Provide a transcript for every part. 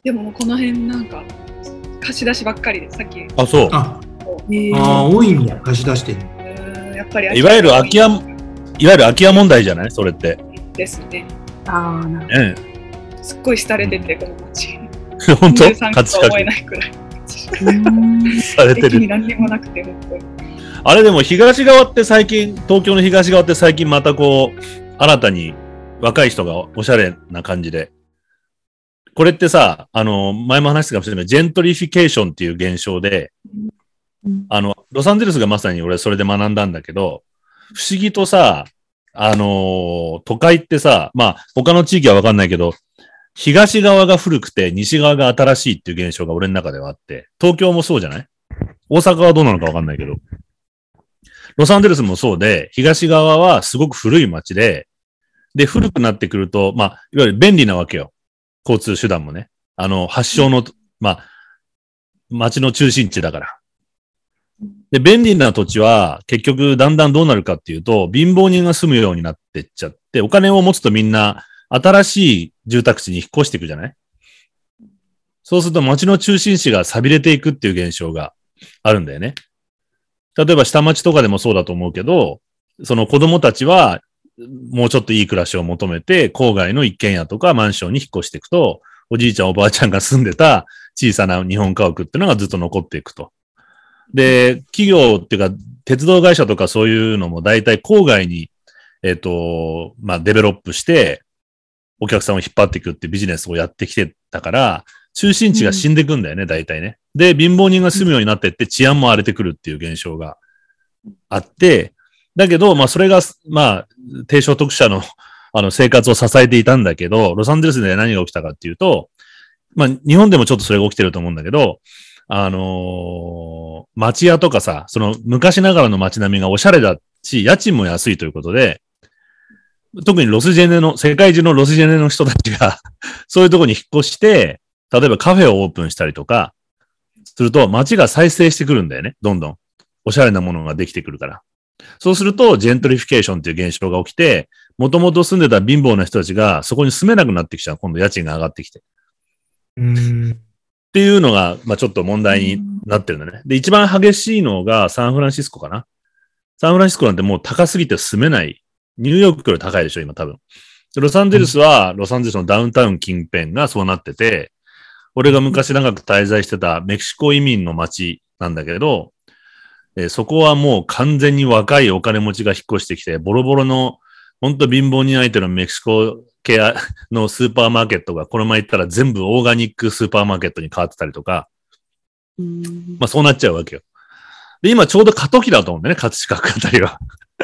でもこの辺なんか貸し出しばっかりで、さっき。 あ、そう。 多いんや、貸し出してる。 やっぱりいわゆる空き家問題じゃないそれって。 ですね。 なるほど。すっごい廃れてて、この街。 本当 23区と思えないくらい。 廃れてる。 駅に何にもなくて、本当に。 あれでも東側って最近、東京の東側って最近またこう、新たに若い人がおしゃれな感じで。これってさ、前も話したかもしれないけど、ジェントリフィケーションっていう現象で、ロサンゼルスがまさに俺それで学んだんだけど、不思議とさ、都会ってさ、まあ、他の地域はわかんないけど、東側が古くて西側が新しいっていう現象が俺の中ではあって、東京もそうじゃない？大阪はどうなのかわかんないけど、ロサンゼルスもそうで、東側はすごく古い街で、古くなってくると、まあ、いわゆる便利なわけよ。交通手段もね。発祥の、まあ、街の中心地だから。で、便利な土地は結局だんだんどうなるかっていうと、貧乏人が住むようになってっちゃって、お金を持つとみんな新しい住宅地に引っ越していくじゃない？そうすると街の中心地が錆びれていくっていう現象があるんだよね。例えば下町とかでもそうだと思うけど、その子供たちはもうちょっといい暮らしを求めて、郊外の一軒家とかマンションに引っ越していくと、おじいちゃんおばあちゃんが住んでた小さな日本家屋っていうのがずっと残っていくと。で、企業っていうか、鉄道会社とかそういうのも大体郊外に、まあ、デベロップして、お客さんを引っ張っていくってビジネスをやってきてたから、中心地が死んでいくんだよね、大体ね。で、貧乏人が住むようになっていって治安も荒れてくるっていう現象があって、だけど、まあ、それが、まあ、低所得者の、生活を支えていたんだけど、ロサンゼルスで何が起きたかっていうと、まあ、日本でもちょっとそれが起きてると思うんだけど、町屋とかさ、その昔ながらの街並みがおしゃれだし、家賃も安いということで、特にロスジェネの、世界中のロスジェネの人たちが、そういうところに引っ越して、例えばカフェをオープンしたりとか、すると街が再生してくるんだよね、どんどん。おしゃれなものができてくるから。そうすると、ジェントリフィケーションっていう現象が起きて、もともと住んでた貧乏な人たちがそこに住めなくなってきちゃう。今度家賃が上がってきて。っていうのが、まあちょっと問題になってるんだね。で、一番激しいのがサンフランシスコかな。サンフランシスコなんてもう高すぎて住めない。ニューヨークより高いでしょ、今多分。ロサンゼルスは、ロサンゼルスのダウンタウン近辺がそうなってて、俺が昔長く滞在してたメキシコ移民の街なんだけど、そこはもう完全に若いお金持ちが引っ越してきて、ボロボロの、ほんと貧乏人相手のメキシコ系のスーパーマーケットがこの前行ったら全部オーガニックスーパーマーケットに変わってたりとか、まあそうなっちゃうわけよ。で、今ちょうど過渡期だと思うんだよね、葛飾区あたりは。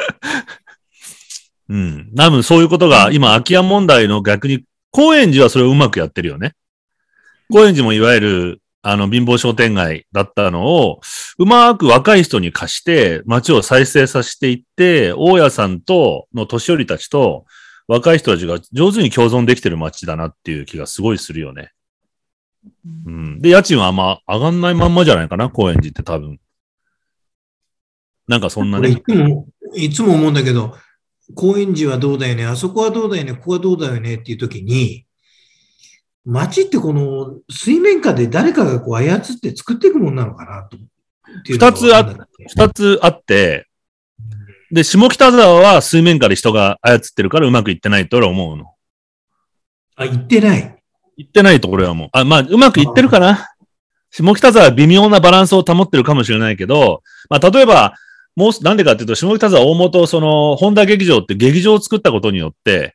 うん。多分そういうことが、今空き家問題の逆に、高円寺はそれをうまくやってるよね。高円寺もいわゆる、貧乏商店街だったのを、うまく若い人に貸して、街を再生させていって、大家さんとの年寄りたちと、若い人たちが上手に共存できてる街だなっていう気がすごいするよね。うん。で、家賃はあんま上がんないまんまじゃないかな、高円寺って多分。なんかそんなね。 いつも思うんだけど、高円寺はどうだよね、あそこはどうだよね、ここはどうだよねっていう時に、街ってこの水面下で誰かがこう操って作っていくもんなのかなと。 二つあって、で、下北沢は水面下で人が操ってるからうまくいってないと俺は思うの。 あ、いってない。 いってないところはもう。まあ、うまくいってるかな。下北沢は微妙なバランスを保ってるかもしれないけど、まあ、例えば、なんでかっていうと、下北沢大元、本田劇場って劇場を作ったことによって、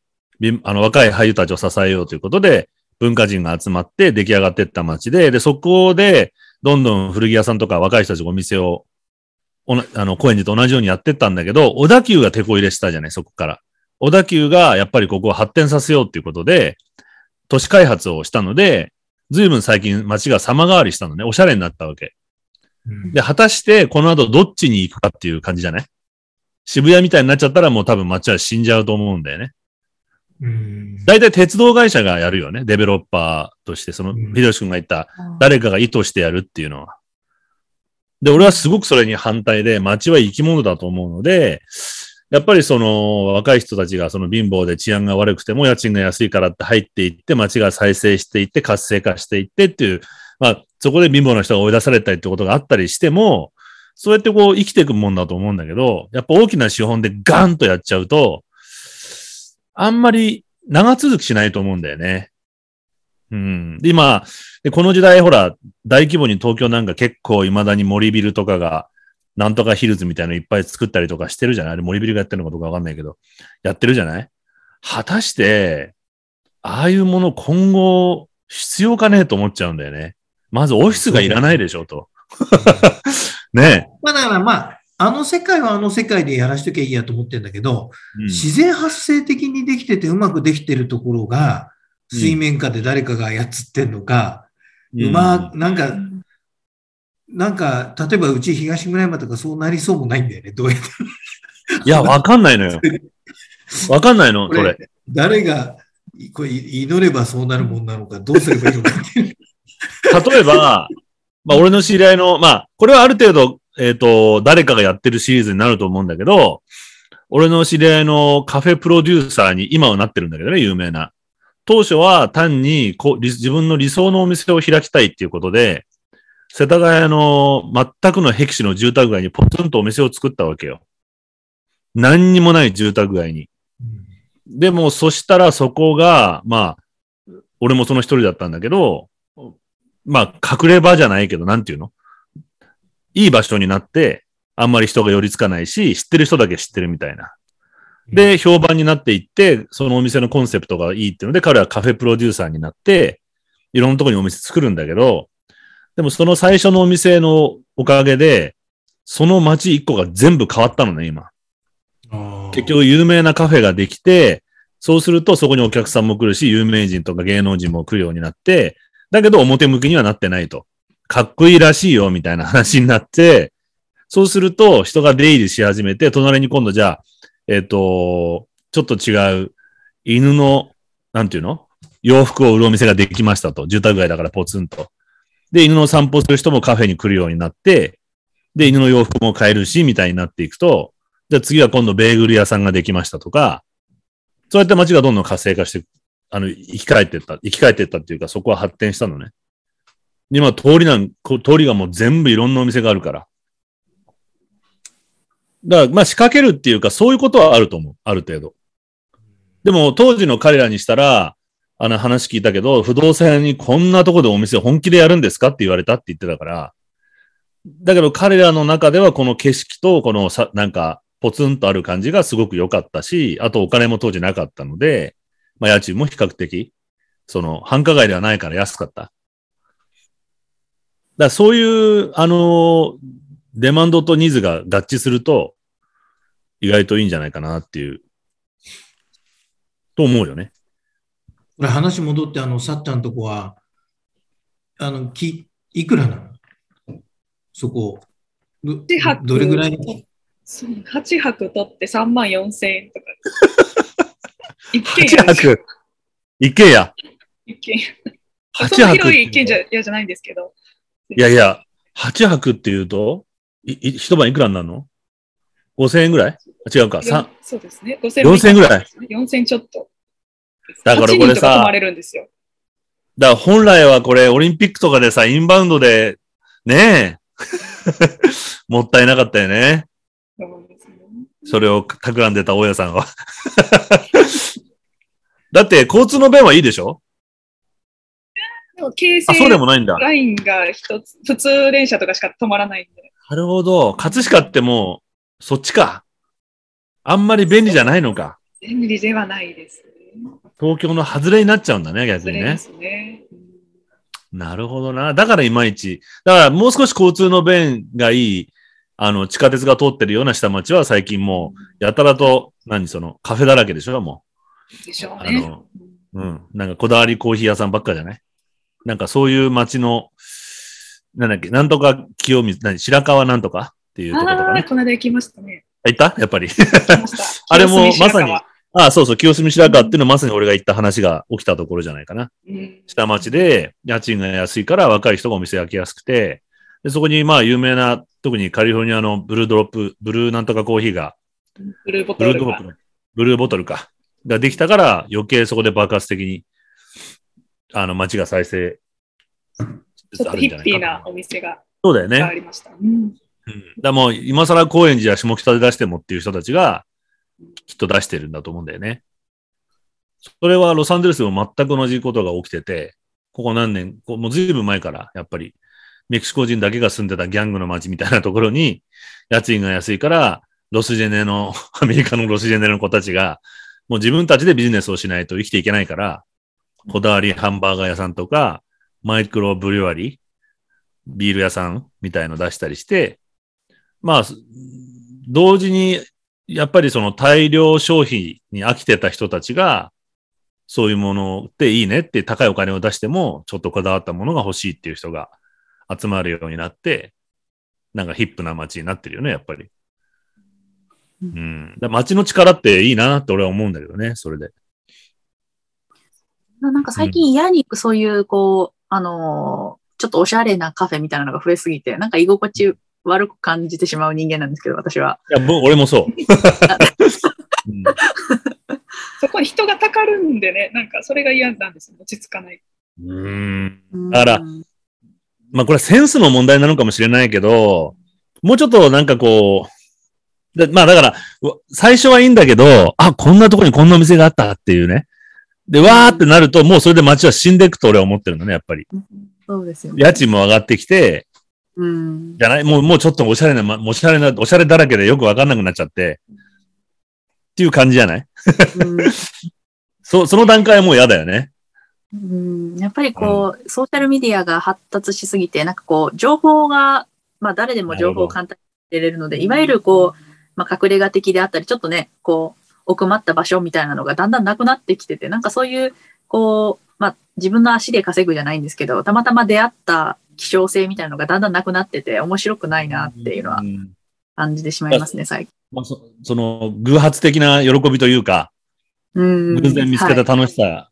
若い俳優たちを支えようということで、文化人が集まって出来上がっていった街で、そこで、どんどん古着屋さんとか若い人たちがお店を、高円寺と同じようにやってったんだけど、小田急が手こ入れしたじゃない、そこから。小田急がやっぱりここを発展させようっていうことで、都市開発をしたので、ずいぶん最近街が様変わりしたのね、おしゃれになったわけ。で、果たしてこの後どっちに行くかっていう感じじゃない？渋谷みたいになっちゃったらもう多分街は死んじゃうと思うんだよね。大体鉄道会社がやるよね。デベロッパーとして、秀吉君が言った誰かが意図してやるっていうのは。で、俺はすごくそれに反対で、街は生き物だと思うので、 やっぱりその若い人たちがその貧乏で治安が悪くても家賃が安いからって入っていって街が再生していって活性化していってっていう、まあそこで貧乏な人が追い出されたりってことがあったりしても、そうやってこう生きていくもんだと思うんだけど、やっぱ大きな資本でガンとやっちゃうと、あんまり長続きしないと思うんだよね。うん。で、今、この時代ほら、大規模に東京なんか結構未だに森ビルとかが、なんとかヒルズみたいなのいっぱい作ったりとかしてるじゃない。あれ森ビルがやってるのかどうかわかんないけど、やってるじゃない。果たして、ああいうもの今後必要かねと思っちゃうんだよね。まずオフィスがいらないでしょと。ねえ。 まあだからまあ、あの世界はあの世界でやらしときゃいいやと思ってるんだけど、 うん、 自然発生的にできててうまくできてるところが、水面下で誰かが操ってんのか、なんか、例えばうち東村山とかそうなりそうもないんだよね、どうやって。 いや、わかんないのよ。わかんないの、それ。 誰が、これ祈ればそうなるもんなのか、どうすればいいのかっていう。 例えば、まあ、俺の知り合いの、まあ、これはある程度、誰かがやってるシリーズになると思うんだけど、俺の知り合いのカフェプロデューサーに今はなってるんだけどね、有名な。当初は単に自分の理想のお店を開きたいっていうことで、世田谷の全くの僻地の住宅街にポツンとお店を作ったわけよ。何にもない住宅街に。でも、そしたらそこが、まあ、俺もその一人だったんだけど、まあ、隠れ場じゃないけど、なんていうの？いい場所になって、あんまり人が寄りつかないし、知ってる人だけ知ってるみたいな。で、評判になっていって、そのお店のコンセプトがいいっていうので、彼はカフェプロデューサーになって、いろんなところにお店作るんだけど、でもその最初のお店のおかげで、その街一個が全部変わったのね、今。結局有名なカフェができて、そうするとそこにお客さんも来るし、有名人とか芸能人も来るようになって、だけど表向きにはなってないと。かっこいいらしいよ、みたいな話になって、そうすると人が出入りし始めて、隣に今度じゃあ、ちょっと違う犬の、なんていうの？洋服を売るお店ができましたと。住宅街だからポツンと。で、犬の散歩する人もカフェに来るようになって、で、犬の洋服も買えるし、みたいになっていくと、じゃあ次は今度ベーグル屋さんができましたとか、そうやって街がどんどん活性化して、生き返っていったっていうか、そこは発展したのね。今、通りがもう全部いろんなお店があるから。だから、まあ仕掛けるっていうか、そういうことはあると思う。ある程度。でも、当時の彼らにしたら、話聞いたけど、不動産屋にこんなとこでお店本気でやるんですかって言われたって言ってたから、だけど彼らの中ではこの景色とこのなんかポツンとある感じがすごく良かったし、あとお金も当時なかったので、まあ家賃も比較的、繁華街ではないから安かった。だからそういう、デマンドとニーズが合致すると、意外といいんじゃないかなっていう、と思うよね。 話戻って、さっちゃんとこは、いくらなのそこ。どれぐらい 8泊取って34,000円とか。 一軒家ですよ。一軒家。 そんな広い一軒家じゃないんですけど。 いやいや、8泊っていうと、一晩いくらになるの？ 5,000 円ぐらい？違うか。 そうですね。 4,000円ぐらい。 4,000ちょっと。 だからこれさ、 泊まれるんですよ。 だから本来はこれオリンピックとかでさ、インバウンドで、ねえ、もったいなかったよね。そうですね。それを企んでた大家さんは。だって交通の便はいいでしょ？ 京成そうでもないんだ。 ラインが一つ、普通電車とかしか止まらないんで。 なるほど。葛飾ってもう、そっちか。あんまり便利じゃないのか。 便利ではないですね。 東京の外れになっちゃうんだね、逆にね。 そうですね。 なるほどな。だからいまいち。だからもう少し交通の便がいい、地下鉄が通ってるような下町は最近もう、やたらと、カフェだらけでしょ、もう。でしょうね。 なんかこだわりコーヒー屋さんばっかじゃない？なんかそういう街の、なんだっけ、なんとか清水、白川なんとかっていうところとかね。 この間行きましたね。 行ったやっぱり。あれもまさに、そうそう、清澄白河っていうのはまさに俺が言った話が起きたところじゃないかな。下町で家賃が安いから若い人がお店焼きやすくて、でそこにまあ有名な、特にカリフォルニアのブルーなんとかコーヒーがブルーボブルードロップの、ブルーボトルか。ができたから余計そこで爆発的に、街が再生しつちょっとヒつあるんじゃないかッピーなお店がそうだよね。 ありました。うん。 だからもう今更高円寺や下北で出してもっていう人たちがきっと出してるんだと思うんだよね。それはロサンゼルスでも全く同じことが起きてて、ここ何年、もうずいぶん前からやっぱりメキシコ人だけが住んでたギャングの街みたいなところに家賃が安いからロスジェネの、アメリカのロスジェネの子たちがもう自分たちでビジネスをしないと生きていけないから、こだわりハンバーガー屋さんとか、マイクロブリュワリー、ビール屋さんみたいの出したりして、まあ、同時に、やっぱりその大量消費に飽きてた人たちが、そういうものっていいねって高いお金を出しても、ちょっとこだわったものが欲しいっていう人が集まるようになって、なんかヒップな街になってるよね、やっぱり。うん。街の力っていいなって俺は思うんだけどね、それで。 なんか最近嫌にそういう、ちょっとおしゃれなカフェみたいなのが増えすぎて、なんか居心地悪く感じてしまう人間なんですけど、私は。 いや、俺もそう。 そこに人がたかるんでね、なんかそれが嫌なんですよ。落ち着かない。 だから、まあこれはセンスの問題なのかもしれないけど、もうちょっとなんかこう、まあだから、最初はいいんだけど、あ、こんなとこにこんなお店があったっていうね。で、わーってなると、もうそれで街は死んでいくと俺は思ってるのね、やっぱり。 そうですよね。 家賃も上がってきて、じゃない、もうちょっとおしゃれだらけでよくわかんなくなっちゃって、っていう感じじゃないその段階はもう嫌だよね。 やっぱりソーシャルメディアが発達しすぎて、なんか情報が、まあ誰でも情報を簡単に入れれるので、いわゆるまあ隠れ家的であったり、ちょっとね、奥まった場所みたいなのがだんだんなくなってきてて、なんかそういう、まあ自分の足で稼ぐじゃないんですけど、たまたま出会った希少性みたいなのがだんだんなくなってて、面白くないなっていうのは感じてしまいますね、最近。 まあ、その偶発的な喜びというか、偶然見つけた楽しさ、はい、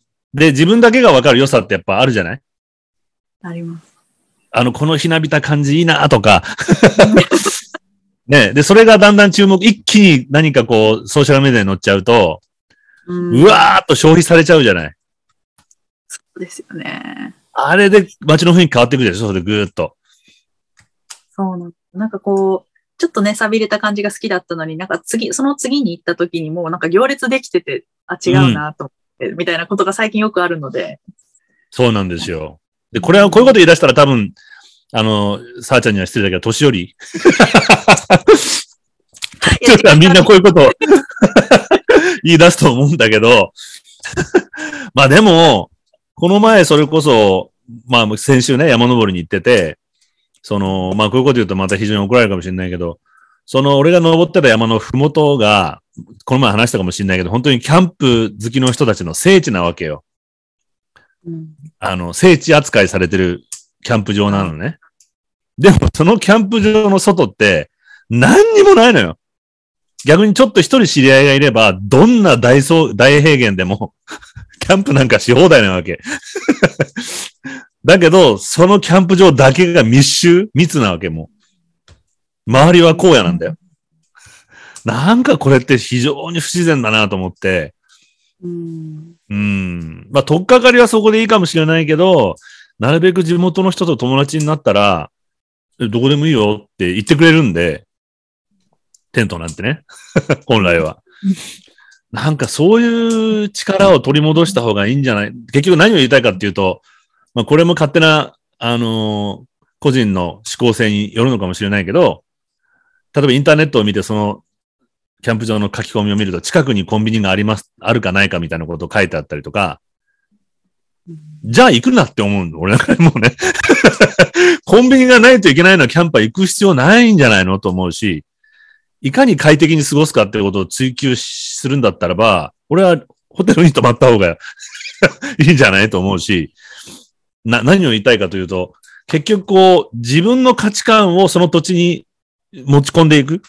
で、自分だけがわかる良さってやっぱあるじゃない？ あります。このひなびた感じいいなとか。ね、で、それがだんだん一気に何かソーシャルメディアに乗っちゃうと、うわーっと消費されちゃうじゃない。 そうですよね。 あれで街の雰囲気変わってくるでしょ、それでぐーっと。 そうなんかちょっとね、錆びれた感じが好きだったのに、なんかその次に行った時にもうなんか行列できてて、違うなと思って、みたいなことが最近よくあるので。そうなんですよ。で、こういうこと言い出したら多分、さーちゃんには失礼だけど、年寄りみんなこういうことを言い出すと思うんだけど、まあでも、この前それこそ、まあ先週ね、山登りに行ってて、まあこういうこと言うとまた非常に怒られるかもしれないけど、俺が登ってた山のふもとが、この前話したかもしれないけど、本当にキャンプ好きの人たちの聖地なわけよ。聖地扱いされてるキャンプ場なのね。でもそのキャンプ場の外って何にもないのよ。逆にちょっと一人知り合いがいれば、どんな大平原でもキャンプなんかし放題なわけ。だけど、そのキャンプ場だけが密なわけも。周りは荒野なんだよ。なんかこれって非常に不自然だなと思って。まあ、とっかかりはそこでいいかもしれないけど、なるべく地元の人と友達になったら、どこでもいいよって言ってくれるんで、テントなんてね。本来は。なんかそういう力を取り戻した方がいいんじゃない？結局何を言いたいかっていうと、まあこれも勝手な、個人の思考性によるのかもしれないけど、例えばインターネットを見てそのキャンプ場の書き込みを見ると近くにコンビニがあるかないかみたいなことを書いてあったりとか、じゃあ行くなって思うんだ。俺なんかもうね。コンビニがないといけないのはキャンパー行く必要ないんじゃないのと思うし、いかに快適に過ごすかってことを追求するんだったらば、俺はホテルに泊まった方がいいんじゃないと思うし、何を言いたいかというと、結局自分の価値観をその土地に持ち込んでいく。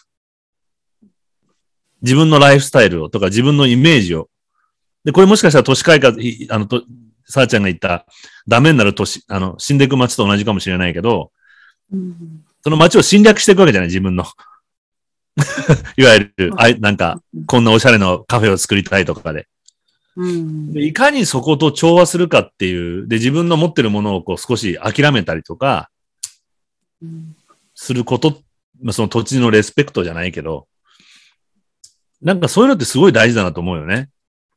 自分のライフスタイルをとか自分のイメージを。で、これもしかしたら都市改革、さあちゃんが言ったダメになる都市、死んでいく街と同じかもしれないけど、その街を侵略していくわけじゃない、自分の。 いわゆる、なんか、こんなおしゃれなカフェを作りたいとかで。でいかにそこと調和するかっていう、で、自分の持ってるものをこう少し諦めたりとか、すること、まあ、その土地のレスペクトじゃないけど、なんかそういうのってすごい大事だなと思うよね。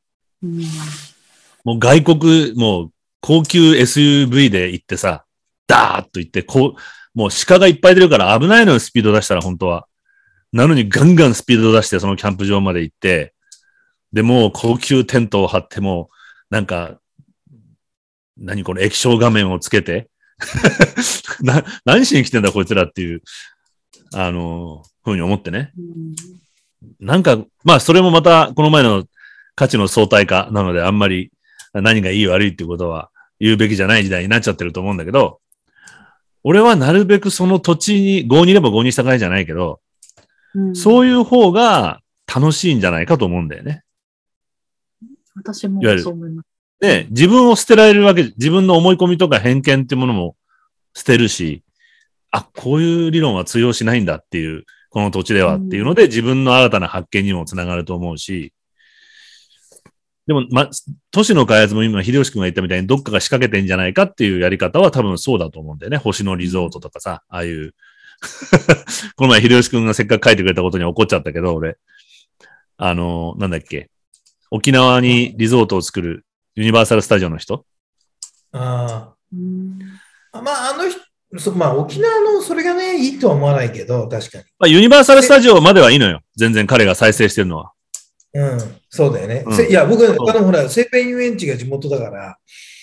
もう外国、もう高級 SUV で行ってさ、ダーッと行って、こう、もう鹿がいっぱい出るから危ないのよ、スピード出したら本当は。なのにガンガンスピード出してそのキャンプ場まで行って、で、もう高級テントを張っても、なんか、何この液晶画面をつけて、何しに来てんだこいつらっていう、ふうに思ってね。なんか、まあそれもまたこの前の価値の相対化なのであんまり何がいい悪いっていうことは言うべきじゃない時代になっちゃってると思うんだけど、俺はなるべくその土地に、郷にいれば郷に従いじゃないけど、そういう方が楽しいんじゃないかと思うんだよね。 私もそう思います。 で、自分を捨てられるわけ、自分の思い込みとか偏見っていうものも捨てるし、あ、こういう理論は通用しないんだっていう、この土地ではっていうので、自分の新たな発見にもつながると思うし、でも、都市の開発も今、秀吉君が言ったみたいにどっかが仕掛けてんじゃないかっていうやり方は多分そうだと思うんだよね。星野リゾートとかさ、ああいう、この前秀吉君がせっかく書いてくれたことに怒っちゃったけど、俺、なんだっけ、沖縄にリゾートを作るユニバーサルスタジオの人。 まあ、まあ、沖縄のそれがね、いいとは思わないけど、確かに。 まあ、ユニバーサルスタジオまではいいのよ。全然彼が再生してるのは。 そうだよね。いや、僕、ほら、西辺遊園地が地元だから。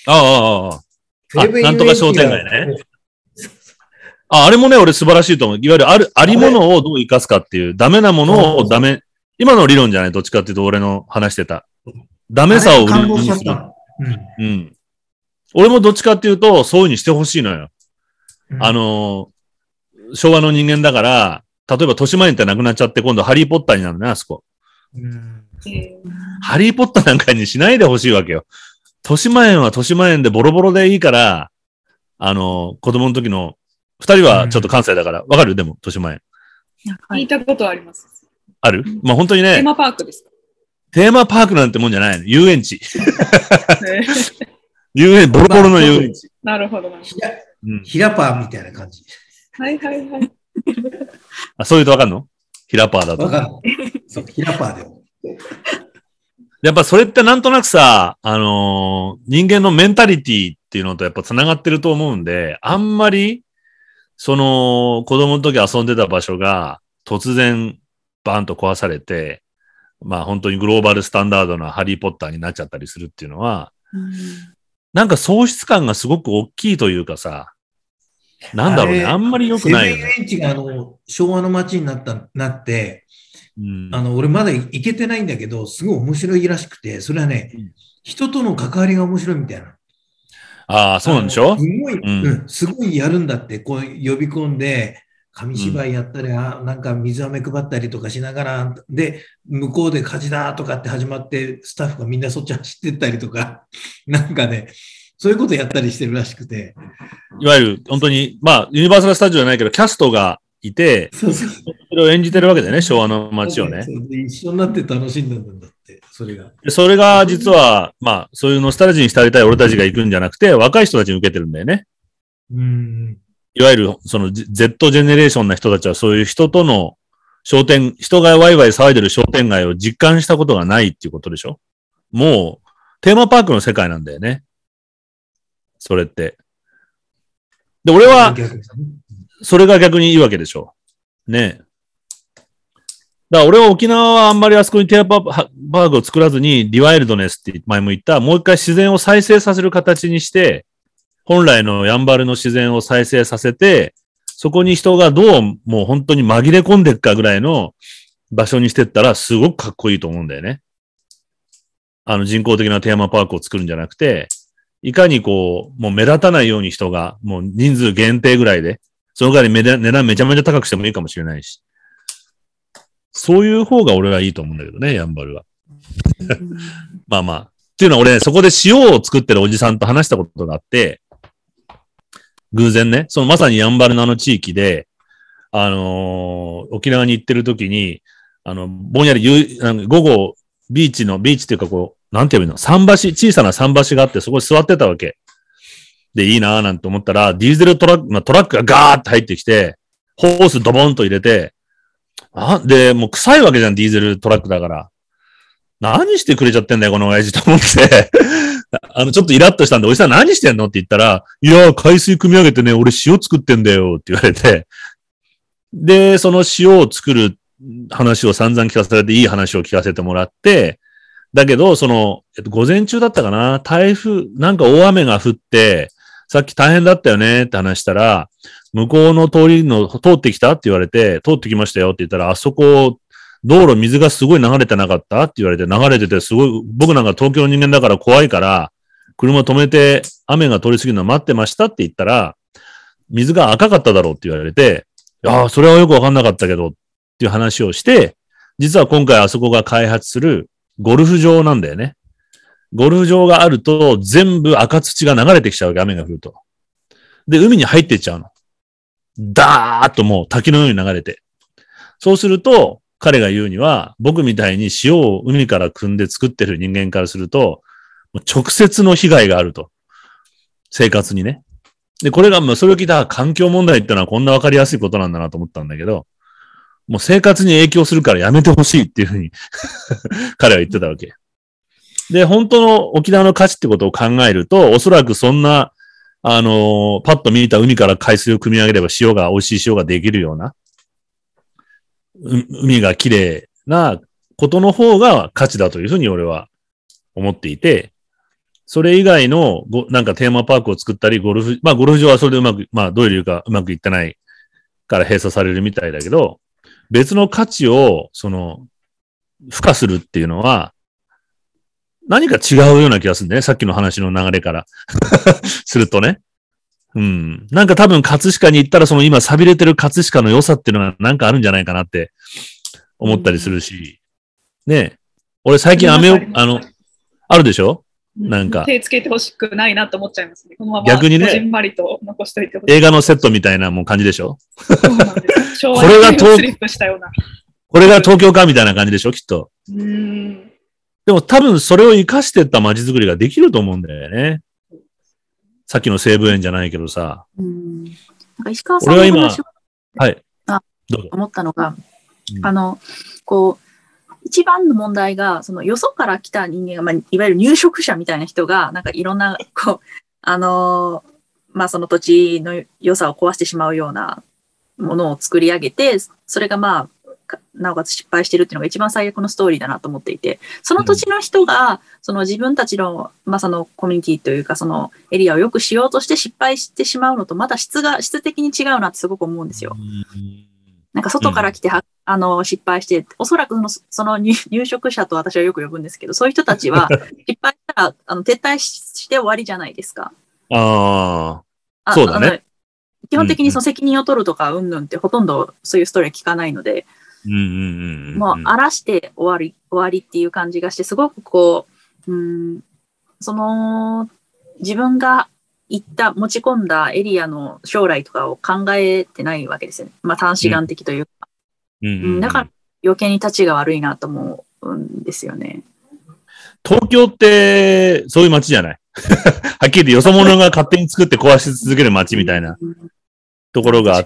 なんとか商店街ね。あれもね、俺素晴らしいと思う。いわゆるありものをどう生かすかっていう、ダメなものをダメ、今の理論じゃない、どっちかっていうと俺の話してた。ダメさを売りにする。俺もどっちかっていうと、そういう風にしてほしいのよ。昭和の人間だから、例えば豊島園ってなくなっちゃって今度ハリーポッターになるね、あそこ。ハリーポッターなんかにしないでほしいわけよ。豊島園は豊島園でボロボロでいいから、子供の時の、二人はちょっと関西だから、わかるでも、豊島園。 聞いたことあります。 ある？まあ本当にね。 テーマパークですか？ テーマパークなんてもんじゃないの。遊園地。ボロボロの遊園地。 なるほど。 ヒラパーみたいな感じ。 はいはいはい。 そういうとわかんの？ヒラパーだと。 わかんない。そう、ヒラパーでも。 やっぱそれってなんとなくさ、人間のメンタリティっていうのとやっぱ繋がってると思うんで、あんまり、子供の時遊んでた場所が突然バーンと壊されて、まあ本当にグローバルスタンダードなハリーポッターになっちゃったりするっていうのは、なんか喪失感がすごく大きいというかさ、なんだろうね、あんまり良くないよね。 西辺遊園地が昭和の街になって、俺まだ行けてないんだけど、すごい面白いらしくて、それはね、人との関わりが面白いみたいな。 ああ、そうなんでしょ？ すごいやるんだって、こう呼び込んで、紙芝居やったり、なんか水飴配ったりとかしながら、で、向こうで火事だとかって始まって、スタッフがみんなそっち走ってったりとか、なんかね、そういうことやったりしてるらしくて。 いわゆる、本当に、まあ、ユニバーサルスタジオじゃないけど、キャストがいて、それを演じてるわけでね、昭和の街をね。 一緒になって楽しんだんだって、それが。 それが実は、まあ、そういうノスタルジーに浸りたい俺たちが行くんじゃなくて、若い人たちに受けてるんだよね。いわゆる、Z ジェネレーションな人たちはそういう人との人がワイワイ騒いでる商店街を実感したことがないっていうことでしょ？もう、テーマパークの世界なんだよね。それって。で、俺は、それが逆にいいわけでしょ。ね。だから俺は沖縄はあんまりあそこにテーマパークを作らずに、リワイルドネスって前も言った、もう一回自然を再生させる形にして、本来のやんばるの自然を再生させて、そこに人がどうもう本当に紛れ込んでいくかぐらいの場所にしてったらすごくかっこいいと思うんだよね。人工的なテーマパークを作るんじゃなくて、いかにこう、もう目立たないように人が、もう人数限定ぐらいで、その代わり値段めちゃめちゃ高くしてもいいかもしれないし。そういう方が俺はいいと思うんだけどね、やんばるは。まあまあ。っていうのは俺、そこで塩を作ってるおじさんと話したことがあって、偶然ね、まさにやんばるの地域で、 沖縄に行ってる時に、ぼんやり午後、ビーチっていうかこう、なんて言うの、小さな桟橋があって、そこに座ってたわけ。で、いいなぁなんて思ったら、ディーゼルトラックがガーって入ってきて、ホースドボンと入れて、で、もう臭いわけじゃん、ディーゼルトラックだから。何してくれちゃってんだよ、この親父と思って。ちょっとイラッとしたんで、おじさん何してんのって言ったら、いや、海水汲み上げてね、俺塩作ってんだよって言われて、で、その塩を作る話を散々聞かされて、いい話を聞かせてもらって、だけど、午前中だったかな、台風、なんか大雨が降って、さっき大変だったよねって話したら、向こうの通ってきたって言われて、通ってきましたよって言ったら、あそこ、道路水がすごい流れてなかったって言われて、流れててすごい、僕なんか東京の人間だから怖いから、車止めて雨が通り過ぎるの待ってましたって言ったら、水が赤かっただろうって言われて、それはよくわかんなかったけどっていう話をして、実は今回あそこが開発するゴルフ場なんだよね。ゴルフ場があると全部赤土が流れてきちゃうわけ、雨が降ると。で、海に入っていっちゃうの。ダーッともう滝のように流れて。そうすると、彼が言うには、僕みたいに塩を海から汲んで作ってる人間からすると、直接の被害があると。生活にね。で、これが、それを聞いた環境問題ってのはこんなわかりやすいことなんだなと思ったんだけど、もう生活に影響するからやめてほしいっていうふうに彼は言ってたわけ。で、本当の沖縄の価値ってことを考えると、おそらくそんな、パッと見た海から海水を汲み上げれば美味しい塩ができるような、海が綺麗なことの方が価値だというふうに俺は思っていて、それ以外のなんかテーマパークを作ったり、ゴルフ場はそれでうまく、どういう理由かうまくいってないから閉鎖されるみたいだけど、別の価値を、付加するっていうのは、何か違うような気がするんだね。さっきの話の流れから。するとね。うん。なんか多分葛飾に行ったら今錆びれてる葛飾の良さっていうのがなんかあるんじゃないかなって思ったりするし。ねえ。俺最近あるでしょなんか。 手つけてほしくないなと思っちゃいますね。このまま逆にね、 こじんまりと残しといてほしい。 映画のセットみたいなもう感じでしょそうなんです。昭和にスリップしたような。 これが東京かみたいな感じでしょきっと。でも多分それを活かしていった街づくりができると思うんだよね。さっきの西武園じゃないけどさ。 なんか石川さんの話を思ったのが、一番の問題が、よそから来た人間が、いわゆる入植者みたいな人が、なんかいろんな、その土地の良さを壊してしまうようなものを作り上げて、それがなおかつ失敗してるっていうのが一番最悪のストーリーだなと思っていて、その土地の人が、自分たちの、そのコミュニティというか、そのエリアを良くしようとして失敗してしまうのと、また質的に違うなってすごく思うんですよ。なんか外から来て失敗して、おそらくその入植者と私はよく呼ぶんですけど、そういう人たちは失敗したら撤退して終わりじゃないですか。そうだね。基本的にその責任を取るとかうんぬんってほとんどそういうストーリー聞かないので、もう荒らして終わりっていう感じがして、すごく自分が持ち込んだエリアの将来とかを考えてないわけですよね。短視眼的というか。だから余計に立ちが悪いなと思うんですよね。 東京ってそういう街じゃないはっきり言ってよそ者が勝手に作って壊し続ける街みたいなところがあって、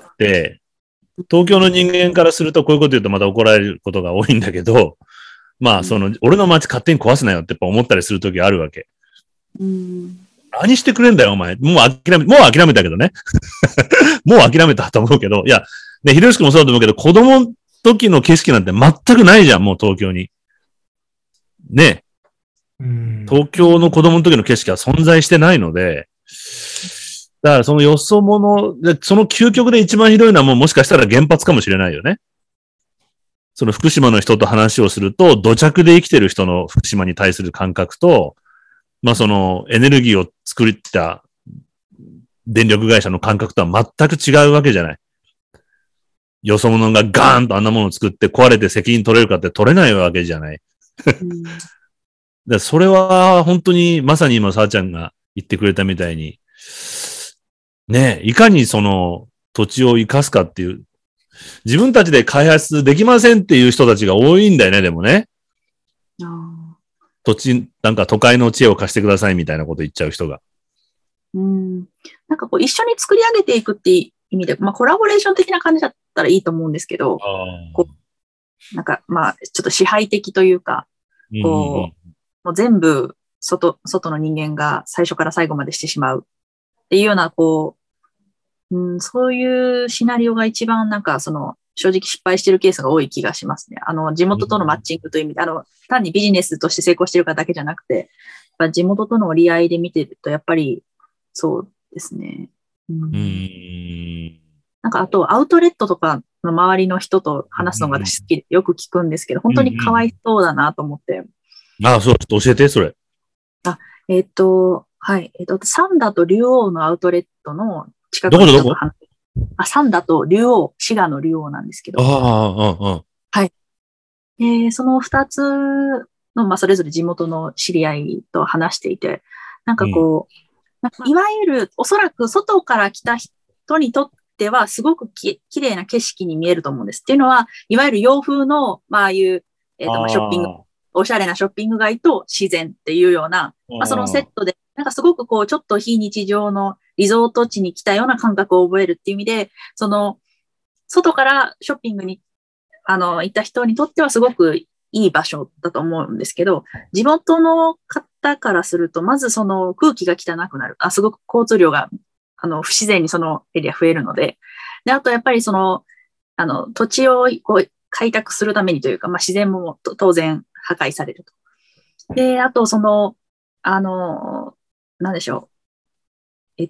東京の人間からするとこういうこと言うとまた怒られることが多いんだけど、俺の街勝手に壊すなよってやっぱ思ったりするときあるわけ。何してくれんだよ、お前。もう諦めたけどね。もう諦めたと思うけど、いや、ね、秀吉君もそうだと思うけど、子供の時の景色なんて全くないじゃん、もう東京に。ね。東京の子供の時の景色は存在してないので、だからそのよそ者で、その究極で一番ひどいのはもしかしたら原発かもしれないよね。その福島の人と話をすると、土着で生きてる人の福島に対する感覚と、そのエネルギーを作った電力会社の感覚とは全く違うわけじゃない。よそ者がガーンとあんなものを作って壊れて責任取れるかって取れないわけじゃない。それは本当にまさに今さあちゃんが言ってくれたみたいに、ねえ、いかにその土地を生かすかっていう自分たちで開発できませんっていう人たちが多いんだよね、でもね。なんか都会の知恵を貸してくださいみたいなこと言っちゃう人が。 なんかこう一緒に作り上げていくっていう意味で、まあコラボレーション的な感じだったらいいと思うんですけど、こうなんかまあちょっと支配的というか、こう、もう全部外の人間が最初から最後までしてしまうっていうような、こう、そういうシナリオが一番なんか正直失敗してるケースが多い気がしますね。地元とのマッチングという意味で、単にビジネスとして成功してるかだけじゃなくて、やっぱ地元との折り合いで見てると、やっぱりそうですね。なんかあと、アウトレットとかの周りの人と話すのが私好きでよく聞くんですけど、本当にかわいそうだなと思って。 そう、ちょっと教えて、それ。 はい。三田と竜王のアウトレットの近くにちょっと話す。三田と竜王、滋賀の竜王なんですけど。はい。その二つの、まあ、それぞれ地元の知り合いと話していて、なんかこう、なんかいわゆる、おそらく外から来た人にとっては、すごく綺麗な景色に見えると思うんです。っていうのは、いわゆる洋風の、まあ、ああいう、ショッピング、おしゃれなショッピング街と自然っていうような、まあ、そのセットで、なんかすごくこう、ちょっと非日常のリゾート地に来たような感覚を覚えるっていう意味で、外からショッピングに、行った人にとってはすごくいい場所だと思うんですけど、地元の方からすると、まずその空気が汚くなる。すごく交通量が、不自然にそのエリア増えるので、で、あとやっぱり土地をこう開拓するためにというか、まあ自然も当然破壊されると。で、あとなんでしょう。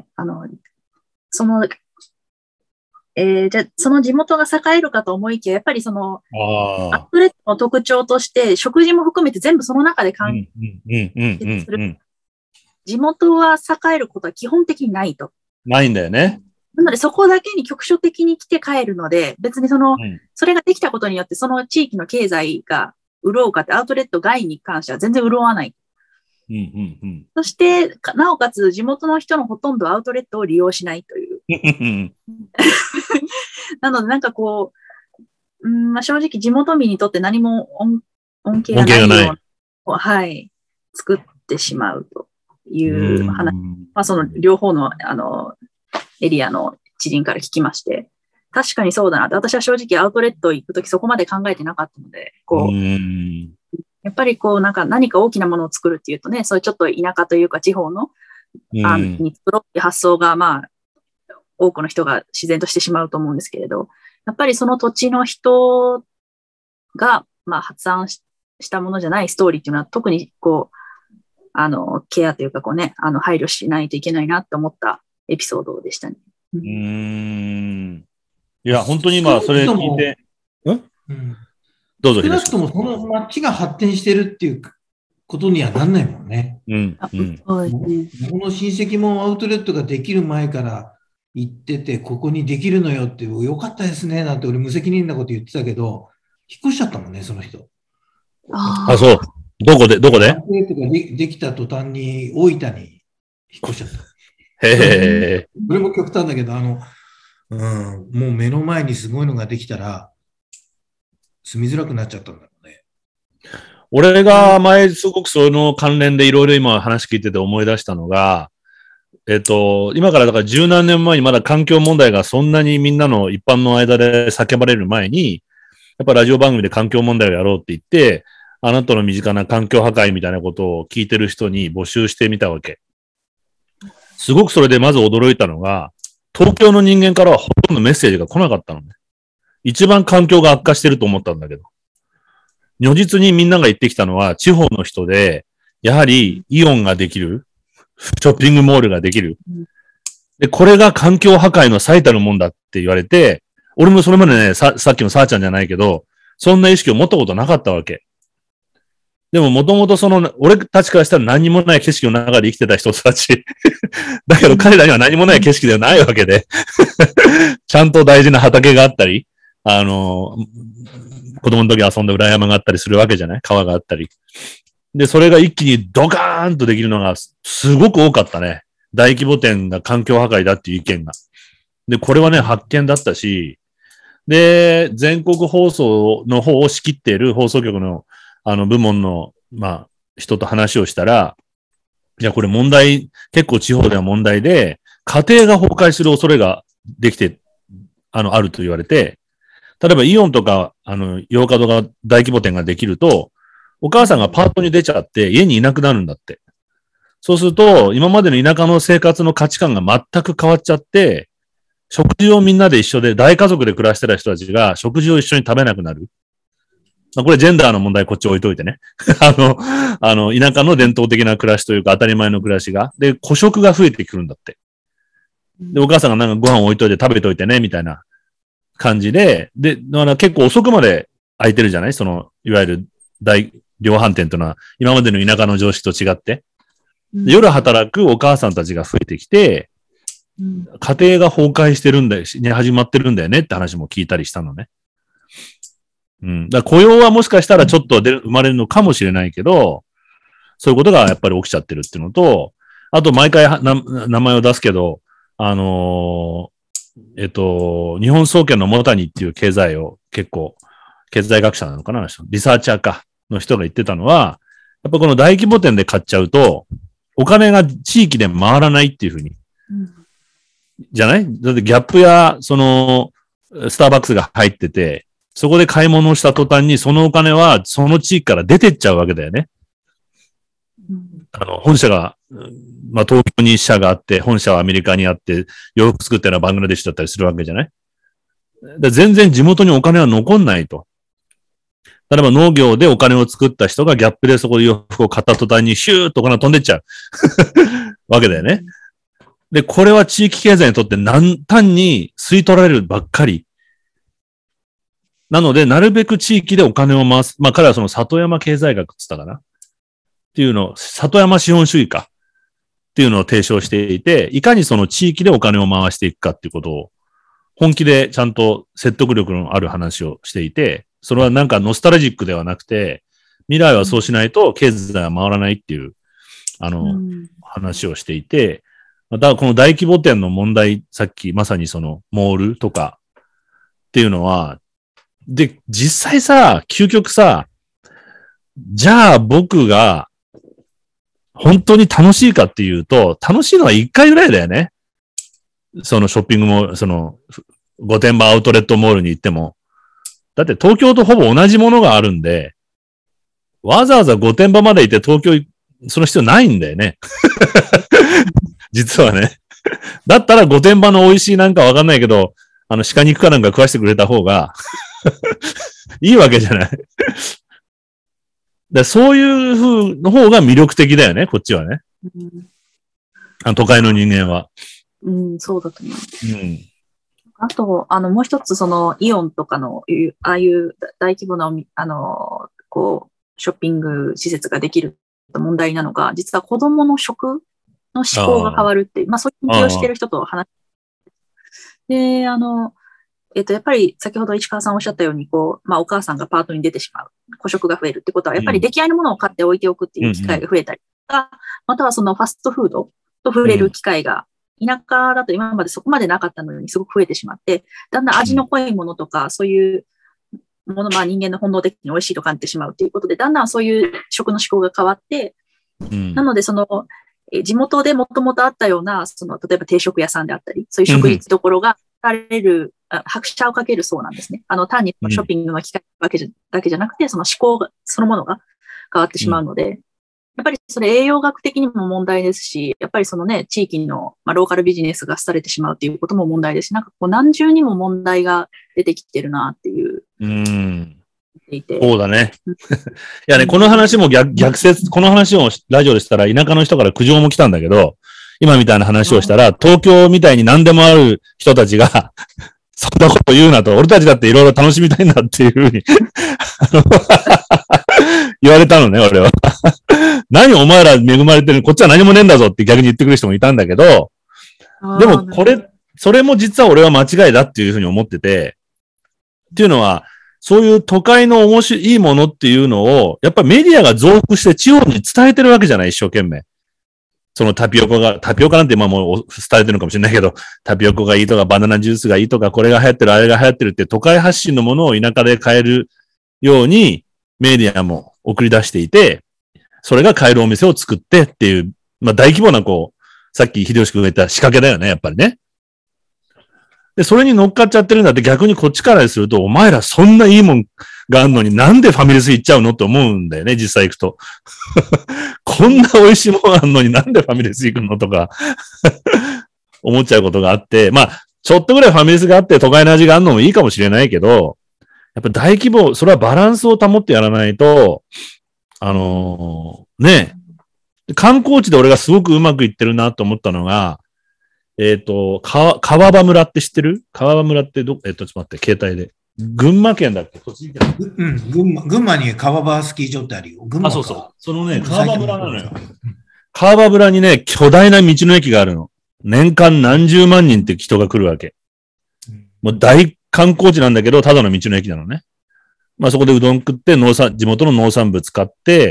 じゃあ、その地元が栄えるかと思いきや、やっぱりアウトレットの特徴として、食事も含めて全部その中で完結する。地元は栄えることは基本的にないと。 ないんだよね。 なので、そこだけに局所的に来て帰るので、別にそれができたことによって、その地域の経済が潤うかって、アウトレット外に関しては全然潤わない。そして、なおかつ地元の人のほとんどアウトレットを利用しないという。なので、なんかこう、まあ、正直地元民にとって何も恩恵がないような、はい、作ってしまうという話。まあ、その両方の、エリアの知人から聞きまして、確かにそうだなって、私は正直アウトレット行くときそこまで考えてなかったので、こう、やっぱりこう、なんか何か大きなものを作るっていうとね、そういうちょっと田舎というか地方の、に作ろうっていう発想が、まあ、多くの人が自然としてしまうと思うんですけれど、やっぱりその土地の人が、まあ、発案したものじゃないストーリーっていうのは、特にこう、ケアというかこうね、配慮しないといけないなって思ったエピソードでしたね。 いや、本当に今、それ聞いて、どうぞ。 少なくともその町が発展してるっていうことにはなんないもんね。僕の親戚もアウトレットができる前から行ってて、ここにできるのよって、よかったですね、なんて俺無責任なこと言ってたけど、引っ越しちゃったもんね、その人。 そう。どこでアウトレットができた途端に大分に引っ越しちゃった。 へこれも極端だけど、もう目の前にすごいのができたら、住みづらくなっちゃったんだろうね。 俺が前すごくその関連でいろいろ今話聞いてて思い出したのが、今からだから十何年前にまだ環境問題がそんなにみんなの一般の間で叫ばれる前に、やっぱラジオ番組で環境問題をやろうって言って、あなたの身近な環境破壊みたいなことを聞いてる人に募集してみたわけ。すごくそれでまず驚いたのが、東京の人間からはほとんどメッセージが来なかったのね。一番環境が悪化してると思ったんだけど。如実にみんなが言ってきたのは、地方の人で、やはりイオンができる、ショッピングモールができる。で、これが環境破壊の最たるもんだって言われて、俺もそれまでね、さっきのさあちゃんじゃないけど、そんな意識を持ったことなかったわけ。でももともと俺たちからしたら何もない景色の中で生きてた人たち。だけど彼らには何もない景色ではないわけで。ちゃんと大事な畑があったり、子供の時遊んだ裏山があったりするわけじゃない？川があったり。で、それが一気にドカーンとできるのがすごく多かったね。大規模店が環境破壊だっていう意見が。で、これはね、発見だったし、 で、全国放送の方を仕切っている放送局の、部門の、人と話をしたら、いや、これ問題、結構地方では問題で、家庭が崩壊する恐れができて、あると言われて、例えばイオンとか、洋華堂が大規模店ができると、お母さんがパートに出ちゃって家にいなくなるんだって。そうすると、今までの田舎の生活の価値観が全く変わっちゃって、食事をみんなで一緒で、大家族で暮らしてた人たちが食事を一緒に食べなくなる。これジェンダーの問題こっち置いといてね。田舎の伝統的な暮らしというか当たり前の暮らしが。で、孤食が増えてくるんだって。で、お母さんがなんかご飯置いといて食べといてね、みたいな感じで、で、結構遅くまで空いてるじゃない？いわゆる量販店というのは今までの田舎の常識と違って。夜働くお母さんたちが増えてきて、家庭が崩壊してるんだよ、始まってるんだよねって話も聞いたりしたのね。だから雇用はもしかしたらちょっと生まれるのかもしれないけど、そういうことがやっぱり起きちゃってるっていうのと、あと毎回名前を出すけど、日本総研の諸谷っていう経済学者なのかな、リサーチャーかの人が言ってたのは、やっぱこの大規模店で買っちゃうと、お金が地域で回らないっていうふうに。じゃない？だってギャップや、スターバックスが入ってて、そこで買い物をした途端にそのお金はその地域から出てっちゃうわけだよね。本社が、東京に支社があって、本社はアメリカにあって、洋服作ってるのはバングラデシュだったりするわけじゃない？全然地元にお金は残んないと。例えば農業でお金を作った人がギャップでそこで洋服を買った途端にシューッとお金が飛んでっちゃうわけだよね。で、これは地域経済にとって単に吸い取られるばっかり。なので、なるべく地域でお金を回す。彼はその里山経済学って言ったかなっていうのを、里山資本主義かっていうのを提唱していて、いかにその地域でお金を回していくかっていうことを、本気でちゃんと説得力のある話をしていて、それはなんかノスタルジックではなくて、未来はそうしないと経済は回らないっていう、話をしていて、またこの大規模店の問題、さっきまさにモールとかっていうのは、で、実際さ、究極さ、じゃあ僕が本当に楽しいかっていうと、楽しいのは1回ぐらいだよね。ショッピングモール、御殿場アウトレットモールに行っても。だって東京とほぼ同じものがあるんで、わざわざ御殿場まで行って東京、その必要ないんだよね。実はね。だったら御殿場の美味しいなんかわかんないけど、鹿肉かなんか食わしてくれた方がいいわけじゃない。そういう風の方が魅力的だよね、こっちはね。都会の人間は。 そうだと思う。あと、もう一つ、イオンとかの、ああいう大規模な、ショッピング施設ができる問題なのが、実は子供の食の思考が変わるっていう、そういう研究をしている人と話して、で、やっぱり先ほど市川さんおっしゃったように、お母さんがパートに出てしまう、孤食が増えるってことは、やっぱり出来合いのものを買って置いておくっていう機会が増えたりとか、またはファストフードと触れる機会が、田舎だと今までそこまでなかったのにすごく増えてしまって、だんだん味の濃いものとか、そういうもの、人間の本能的に美味しいと感じてしまうということで、だんだんそういう食の思考が変わって、なので地元でもともとあったような、例えば定食屋さんであったり、そういう食事どころが拍車をかけるそうなんですね。単にショッピングの機会だけじゃなくて、その思考そのものが変わってしまうので、やっぱりそれ栄養学的にも問題ですし、やっぱり地域の、ローカルビジネスが廃れてしまうということも問題ですし、なんか何重にも問題が出てきてるなっていう。 そうだね。いやね、この話も逆説、この話をラジオでしたら田舎の人から苦情も来たんだけど、今みたいな話をしたら、東京みたいに何でもある人たちが、そんなこと言うなと、俺たちだっていろいろ楽しみたいんだっていうふうに言われたのね、俺は。何お前ら恵まれてる、こっちは何もねえんだぞって逆に言ってくる人もいたんだけど、でもそれも実は俺は間違いだっていうふうに思ってて、っていうのは、そういう都会のいいものっていうのを、やっぱりメディアが増幅して地方に伝えてるわけじゃない、一生懸命。 そのタピオカなんて今もう伝えてるのかもしれないけど、タピオカがいいとか、バナナジュースがいいとか、これが流行ってる、あれが流行ってるって都会発信のものを田舎で買えるようにメディアも送り出していて、それが買えるお店を作ってっていう、まあ大規模なさっき秀吉君が言った仕掛けだよね、やっぱりね。で、それに乗っかっちゃってるんだって逆にこっちからすると、お前らそんないいもんがあるのになんでファミレス行っちゃうのって思うんだよね、実際行くと。こんな美味しいもんあるのになんでファミレス行くのとか思っちゃうことがあって、まあ、ちょっとぐらいファミレスがあって都会の味があるのもいいかもしれないけど、やっぱ大規模、それはバランスを保ってやらないと、ねえ、観光地で俺がすごくうまくいってるなと思ったのが、川場村って知ってる？川場村ってちょっと待って、携帯で。群馬県だっけ？栃木県。 うん、群馬に川場スキー場ってあるよ。群馬か。 そうそう。そのね、川場村なのよ。川場村にね、巨大な道の駅があるの。年間何十万人って人が来るわけ。もう大観光地なんだけど、ただの道の駅なのね。まあそこでうどん食って地元の農産物買って、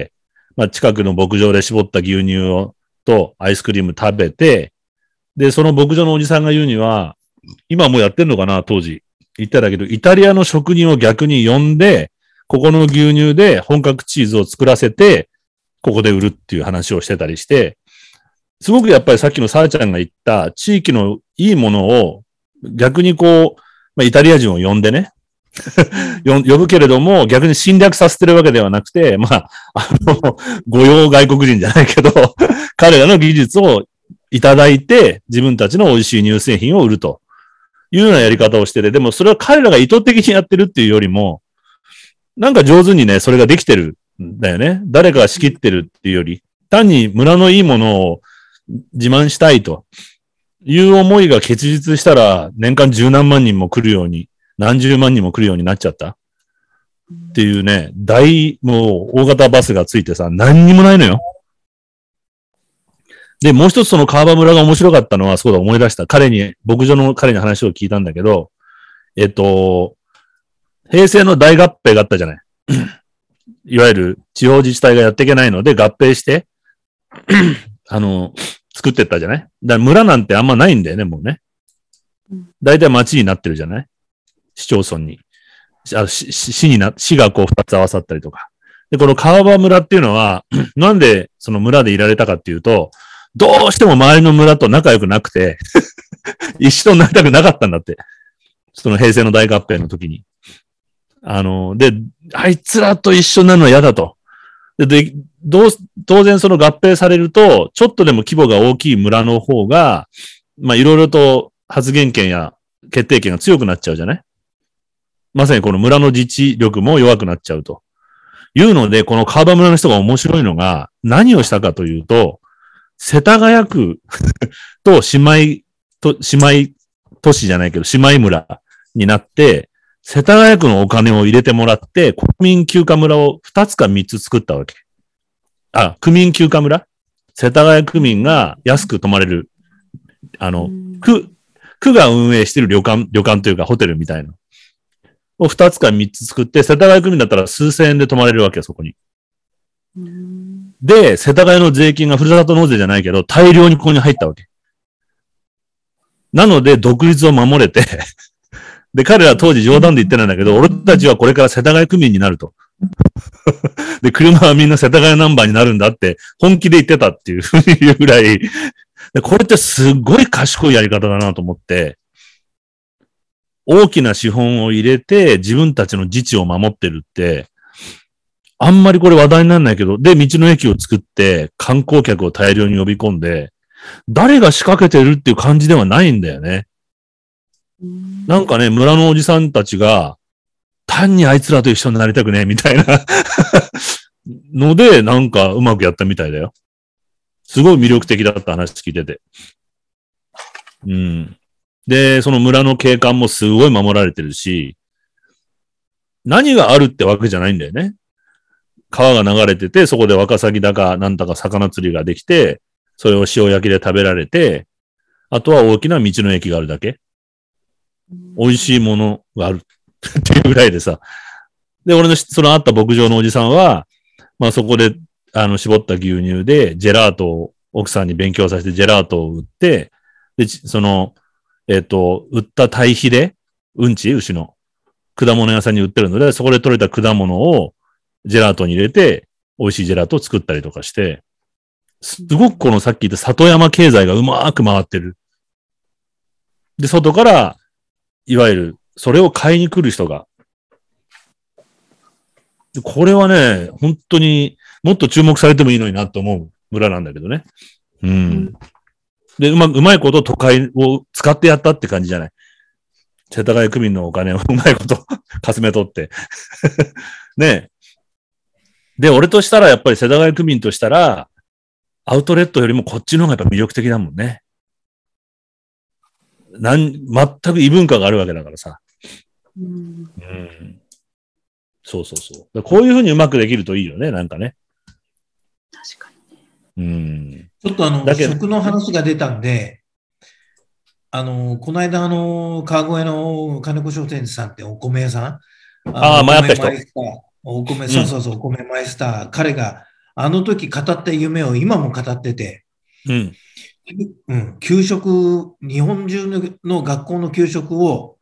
まあ近くの牧場で絞った牛乳とアイスクリーム食べて、で、その牧場のおじさんが言うには、今もうやってんのかな、当時。言っただけど、イタリアの職人を逆に呼んで、ここの牛乳で本格チーズを作らせて、ここで売るっていう話をしてたりして、すごくやっぱりさっきのさあちゃんが言った地域のいいものを逆にまあ、イタリア人を呼んでね、呼ぶけれども逆に侵略させてるわけではなくて、まあ、御用外国人じゃないけど、彼らの技術をいただいて自分たちの美味しい乳製品を売るというようなやり方をしてて、でもそれは彼らが意図的にやってるっていうよりも、なんか上手にね、それができてるんだよね。誰かが仕切ってるっていうより、単に村のいいものを自慢したいという思いが結実したら、年間十何万人も来るように、何十万人も来るようになっちゃったっていうね、もう大型バスがついてさ、何にもないのよ。で、もう一つその川場村が面白かったのは、そうだ、思い出した。牧場の彼に話を聞いたんだけど、平成の大合併があったじゃない。いわゆる地方自治体がやっていけないので合併して、作ってったじゃない。だから村なんてあんまないんだよね、もうね。大体町になってるじゃない。市町村に。市が二つ合わさったりとか。で、この川場村っていうのは、なんでその村でいられたかっていうと、どうしても周りの村と仲良くなくて、一緒になりたくなかったんだって。その平成の大合併の時に。で、あいつらと一緒になるのは嫌だと。で、当然その合併されると、ちょっとでも規模が大きい村の方が、まあいろいろと発言権や決定権が強くなっちゃうじゃない？まさにこの村の自治力も弱くなっちゃうと。いうので、この川場村の人が面白いのが、何をしたかというと、世田谷区と姉妹都市じゃないけど、姉妹村になって、世田谷区のお金を入れてもらって、国民休暇村を2つか3つ作ったわけ。区民休暇村？世田谷区民が安く泊まれる、区が運営している旅館というかホテルみたいな。を2つか3つ作って、世田谷区民だったら数千円で泊まれるわけよ、そこに。で、世田谷の税金がふるさと納税じゃないけど、大量にここに入ったわけ。なので、独立を守れて、で、彼ら当時冗談で言ってないんだけど、俺たちはこれから世田谷区民になると。で、車はみんな世田谷ナンバーになるんだって、本気で言ってたっていうふうに言うぐらい、でこれってすごい賢いやり方だなと思って、大きな資本を入れて自分たちの自治を守ってるって、あんまりこれ話題にならないけど、で、道の駅を作って観光客を大量に呼び込んで、誰が仕掛けてるっていう感じではないんだよね。なんかね、村のおじさんたちが、単にあいつらと一緒になりたくね、みたいなので、なんかうまくやったみたいだよ。すごい魅力的だった話聞いてて。うん。で、その村の景観もすごい守られてるし、何があるってわけじゃないんだよね。川が流れてて、そこでワカサギだかなんだか魚釣りができて、それを塩焼きで食べられて、あとは大きな道の駅があるだけ。美味しいものがあるっていうぐらいでさ。で、俺のその会った牧場のおじさんは、まあそこで、絞った牛乳でジェラート奥さんに勉強させてジェラートを売って、で、売った堆肥で、牛の果物屋さんに売ってるので、そこで採れた果物をジェラートに入れて、美味しいジェラートを作ったりとかして、すごくこのさっき言った里山経済がうまく回ってる。で、外から、いわゆる、それを買いに来る人が。でこれはね、本当にもっと注目されてもいいのになと思う村なんだけどね。うん。で、うまいこと都会を使ってやったって感じじゃない。世田谷区民のお金をうまいことかすめ取って。ねえ。で、俺としたらやっぱり世田谷区民としたら、アウトレットよりもこっちの方がやっぱ魅力的だもんね。全く異文化があるわけだからさ。そうそうそう。こういうふうにうまくできるといいよね、なんかね。 確かに。 ちょっと食の話が出たんで、この間川越の金子商店さんってお米屋さん前あった人。 お米、そうそうそう、お米マイスター。彼があの時語った夢を今も語ってて、給食、日本中の学校の給食を、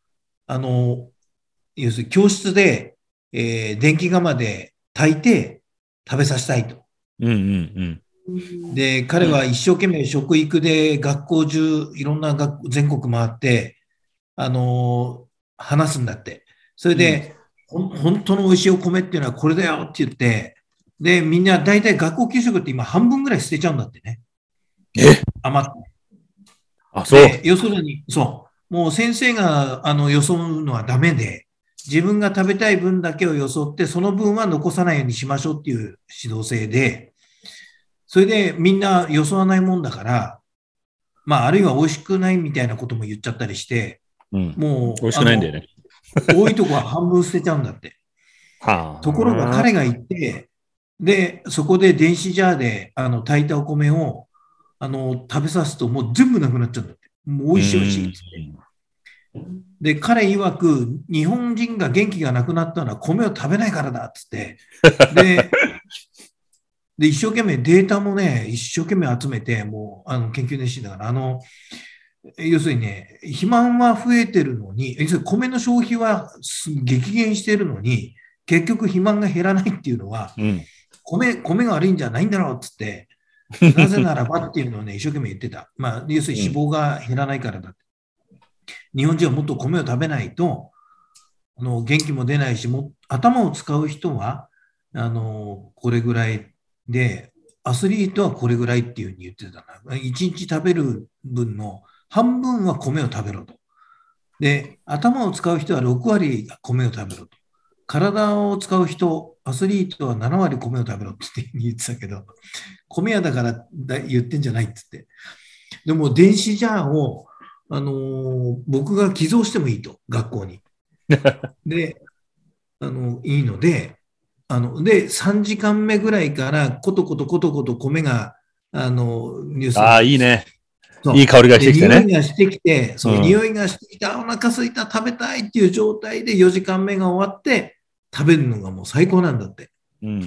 要するに教室で、電気釜で炊いて食べさせたいと。で、彼は一生懸命食育で学校中、いろんな全国回って、話すんだって。それで、本当の美味しいお米っていうのはこれだよって言って、で、みんな大体学校給食って今半分ぐらい捨てちゃうんだってね。余って。 そう。 要するに、そう。もう先生がよそうのはダメで、自分が食べたい分だけをよそって、その分は残さないようにしましょうっていう指導制で、それでみんなよそわないもんだから、あるいは美味しくないみたいなことも言っちゃったりして、もう、 美味しくないんだよね。 多いとこは半分捨てちゃうんだって。ところが彼が行って、で、そこで電子ジャーで炊いたお米を食べさすともう全部なくなっちゃうんだって。もう美味しい美味しいって言って。で、彼曰く、日本人が元気がなくなったのは米を食べないからだっつって。で、一生懸命データもね、一生懸命集めて、もう研究熱心だから、要するにね、肥満は増えてるのに、要するに米の消費は激減してるのに、結局肥満が減らないっていうのは、米が悪いんじゃないんだろうっつって、なぜならばっていうのをね、一生懸命言ってた。要するに脂肪が減らないからだって。日本人はもっと米を食べないと、元気も出ないし、頭を使う人は、これぐらいで、アスリートはこれぐらいっていうふうに言ってたな。1日食べる分の半分は米を食べろと。で、頭を使う人は6割米を食べろと。体を使う人、アスリートは7割米を食べろって言ってたけど、米屋だから言ってんじゃないって言って。でも電子ジャーを僕が寄贈してもいいと、学校に。で、いいので、で、3時間目ぐらいからコトコト米が、 いいね。いい香りがしてきてね。 匂いがしてきて、匂いがしてきて、お腹すいた、食べたいっていう状態で4時間目が終わって、食べるのがもう最高なんだって。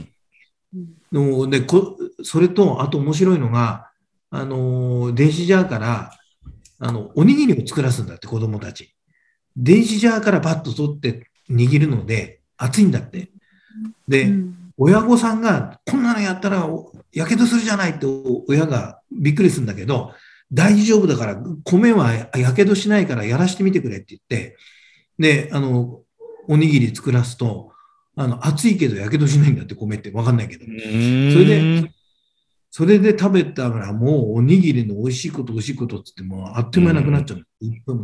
で、それと、あと面白いのが、電子ジャーから、おにぎりを作らすんだって、子供たち。電子ジャーからバッと取って握るので、熱いんだって。で、親御さんが、こんなのやったら、やけどするじゃないって親がびっくりするんだけど、大丈夫だから、米はやけどしないからやらしてみてくれって言って、で、おにぎり作らすと、熱いけどやけどしないんだって、米ってわかんないけど。それで食べたらもうおにぎりの美味しいことって言ってもあっという間になくなっちゃう。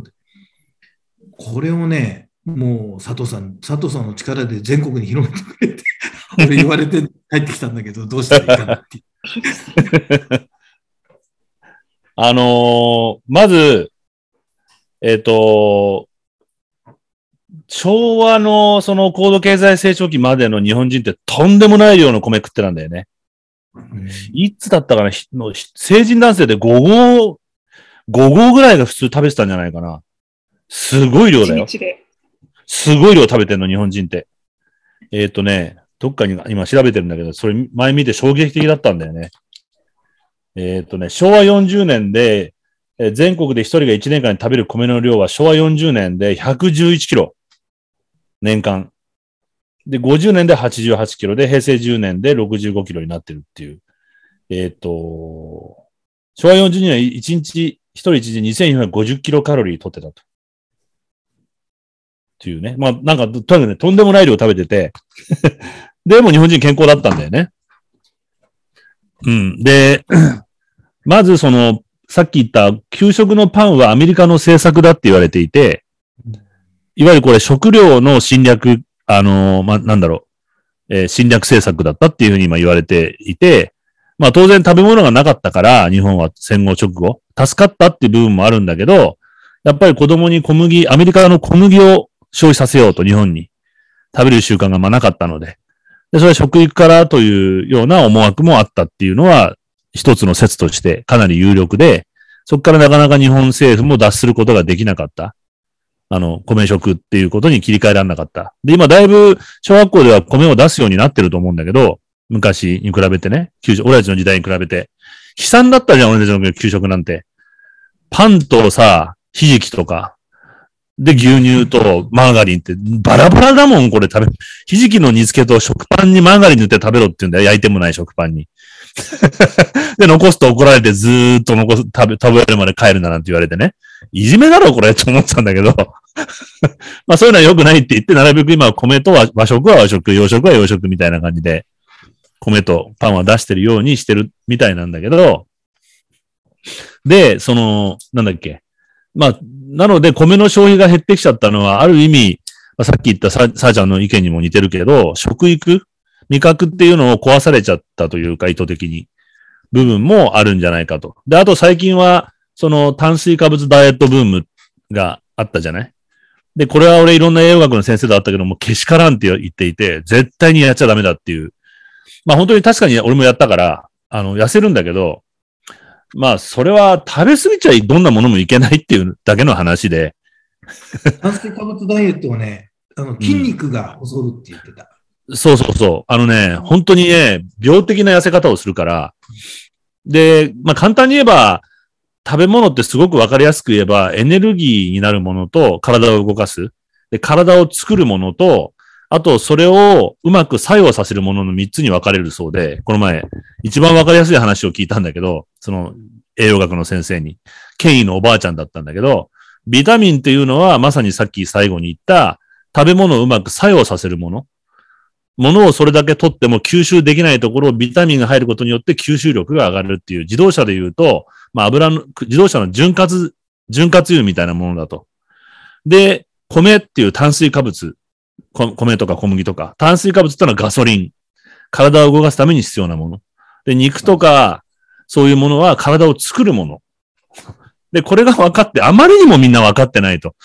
これをね、もう佐藤さんの力で全国に広めてくれって俺言われて帰ってきたんだけど、どうしたらいいかなって。 まず、昭和のその高度経済成長期までの日本人ってとんでもない量の米食ってたんだよね。いつだったかな、成人男性で5合ぐらいが普通食べてたんじゃないかな。すごい量だよ。すごい量食べてんの、日本人って。どっかに今調べてるんだけど、それ前見て衝撃的だったんだよね。 昭和40年で、全国で一人が1年間に食べる米の量は昭和40年で111キロ。年間。で、50年で88キロで、平成10年で65キロになってるっていう。昭和40年は1日、一人1日2450キロカロリー取ってたと。っていうね。まあ、なんか、とにかくね、とんでもない量食べてて、でも日本人健康だったんだよね。うん。で、まずさっき言った給食のパンはアメリカの政策だって言われていて、いわゆるこれ食料の侵略、なんだろう、侵略政策だったっていうふうに今言われていて、まあ当然食べ物がなかったから日本は戦後直後、助かったっていう部分もあるんだけど、やっぱり子供にアメリカの小麦を消費させようと日本に食べる習慣がまあなかったので、で、それは食育からというような思惑もあったっていうのは一つの説としてかなり有力で、そこからなかなか日本政府も脱することができなかった。米食っていうことに切り替えられなかった。で、今だいぶ小学校では米を出すようになってると思うんだけど、昔に比べてね、俺たちの時代に比べて。悲惨だったじゃん、俺たちの給食なんて。パンとさ、ひじきとか、で、牛乳とマーガリンってバラバラだもん、これひじきの煮付けと食パンにマーガリン塗って食べろって言うんだよ。焼いてもない食パンに。で、残すと怒られてずーっと食べるまで帰るななんて言われてね。いじめだろ、これって思ってたんだけど。まあそういうのは良くないって言って、なるべく今は米と和食は和食、洋食は洋食みたいな感じで、米とパンは出してるようにしてるみたいなんだけど、で、なんだっけ。まあ、なので米の消費が減ってきちゃったのは、ある意味、まあ、さっき言ったさあちゃんの意見にも似てるけど、食育、味覚っていうのを壊されちゃったというか、意図的に、部分もあるんじゃないかと。で、あと最近は、炭水化物ダイエットブームがあったじゃない。で、これは俺いろんな栄養学の先生だったけども、けしからんって言っていて、絶対にやっちゃダメだっていう。まあ本当に確かに俺もやったから、痩せるんだけど、まあそれは食べ過ぎちゃどんなものもいけないっていうだけの話で。 炭水化物ダイエットはね、筋肉が細るって言ってた。 そうそうそう。本当にね、病的な痩せ方をするから、で、まあ簡単に言えば、食べ物ってすごくわかりやすく言えば、エネルギーになるものと体を動かす。で、体を作るものと、あとそれをうまく作用させるものの3つに分かれるそうで、この前、一番わかりやすい話を聞いたんだけど、栄養学の先生に、権威のおばあちゃんだったんだけど、ビタミンっていうのはまさにさっき最後に言った食べ物をうまく作用させるもの。ものをそれだけ取っても吸収できないところをビタミンが入ることによって吸収力が上がるっていう、自動車で言うと、まあ自動車の潤滑油みたいなものだと。で、米っていう炭水化物、米とか小麦とか、炭水化物ってのはガソリン。体を動かすために必要なもの。で、肉とか、そういうものは体を作るもの。で、これが分かって、あまりにもみんな分かってないと。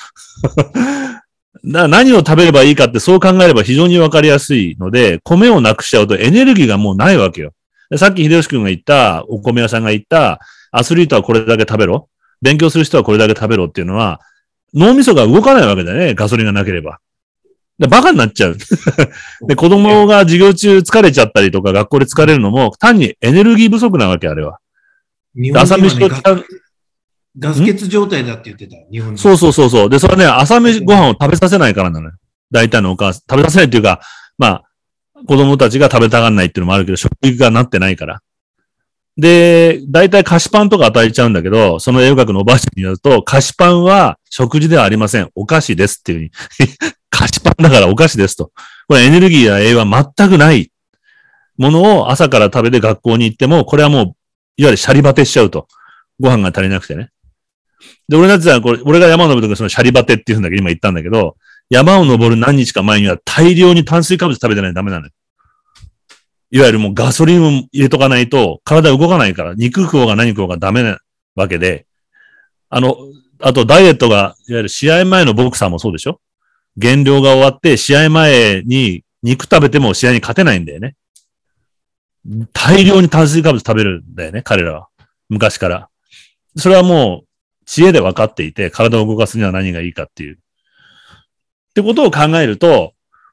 何を食べればいいかってそう考えれば非常に分かりやすいので、米をなくしちゃうとエネルギーがもうないわけよ。でさっき秀吉君が言った、お米屋さんが言った、アスリートはこれだけ食べろ。勉強する人はこれだけ食べろっていうのは、脳みそが動かないわけだよね。ガソリンがなければ。でバカになっちゃう。で、子供が授業中疲れちゃったりとか学校で疲れるのも単にエネルギー不足なわけ、あれは。朝飯とガス欠状態だって言ってた、日本人。 そう。で、それはね、朝飯ご飯を食べさせないからなのよ。大体のお母さん。食べさせないっていうか、まあ、子供たちが食べたがらないっていうのもあるけど、食育がなってないから。で、大体菓子パンとか与えちゃうんだけど、その栄養学のおばあちゃんによると、菓子パンは食事ではありません。お菓子ですっていうふうに。菓子パンだからお菓子ですと。これエネルギーや栄養は全くないものを朝から食べて学校に行っても、これはもう、いわゆるシャリバテしちゃうと。ご飯が足りなくてね。で、俺が山を登るときそのシャリバテっていうんだけど、今言ったんだけど、山を登る何日か前には大量に炭水化物食べてないとダメなのよ。いわゆるもうガソリンを入れとかないと体動かないから、肉食おうが何食おうがダメなわけで、あとダイエットが、いわゆる試合前のボクサーもそうでしょ？減量が終わって試合前に肉食べても試合に勝てないんだよね。大量に炭水化物食べるんだよね、彼らは。昔から。それはもう知恵で分かっていて、体を動かすには何がいいかっていう。ってことを考えると、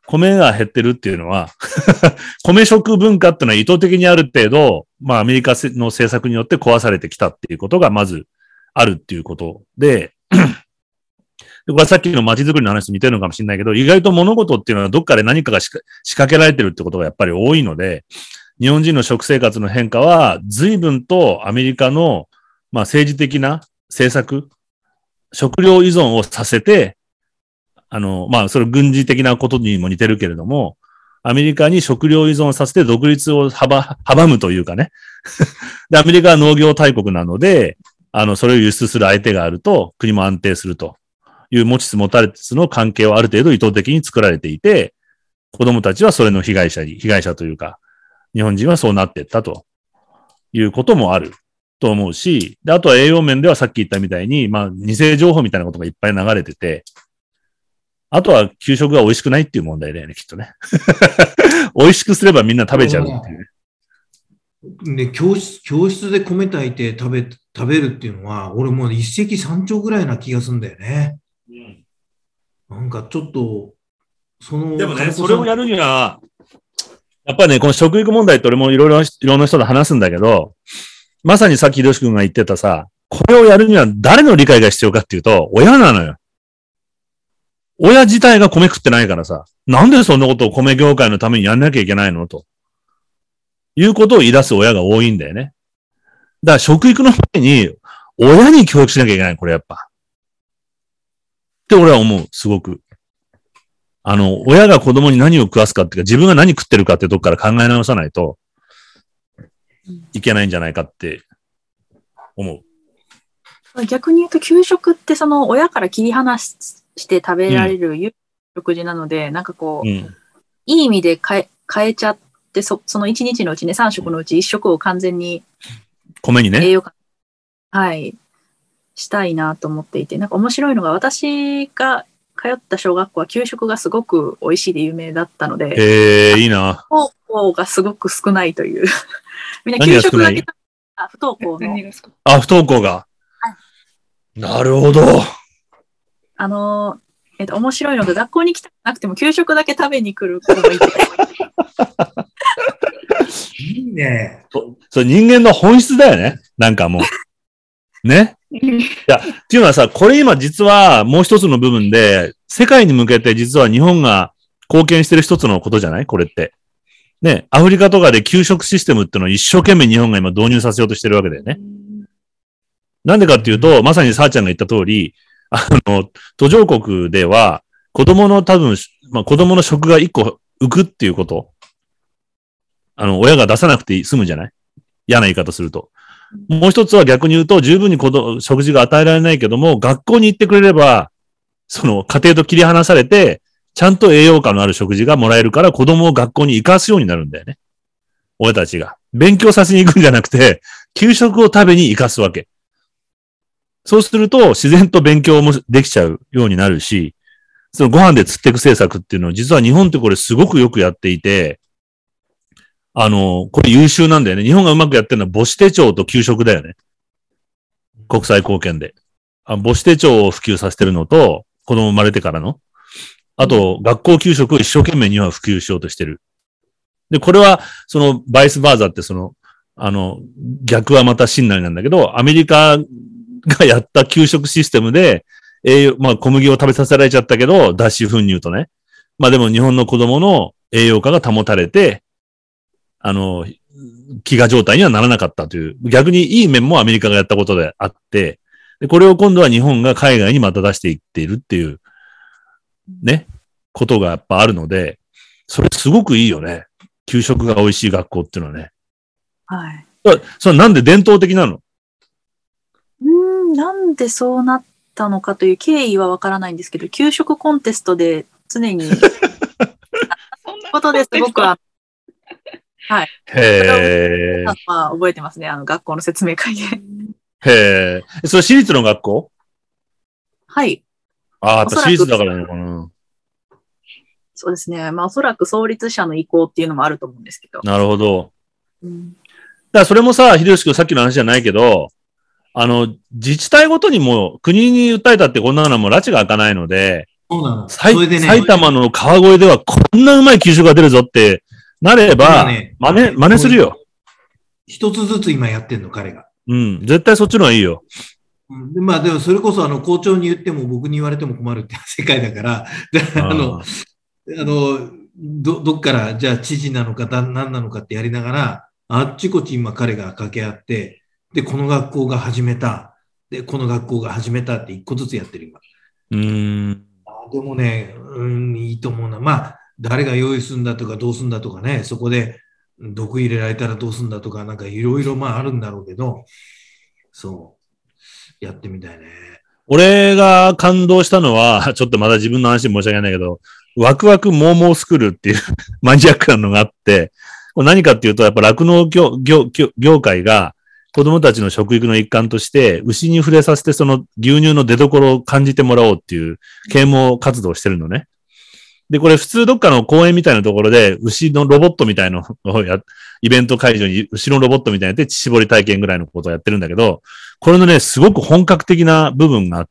米が減ってるっていうのは、米食文化っていうのは意図的にある程度、まあアメリカの政策によって壊されてきたっていうことがまずあるっていうことで、これはさっきの街づくりの話と似てるのかもしれないけど、意外と物事っていうのはどっかで何かが仕掛けられてるってことがやっぱり多いので、日本人の食生活の変化は随分とアメリカの、まあ、政治的な政策、食料依存をさせて、まあ、それ軍事的なことにも似てるけれども、アメリカに食料依存させて独立を阻むというかね。で、アメリカは農業大国なので、それを輸出する相手があると、国も安定するという持ちつ持たれつの関係をある程度意図的に作られていて、子供たちはそれの被害者というか、日本人はそうなっていったということもあると思うし、で、あとは栄養面ではさっき言ったみたいに、まあ、偽情報みたいなことがいっぱい流れてて、あとは給食が美味しくないっていう問題だよね、きっとね。美味しくすればみんな食べちゃうっていう。 で、教室で米炊いて食べるっていうのは、俺もう一石三鳥ぐらいな気がするんだよね。なんかちょっと、 でもね、それをやるには、やっぱりね、この食育問題って俺もいろんな人と話すんだけど、まさにさっきひろし君が言ってたさ、これをやるには誰の理解が必要かっていうと、親なのよ。親自体が米食ってないからさ、なんでそんなことを米業界のためにやんなきゃいけないのと。いうことを言い出す親が多いんだよね。だから食育の前に、親に教育しなきゃいけない、これやっぱ。って俺は思う、すごく。親が子供に何を食わすかっていうか、自分が何食ってるかってとこから考え直さないといけないんじゃないかって思う。逆に言うと、給食ってその親から切り離して食べられる食事なので、なんかこう、いい意味で変えちゃって、その1日のうちね、3食のうち1食を完全に米にね、 栄養価、はい、したいなと思っていて、なんか面白いのが、私が通った小学校は給食がすごく美味しいで有名だったので、 いいな。 不登校がすごく少ないという。みんな給食だけ不登校の。 不登校が。 はい、 なるほど。 面白いのが学校に来たくなくても給食だけ食べに来る子がいて。 いいね。 それ人間の本質だよね。なんかもう。ね。いや、っていうのはさ、これ今実はもう一つの部分で、世界に向けて実は日本が貢献してる一つのことじゃないこれって。ね、アフリカとかで給食システムっていうのを一生懸命日本が今導入させようとしてるわけだよね。なんでかっていうと、まさにさあちゃんが言った通り、途上国では子供の子供の食が一個浮くっていうこと。親が出さなくて済むじゃない嫌な言い方すると。もう一つは逆に言うと、十分に食事が与えられないけども、学校に行ってくれれば、その家庭と切り離されて、ちゃんと栄養価のある食事がもらえるから子供を学校に行かすようになるんだよね。親たちが。勉強させに行くんじゃなくて、給食を食べに行かすわけ。そうすると、自然と勉強もできちゃうようになるし、そのご飯で釣っていく政策っていうのを、実は日本ってこれすごくよくやっていて、これ優秀なんだよね。日本がうまくやってるのは母子手帳と給食だよね。国際貢献で。母子手帳を普及させてるのと、子供生まれてからの。あと、学校給食を一生懸命日本は普及しようとしてる。で、これは、バイスバーザって逆はまた真なりなんだけど、アメリカがやった給食システムで、小麦を食べさせられちゃったけど、脱脂粉乳とね。まあでも日本の子供の栄養価が保たれて、飢餓状態にはならなかったという、逆にいい面もアメリカがやったことであって、でこれを今度は日本が海外にまた出していっているっていう、ね、ことがやっぱあるので、それすごくいいよね。給食が美味しい学校っていうのはね。 はい。 それなんで伝統的なの？ なんでそうなったのかという経緯はわからないんですけど、給食コンテストで常に、ことですごくはい。 へー。 覚えてますね。学校の説明会で。 へー。それ私立の学校？ はい。 やっぱ私立だからね、この。 そうですね。おそらく創立者の意向っていうのもあると思うんですけど。 なるほど。だからそれもさ、秀吉君さっきの話じゃないけど、自治体ごとにも国に訴えたってこんなのはもう拉致が開かないので、 そうなの。それでね、 埼玉の川越ではこんなうまい給食が出るぞってなれば、 ね、 真似するよ。 一つずつ今やってんの、彼が。 うん。絶対そっちの方がいいよ。 まあでもそれこそ校長に言っても僕に言われても困るって世界だから、どっからじゃあ知事なのか何なのかってやりながら、あっちこっち今彼が掛け合って、で、この学校が始めた。で、この学校が始めたって一個ずつやってる今。でもね、いいと思うな。まあ、誰が用意するんだとかどうするんだとかね、そこで毒入れられたらどうするんだとか、なんかいろいろまああるんだろうけど、そう、やってみたいね。 俺が感動したのは、ちょっとまだ自分の話申し訳ないけど、ワクワクモーモースクールっていうマニアックなのがあって、何かっていうと、やっぱ酪農業界が子供たちの食育の一環として、牛に触れさせてその牛乳の出所を感じてもらおうっていう啓蒙活動をしてるのね。で、これ普通どっかの公園みたいなところで、牛のロボットみたいなのをイベント会場に牛のロボットみたいなで乳搾り体験ぐらいのことをやってるんだけど、これのね、すごく本格的な部分があって、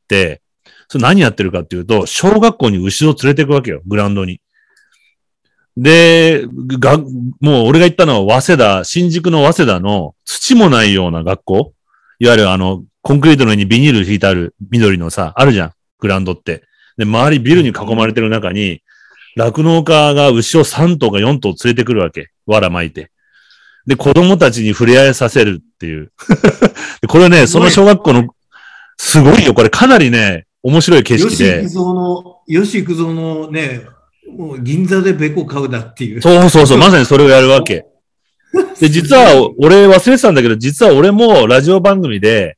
それ何やってるかっていうと、小学校に牛を連れていくわけよ、グラウンドに。で、もう俺が行ったのは新宿の早稲田の土もないような学校。いわゆるコンクリートの上にビニール引いてある緑のさ、あるじゃん、グラウンドって。で、周りビルに囲まれてる中に、酪農家が牛を3頭か4頭連れてくるわけ。藁巻いて。で、子供たちに触れ合いさせるっていう。これね、その小学校の、すごいよ。これかなりね、面白い景色で。 吉幾三のね、もう銀座でベコ買うだっていう。 そう。まさにそれをやるわけ。で、実は、俺忘れてたんだけど、実は俺もラジオ番組で、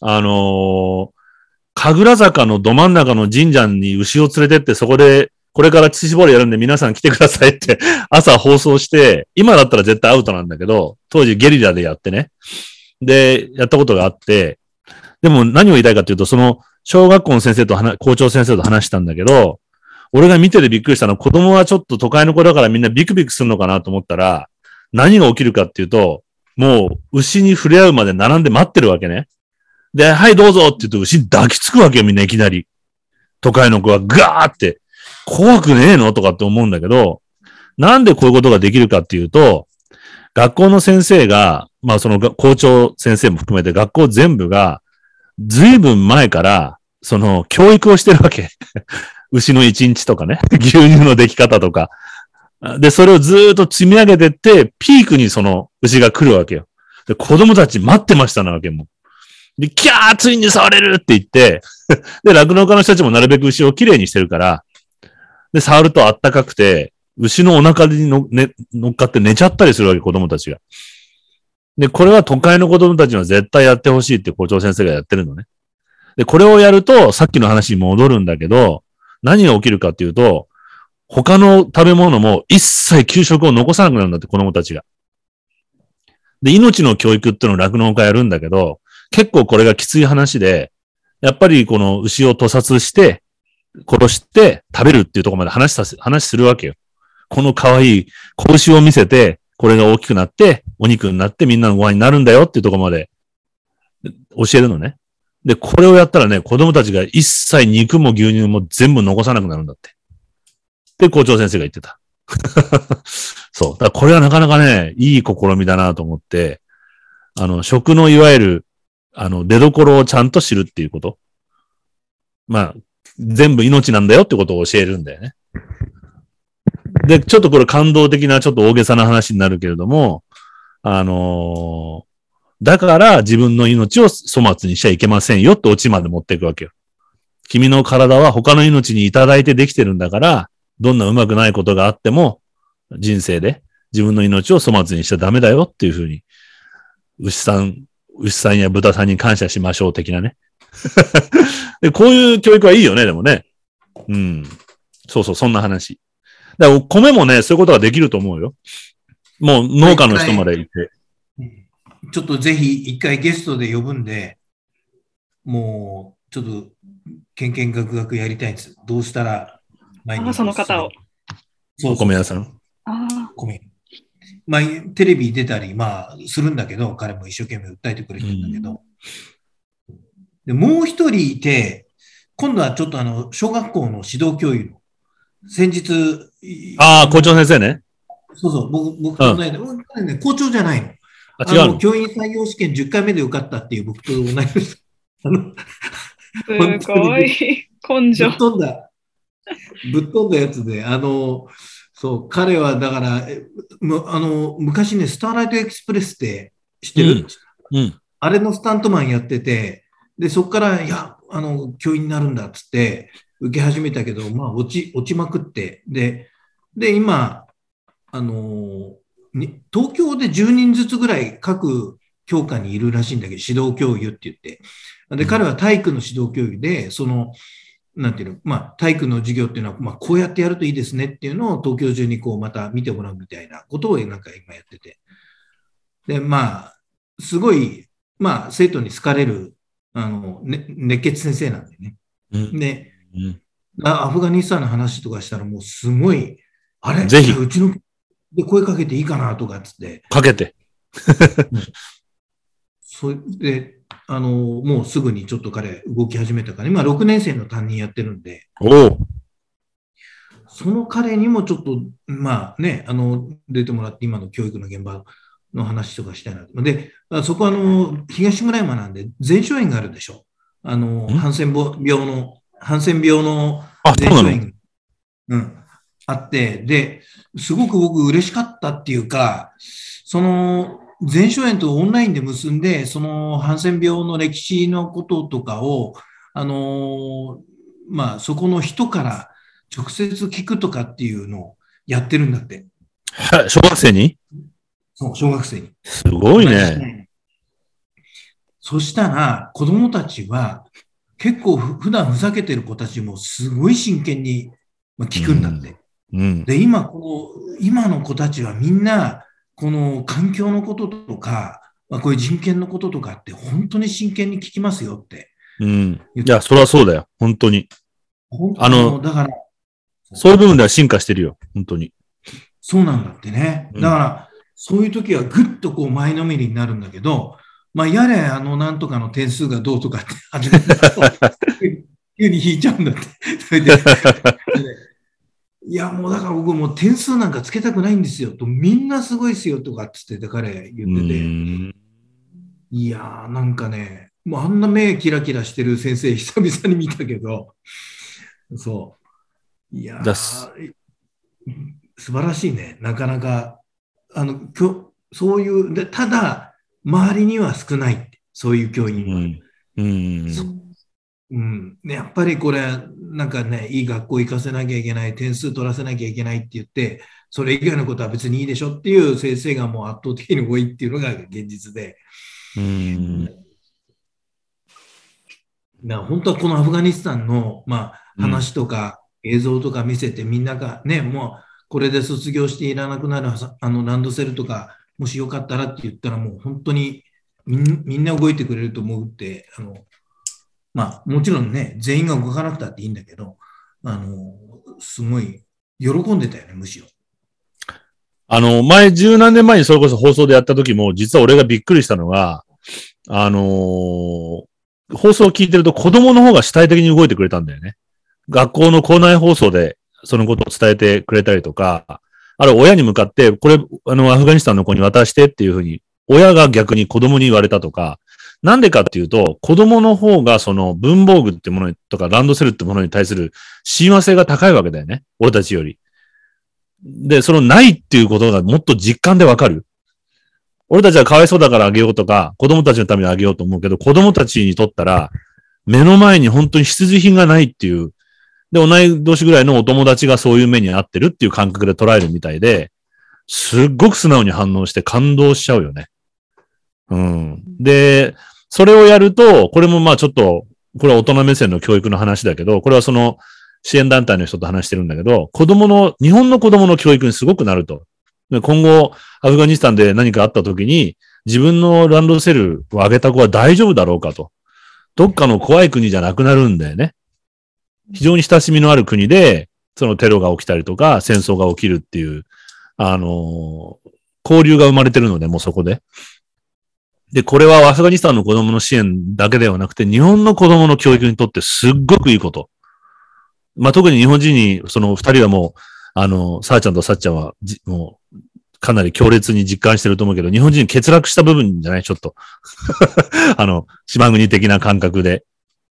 神楽坂のど真ん中の神社に牛を連れてって、そこで、これから乳搾りやるんで皆さん来てくださいって朝放送して、今だったら絶対アウトなんだけど、当時ゲリラでやってね。で、やったことがあって、でも何を言いたいかというと、その小学校の先生と校長先生と話したんだけど、俺が見ててびっくりしたのは、子供はちょっと都会の子だからみんなビクビクするのかなと思ったら、何が起きるかっていうと、もう牛に触れ合うまで並んで待ってるわけね。で、はいどうぞって言うと牛に抱きつくわけよみんないきなり。都会の子はガーって、怖くねえのとかって思うんだけど、なんでこういうことができるかっていうと、学校の先生が、まあその校長先生も含めて学校全部が、ずいぶん前から、その教育をしてるわけ。牛の一日とかね、牛乳の出来方とか。で、それをずーっと積み上げてって、ピークにその牛が来るわけよ。で、子供たち待ってましたなわけも。で、キャーついに触れるって言って、で、酪農家の人たちもなるべく牛をきれいにしてるから、で、触るとあったかくて、牛のお腹に乗っかって寝ちゃったりするわけ、子供たちが。で、これは都会の子供たちには絶対やってほしいって校長先生がやってるのね。で、これをやると、さっきの話に戻るんだけど、何が起きるかっていうと、他の食べ物も一切給食を残さなくなるんだって、子供たちが。で、命の教育っていうのを酪農家やるんだけど、結構これがきつい話で、やっぱりこの牛を屠殺して、殺して食べるっていうところまで話するわけよ。この可愛い子牛を見せて、これが大きくなって、お肉になってみんなのご飯になるんだよっていうところまで教えるのね。で、これをやったらね、子供たちが一切肉も牛乳も全部残さなくなるんだって。で、校長先生が言ってた。そう。だからこれはなかなかね、いい試みだなと思って、食のいわゆる、出所をちゃんと知るっていうこと。まあ、全部命なんだよってことを教えるんだよね。で、ちょっとこれ感動的なちょっと大げさな話になるけれども、だから自分の命を粗末にしちゃいけませんよってオチまで持っていくわけよ。君の体は他の命にいただいてできてるんだから、どんなうまくないことがあっても、人生で自分の命を粗末にしちゃダメだよっていうふうに、牛さんや豚さんに感謝しましょう的なね。で、こういう教育はいいよね、でもね。うん。そうそう、そんな話。だから米もね、そういうことができると思うよ。もう農家の人までいて。 ちょっとぜひ一回ゲストで呼ぶんで、もうちょっとけんけんがくがくやりたいんです。どうしたら毎日その方を。 そう、米屋さん。 米。まあ、テレビ出たり、まあ、するんだけど、彼も一生懸命訴えてくれてるんだけど、でもう一人いて、 今度はちょっと小学校の指導教諭の、先日、 校長先生ね。 そうそう、僕と同じで、彼ね、校長じゃないの。 違うの。 教員採用試験10回目で受かったっていう僕と同じです。 すごい根性。 ぶっ飛んだやつで、そう、彼はだから、昔ね、スターライトエクスプレスって知ってる？あれのスタントマンやってて、で、そこから、いや、教員になるんだっつって、受け始めたけど、まあ、落ちまくって、で、今、東京で10人ずつぐらい各教科にいるらしいんだけど、指導教諭って言って。で、彼は体育の指導教諭で、なんていうの、まあ、体育の授業っていうのは、まあ、こうやってやるといいですねっていうのを東京中にこう、また見てもらうみたいなことをなんか今やってて。で、まあ、すごい、まあ、生徒に好かれる、熱血先生なんでね。で、アフガニスタンの話とかしたらもうすごい、あれぜひ。 うちので声かけていいかなとかっつって。 かけて。 それで、もうすぐにちょっと彼動き始めたから、今6年生の担任やってるんで、その彼にもちょっと、まあね、出てもらって今の教育の現場の話とかしたいな。で、そこは東村山なんで、全硝園があるでしょ。ハンセン病の全硝園があって、で、すごく僕嬉しかったっていうか、全硝園とオンラインで結んで、ハンセン病の歴史のこととかを、まあ、そこの人から直接聞くとかっていうのをやってるんだって。 小学生に？ そう、小学生に。 すごいね。 そしたら、子供たちは、結構普段ふざけてる子たちもすごい真剣に聞くんだって。で、今の子たちはみんな、この環境のこととか、こういう人権のこととかって本当に真剣に聞きますよって。 いや、そりゃそうだよ。本当に。 だから、 そういう部分では進化してるよ。本当に。 そうなんだってね。だから、そういう時はぐっとこう前のめりになるんだけど、まあ、やれ、なんとかの点数がどうとかって始めたと、急に引いちゃうんだって。それで、いや、もうだから僕もう点数なんかつけたくないんですよと、みんなすごいですよとかって言って彼言ってて、いやーなんかね、もうあんな目キラキラしてる先生久々に見たけど、そう。いやー、素晴らしいね。なかなか、そういう、ただ、周りには少ない。そういう教員は。やっぱりこれ、なんかね、いい学校行かせなきゃいけない、点数取らせなきゃいけないって言って、それ以外のことは別にいいでしょっていう先生がもう圧倒的に多いっていうのが現実で。本当はこのアフガニスタンの、まあ、話とか映像とか見せてみんながね、もうこれで卒業していらなくなるランドセルとか、もしよかったらって言ったらもう本当にみんな動いてくれると思うって、まあ、もちろんね、全員が動かなくたっていいんだけど、すごい喜んでたよね、むしろ。 十何年前にそれこそ放送でやった時も、実は俺がびっくりしたのが、放送を聞いてると子供の方が主体的に動いてくれたんだよね。学校の校内放送でそのことを伝えてくれたりとか、ある親に向かって、これ、アフガニスタンの子に渡してっていうふうに、親が逆に子供に言われたとか、なんでかっていうと、子供の方がその文房具ってものとかランドセルってものに対する親和性が高いわけだよね。俺たちより。で、ないっていうことがもっと実感でわかる。俺たちはかわいそうだからあげようとか、子供たちのためにあげようと思うけど、子供たちにとったら、目の前に本当に必需品がないっていう、で、同い年ぐらいのお友達がそういう目に遭ってるっていう感覚で捉えるみたいで、すっごく素直に反応して感動しちゃうよね。で、それをやると、これもまあちょっと、これは大人目線の教育の話だけど、これはその支援団体の人と話してるんだけど、日本の子供の教育にすごくなると。今後、アフガニスタンで何かあった時に、自分のランドセルをあげた子は大丈夫だろうかと。どっかの怖い国じゃなくなるんだよね。非常に親しみのある国で、そのテロが起きたりとか、戦争が起きるっていう、交流が生まれてるので、もうそこで。 で、これはアフガニスタンの子供の支援だけではなくて、日本の子供の教育にとってすっごくいいこと。まあ、特に日本人に、その二人はもう、さあちゃんとさっちゃんはもう、かなり強烈に実感してると思うけど、日本人欠落した部分じゃないちょっと。島国的な感覚で。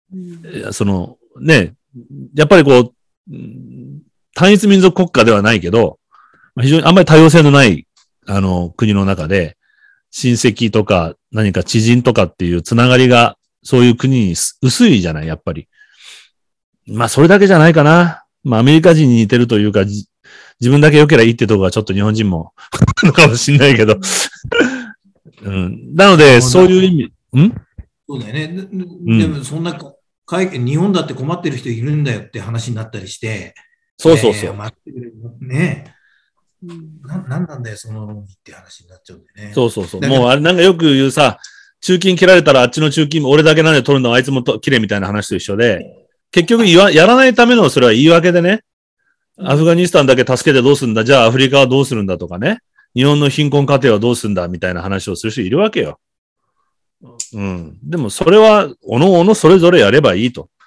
ね、やっぱりこう、単一民族国家ではないけど、非常にあんまり多様性のない、国の中で、親戚とか何か知人とかっていうつながりが、そういう国に薄いじゃない、やっぱり。まあ、それだけじゃないかな。まあ、アメリカ人に似てるというか、自分だけ良ければいいってとこがちょっと日本人ものかもしれないけど。うん。なので、そういう意味、 そうだよね。でも、そんな、日本だって困ってる人いるんだよって話になったりして、 そうそうそう。 待ってくれね。なんなんだよ、その論理って話になっちゃうんだよね。 そうそうそう。もう、あれなんかよく言うさ、中金切られたらあっちの中金俺だけなんで取るのあいつも切れみたいな話と一緒で、結局やらないためのそれは言い訳でね、アフガニスタンだけ助けてどうするんだ、じゃあアフリカはどうするんだとかね、日本の貧困家庭はどうするんだみたいな話をする人いるわけよ。うん。でもそれは、おのおのそれぞれやればいいと。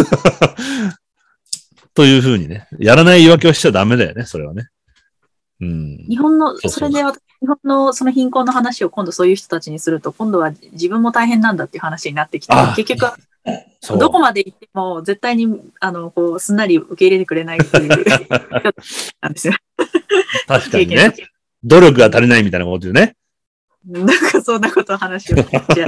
というふうにね、やらない言い訳をしちゃダメだよね、それはね。うん。 日本の、それで日本のその貧困の話を今度そういう人たちにすると、今度は自分も大変なんだっていう話になってきて、結局、どこまで行っても絶対にこうすんなり受け入れてくれないっていうなんですよ。 確かにね。努力が足りないみたいなこと言うね。 なんかそんなことを話を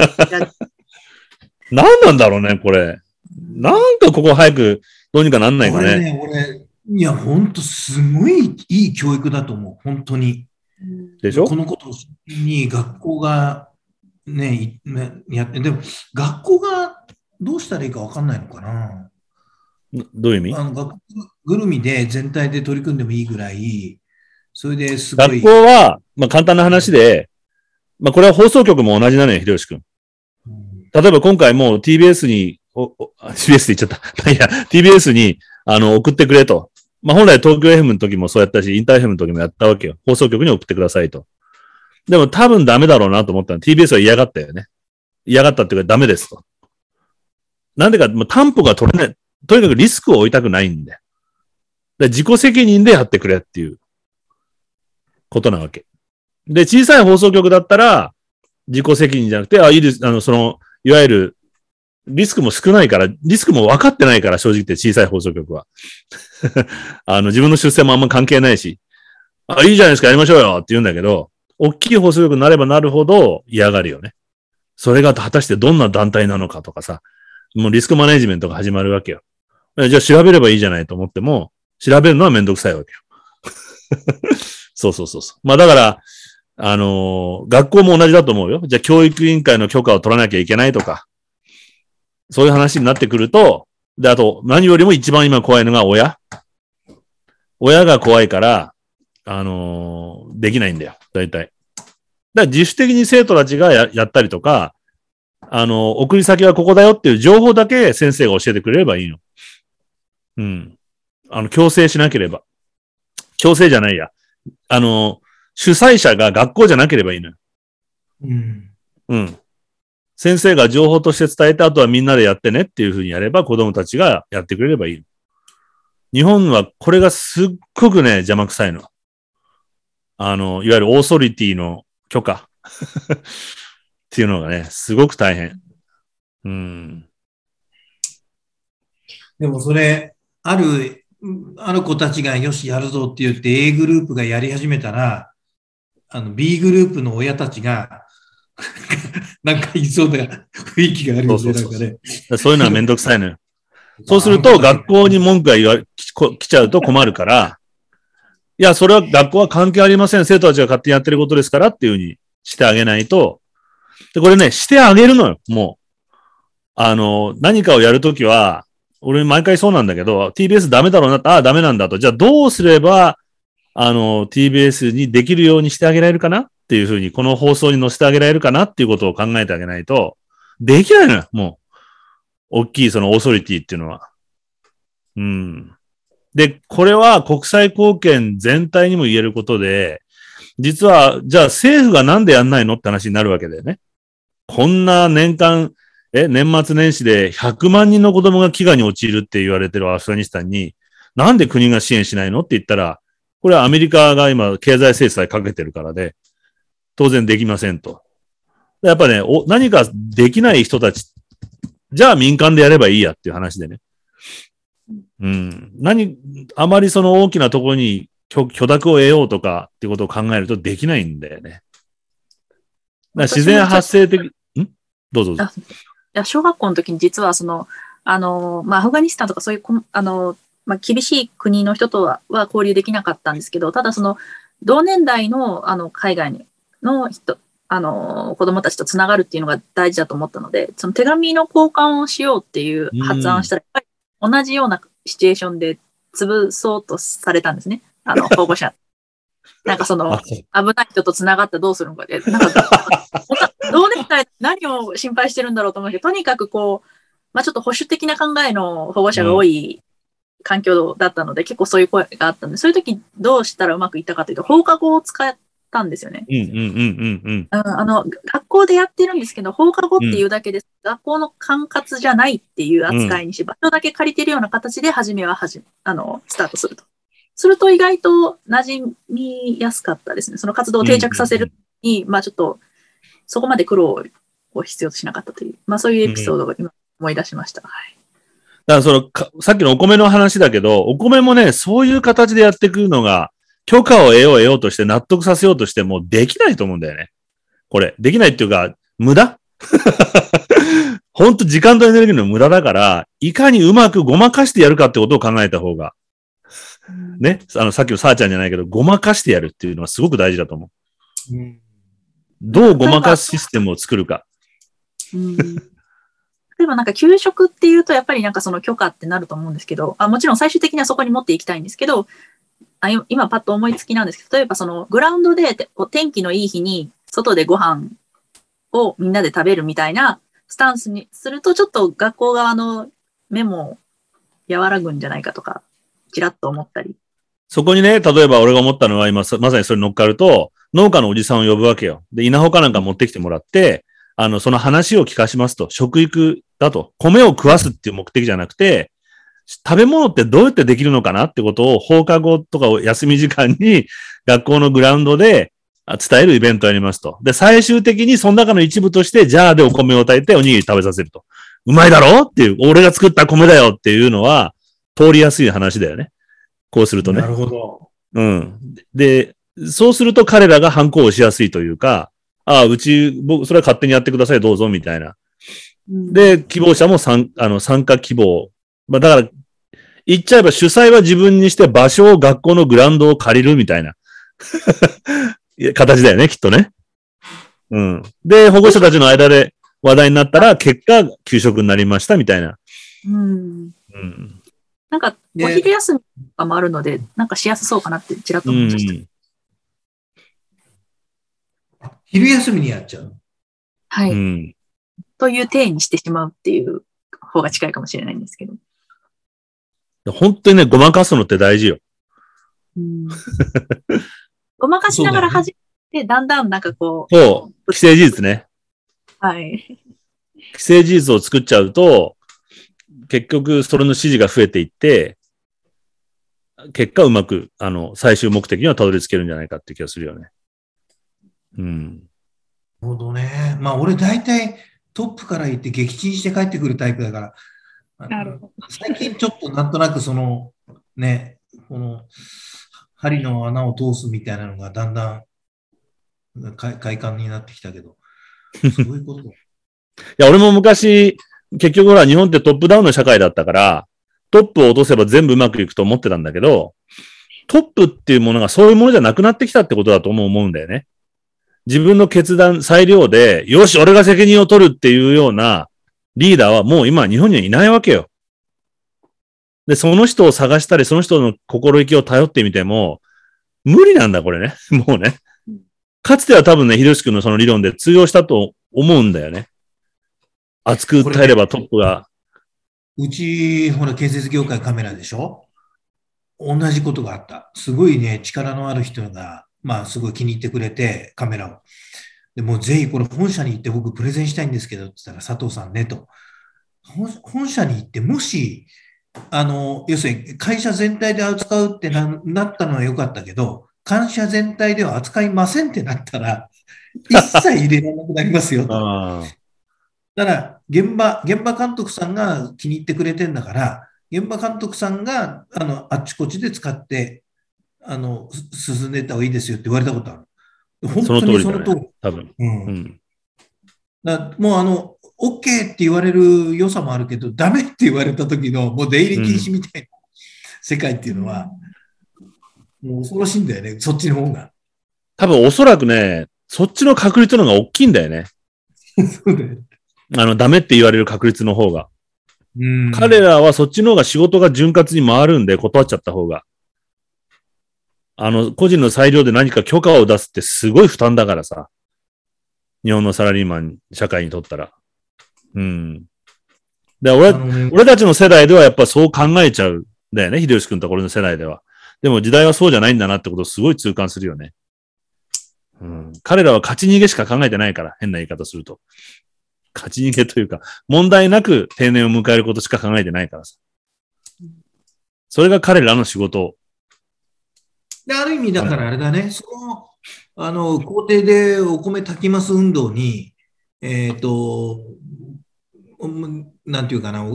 何なんだろうね、これ。なんかここ早くどうにかなんないかね。 俺、いや、本当すごいいい教育だと思う。本当に。 でしょ？ このことに学校がね、やって、でも学校がどうしたらいいか分かんないのかな。 どういう意味？ 学校ぐるみで全体で取り組んでもいいぐらい、それですごい。 学校は、まあ簡単な話で、まあこれは放送局も同じなのよ、秀吉君。例えば今回もう TBS に、TBS って言っちゃった。いや、TBS に、送ってくれと。まあ本来東京 FM の時もそうやったし、インター FM の時もやったわけよ。放送局に送ってくださいと。でも多分ダメだろうなと思ったの。TBS は嫌がったよね。嫌がったっていうかダメですと。なんでか、もう担保が取れない。とにかくリスクを負いたくないんで。自己責任でやってくれっていうことなわけ。で、小さい放送局だったら、自己責任じゃなくて、いいです。いわゆる、リスクも少ないから、リスクも分かってないから、正直言って小さい放送局は。自分の出世もあんま関係ないし、いいじゃないですか、やりましょうよって言うんだけど、大きい放送局になればなるほど嫌がるよね。それが果たしてどんな団体なのかとかさ、もうリスクマネジメントが始まるわけよ。じゃあ調べればいいじゃないと思っても、調べるのはめんどくさいわけよ。そうそうそうそう。まあだから、学校も同じだと思うよ。じゃあ教育委員会の許可を取らなきゃいけないとか、そういう話になってくると、で、あと、何よりも一番今怖いのが親。親が怖いから、できないんだよ。大体。だから自主的に生徒たちがやったりとか、送り先はここだよっていう情報だけ先生が教えてくれればいいの。うん。強制しなければ。強制じゃないや。主催者が学校じゃなければいいのよ。 うん。 うん。先生が情報として伝えて、あとはみんなでやってねっていうふうにやれば子供たちがやってくれればいい。日本はこれがすっごくね、邪魔くさいの。いわゆるオーソリティの許可っていうのがね、すごく大変。うん。 でもそれ、ある子たちがよしやるぞって言って A グループがやり始めたら、B グループの親たちがなんかいそうな雰囲気があるよね、なんかね。 そういうのはめんどくさいのよ。そうすると学校に文句が来ちゃうと困るから、いや、それは学校は関係ありません。生徒たちが勝手にやってることですからっていうふうにしてあげないと、で、これね、してあげるのよ、もう。何かをやるときは、俺毎回そうなんだけど、TBS ダメだろうなって、ダメなんだと。じゃあどうすれば、TBS にできるようにしてあげられるかなっていうふうに、この放送に載せてあげられるかなっていうことを考えてあげないと、できないのよ、もう。大きいそのオーソリティっていうのは。うん。で、これは国際貢献全体にも言えることで、実は、じゃあ政府がなんでやんないのって話になるわけだよね。 こんな年間、年末年始で100万人の子供が飢餓に陥るって言われてるアフガニスタンに、なんで国が支援しないのって言ったら、これはアメリカが今経済制裁かけてるからで、当然できませんと。やっぱね、何かできない人たち、じゃあ民間でやればいいやっていう話でね。うん。あまりその大きなところに許諾を得ようとかっていうことを考えるとできないんだよね。だから自然発生的、どうぞ。 いや、小学校の時に実はアフガニスタンとかそういう厳しい国の人とは交流できなかったんですけど、ただ同年代の海外の人、子供たちとつながるっていうのが大事だと思ったので、その手紙の交換をしようっていう発案したら、やっぱり同じようなシチュエーションで潰そうとされたんですね。保護者。なんか危ない人とつながったらどうするのかで、なんか、同年代何を心配してるんだろうと思うけど、とにかくちょっと保守的な考えの保護者が多い環境だったので、結構そういう声があったんで、そういう時どうしたらうまくいったかというと、放課後を使ったんですよね。学校でやってるんですけど、放課後っていうだけで、学校の管轄じゃないっていう扱いにし、場所だけ借りてるような形で初めはスタートすると。すると意外と馴染みやすかったですね。その活動を定着させるに、ちょっとそこまで苦労を必要としなかったという、そういうエピソードを今思い出しました。はい。 だからさっきのお米の話だけど、お米もね、そういう形でやってくるのが、許可を得ようとして納得させようとしてもできないと思うんだよね。これ。できないっていうか、無駄ほんと時間とエネルギーの無駄だから、いかにうまくごまかしてやるかってことを考えた方が。ね。さっきのさあちゃんじゃないけど、ごまかしてやるっていうのはすごく大事だと思う。どうごまかすシステムを作るか。 例えば給食っていうと、やっぱりその許可ってなると思うんですけど、もちろん最終的にはそこに持っていきたいんですけど、今パッと思いつきなんですけど、例えばグラウンドで天気のいい日に外でご飯をみんなで食べるみたいなスタンスにすると、ちょっと学校側の目も和らぐんじゃないかとか、ちらっと思ったり。 そこにね、例えば俺が思ったのは今、まさにそれに乗っかると、農家のおじさんを呼ぶわけよ。で、稲穂かなんか持ってきてもらって、その話を聞かしますと、食育だと、米を食わすっていう目的じゃなくて、食べ物ってどうやってできるのかなってことを放課後とか休み時間に学校のグラウンドで伝えるイベントをやりますと。で、最終的にその中の一部としてジャーでお米を炊いておにぎり食べさせると。うまいだろっていう、俺が作った米だよっていうのは通りやすい話だよね。こうするとね。 なるほど。 で、そうすると彼らが反抗をしやすいというか、僕、それは勝手にやってください、どうぞ、みたいな。で、希望者も参加希望。だから、言っちゃえば主催は自分にして場所を学校のグラウンドを借りるみたいな形だよね、きっとね。で、保護者たちの間で話題になったら、結果、給食になりましたみたいな。 お昼休みとかもあるので、しやすそうかなってちらっと思いました。 昼休みにやっちゃう。 はい。という体にしてしまうっていう方が近いかもしれないんですけど。 本当にね、ごまかすのって大事よ。 ごまかしながら始めて、だんだんそう、既成事実ね。 はい。 既成事実を作っちゃうと、結局それの支持が増えていって、結果うまく、最終目的にはたどり着けるんじゃないかっていう気がするよね。 なるほどね。俺大体トップから行って撃沈して帰ってくるタイプだから、 なるほど。 最近ちょっとなんとなくこの針の穴を通すみたいなのがだんだん快感になってきたけど、そういうこと。いや、俺も昔、結局日本ってトップダウンの社会だったから、トップを落とせば全部うまくいくと思ってたんだけど、トップっていうものがそういうものじゃなくなってきたってことだと思うんだよね。自分の決断、裁量で、よし、俺が責任を取るっていうようなリーダーはもう今日本にはいないわけよ。で、その人を探したり、その人の心意気を頼ってみても、無理なんだ、これね。もうね。かつては多分ね、秀吉君のその理論で通用したと思うんだよね。熱く訴えればトップが。 うち、建設業界カメラでしょ？同じことがあった。すごいね、力のある人が、すごい気に入ってくれて、カメラを。 でもうぜひこれ本社に行って僕プレゼンしたいんですけどって言ったら佐藤さんねと。本社に行ってもし、要するに会社全体で扱うってなったのは良かったけど、会社全体では扱いませんってなったら、一切入れられなくなりますよと。だから、現場監督さんが気に入ってくれてんだから、現場監督さんが、あっちこっちで使って、進んでいった方がいいですよって言われたことある。本当にその通り。 多分。 もうOK って言われる良さもあるけど、ダメって言われた時の、もう出入り禁止みたいな世界っていうのは、もう恐ろしいんだよね、そっちの方が。 多分おそらくね、そっちの確率の方が大きいんだよね。 そうだよね。 ダメって言われる確率の方が。彼らはそっちの方が仕事が潤滑に回るんで断っちゃった方が。個人の裁量で何か許可を出すってすごい負担だからさ。日本のサラリーマン、社会にとったら。で、俺たちの世代ではやっぱそう考えちゃうんだよね。秀吉君とこれの世代では。でも時代はそうじゃないんだなってことをすごい痛感するよね。彼らは勝ち逃げしか考えてないから、変な言い方すると。勝ち逃げというか、問題なく定年を迎えることしか考えてないからさ。それが彼らの仕事。 で、ある意味だからあれだね、校庭でお米炊きます運動に、なんていうかな、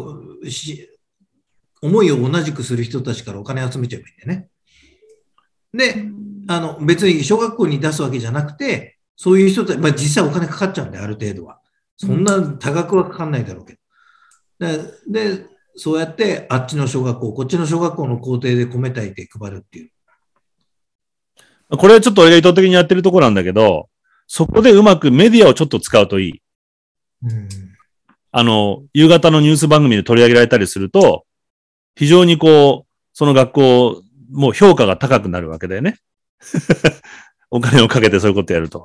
思いを同じくする人たちからお金集めちゃえばいいんだよね。で、別に小学校に出すわけじゃなくて、そういう人たち、実際お金かかっちゃうんで、ある程度は。そんな多額はかかんないだろうけど。で、そうやって、あっちの小学校、こっちの小学校の校庭で米炊いて配るっていう。 これはちょっと俺が意図的にやってるところなんだけど、そこでうまくメディアをちょっと使うといい。夕方のニュース番組で取り上げられたりすると、非常にその学校、もう評価が高くなるわけだよね。お金をかけてそういうことやると。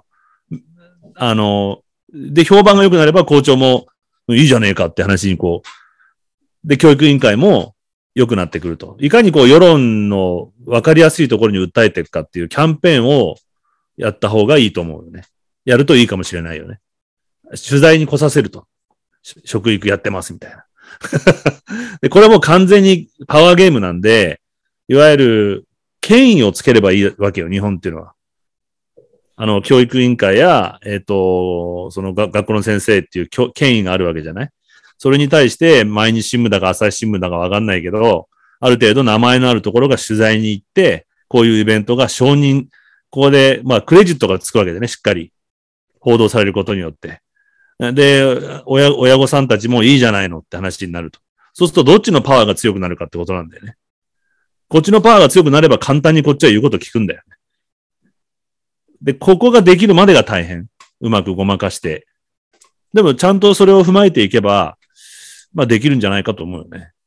で、評判が良くなれば校長もいいじゃねえかって話にで、教育委員会も良くなってくると。いかに世論の分かりやすいところに訴えていくかっていうキャンペーンをやった方がいいと思うよね。やるといいかもしれないよね。取材に来させると。食育やってますみたいな。で、これはもう完全にパワーゲームなんで、いわゆる権威をつければいいわけよ、日本っていうのは。教育委員会や、その学校の先生っていう権威があるわけじゃない？それに対して、毎日新聞だか朝日新聞だかわかんないけど、ある程度名前のあるところが取材に行って、こういうイベントが承認、ここで、クレジットがつくわけでね、しっかり。報道されることによって。で、親御さんたちもいいじゃないのって話になると。そうすると、どっちのパワーが強くなるかってことなんだよね。こっちのパワーが強くなれば簡単にこっちは言うこと聞くんだよね。で、ここができるまでが大変。うまくごまかして。でも、ちゃんとそれを踏まえていけば、できるんじゃないかと思うよね。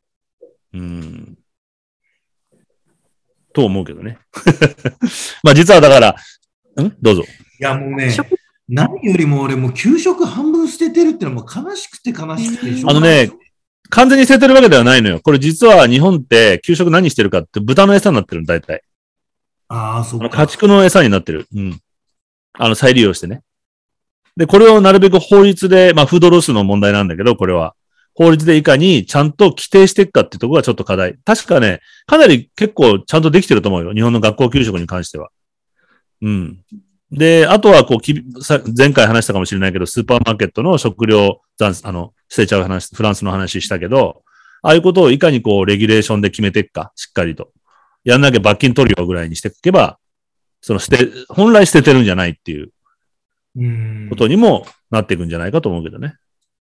と思うけどね。実はだから、どうぞ。 いや、もうね、何よりも俺もう給食半分捨ててるってのはもう悲しくて悲しくて。 完全に捨ててるわけではないのよ。これ実は日本って給食何してるかって豚の餌になってるの、大体。 そうか。 家畜の餌になってる。再利用してね。で、これをなるべく法律で、フードロスの問題なんだけど、これは。法律でいかにちゃんと規定していくかっていうところがちょっと課題。確かね、かなり結構ちゃんとできてると思うよ。日本の学校給食に関しては。で、あとは前回話したかもしれないけど、スーパーマーケットの食料捨てちゃう話、フランスの話したけど、ああいうことをいかにレギュレーションで決めていくか、しっかりと。やんなきゃ罰金取るよぐらいにしていけば、本来捨ててるんじゃないっていうことにもなっていくんじゃないかと思うけどね。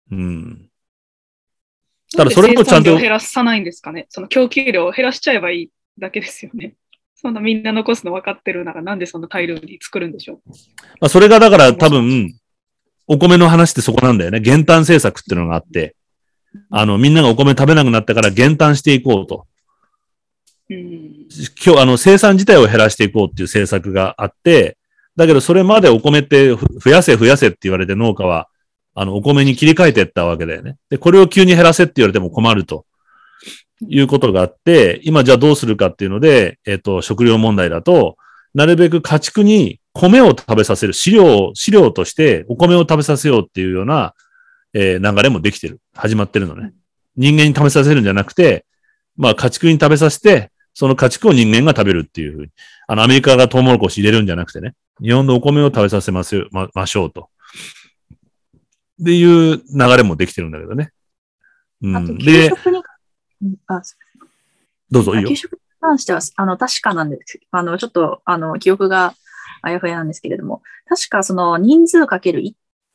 ただそれもちゃんと。生産量を減らさないんですかね。その供給量を減らしちゃえばいいだけですよね。そんなみんな残すの分かってるならなんでそんな大量に作るんでしょう。 それがだから多分、お米の話ってそこなんだよね。減反政策っていうのがあって、みんながお米食べなくなったから減反していこうと。今日、生産自体を減らしていこうっていう政策があって、だけどそれまでお米って増やせって言われて農家は、お米に切り替えていったわけだよね。で、これを急に減らせって言われても困るということがあって、今じゃあどうするかっていうので、食料問題だと、なるべく家畜に米を食べさせる、飼料としてお米を食べさせようっていうような、流れもできてる。始まってるのね。人間に食べさせるんじゃなくて、まあ、家畜に食べさせて、その家畜を人間が食べるっていうふうに。アメリカがトウモロコシ入れるんじゃなくてね。日本のお米を食べさせましょうと。っていう流れもできてるんだけどね。 あと、給食に、 どうぞいいよ。 給食に関しては、確かなんです。ちょっと、記憶があやふやなんですけれども、確かその人数かける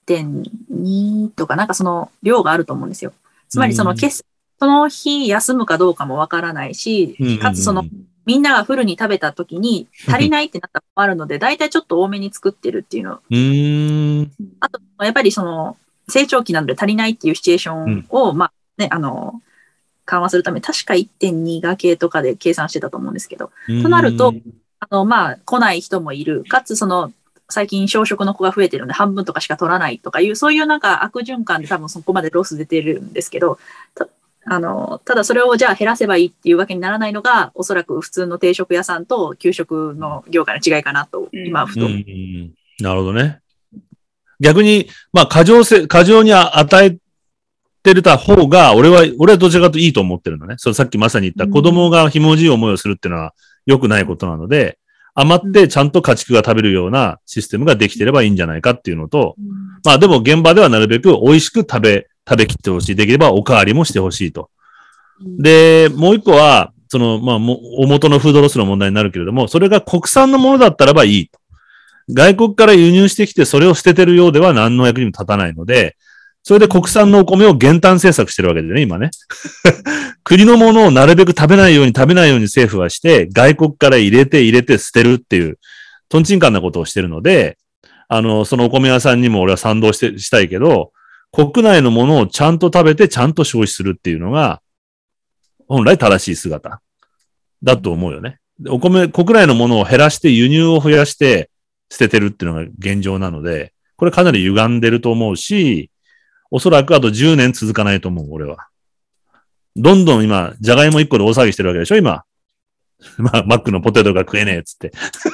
1.2 とか、なんかその量があると思うんですよ。つまりその日休むかどうかもわからないし、かつその、みんながフルに食べた時に足りないってなったのもあるので、大体ちょっと多めに作ってるっていうの。あと、やっぱりその、成長期なので足りないっていうシチュエーションを、まあね、緩和するため、確か 1.2 がけとかで計算してたと思うんですけど、となると、まあ、来ない人もいる。かつ、その、最近小食の子が増えてるので、半分とかしか取らないとかいう、そういうなんか悪循環で多分そこまでロス出てるんですけど、ただそれをじゃあ減らせばいいっていうわけにならないのが、おそらく普通の定食屋さんと給食の業界の違いかなと、今、ふと。 なるほどね。逆に、まあ、過剰に与えてるた方が、俺はどちらかといいと思ってるのね。さっきまさに言った子供がひもじい思いをするっていうのは良くないことなので、余ってちゃんと家畜が食べるようなシステムができてればいいんじゃないかっていうのと、まあでも現場ではなるべく美味しく食べきってほしい。できればおかわりもしてほしいと。で、もう一個は、まあ、大元のフードロスの問題になるけれども、それが国産のものだったらばいいと。外国から輸入してきてそれを捨ててるようでは何の役にも立たないので、それで国産のお米を減反政策してるわけでね、今ね。国のものをなるべく食べないように政府はして、外国から入れて捨てるっていう、トンチンカンなことをしてるので、そのお米屋さんにも俺は賛同したいけど、国内のものをちゃんと食べてちゃんと消費するっていうのが、本来正しい姿だと思うよね。国内のものを減らして輸入を増やして捨ててるっていうのが現状なので、これかなり歪んでると思うし、おそらくあと10年続かないと思う、俺は。どんどん今、じゃがいも1個で大騒ぎしてるわけでしょ、今。まあ、マックのポテトが食えねえっつって。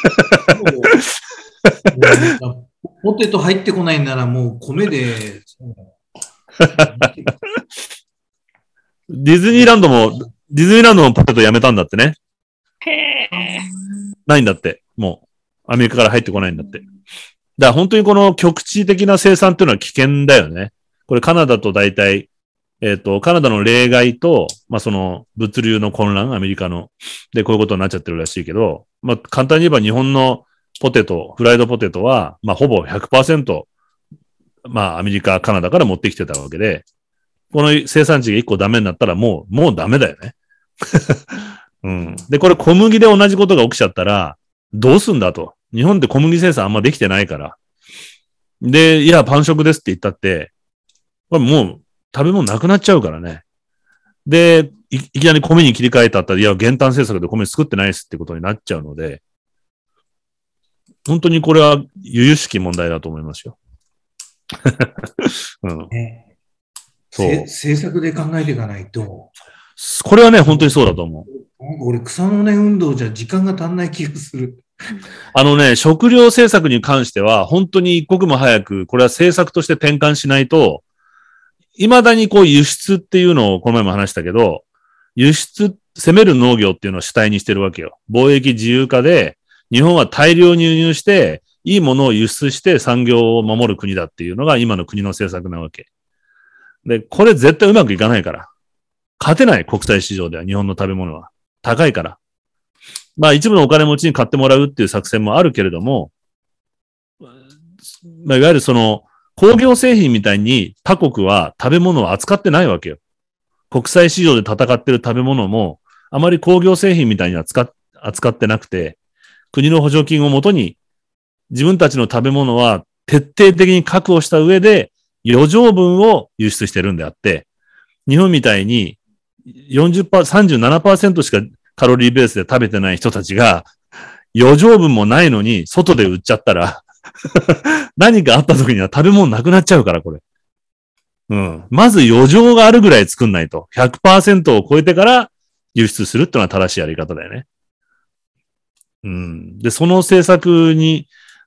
ポテト入ってこないんならもう米で。 ディズニーランドもポテトやめたんだってね。ないんだって。もう、アメリカから入ってこないんだって。だから本当にこの局地的な生産っていうのは危険だよね。これカナダと大体、カナダの例外と、まあ、その物流の混乱、アメリカの、で、こういうことになっちゃってるらしいけど、まあ、簡単に言えば日本のフライドポテトは、まあ、ほぼ 100%、まあ、アメリカ、カナダから持ってきてたわけで、この生産地が1個ダメになったらもうダメだよね。うん。で、これ小麦で同じことが起きちゃったら、どうすんだと。日本って小麦生産あんまできてないから。で、いや、パン食ですって言ったって、これもう食べ物なくなっちゃうからね。で、いきなり米に切り替えたったら、いや、減反政策で米作ってないですってことになっちゃうので、本当にこれは由々しき問題だと思いますよ。うん、 そう。政策で考えていかないと。 これはね、本当にそうだと思う。 なんか俺、草の根運動じゃ時間が足んない気がする。 食料政策に関しては、本当に一刻も早く、これは政策として転換しないと、未だにこう輸出っていうのをこの前も話したけど、攻める農業っていうのを主体にしてるわけよ。貿易自由化で、日本は大量に輸入して、いいものを輸出して産業を守る国だっていうのが今の国の政策なわけ。で、これ絶対うまくいかないから。勝てない、国際市場では日本の食べ物は。高いから。まあ一部のお金持ちに買ってもらうっていう作戦もあるけれども、まあいわゆるその工業製品みたいに他国は食べ物を扱ってないわけよ。国際市場で戦ってる食べ物もあまり工業製品みたいに扱ってなくて、国の補助金をもとに自分たちの食べ物は徹底的に確保した上で余剰分を輸出してるんであって、日本みたいに37% しかカロリーベースで食べてない人たちが余剰分もないのに外で売っちゃったら何かあった時には食べ物なくなっちゃうから、これ。うん。まず余剰があるぐらい作んないと。100% を超えてから輸出するってのは正しいやり方だよね。うん。で、その政策に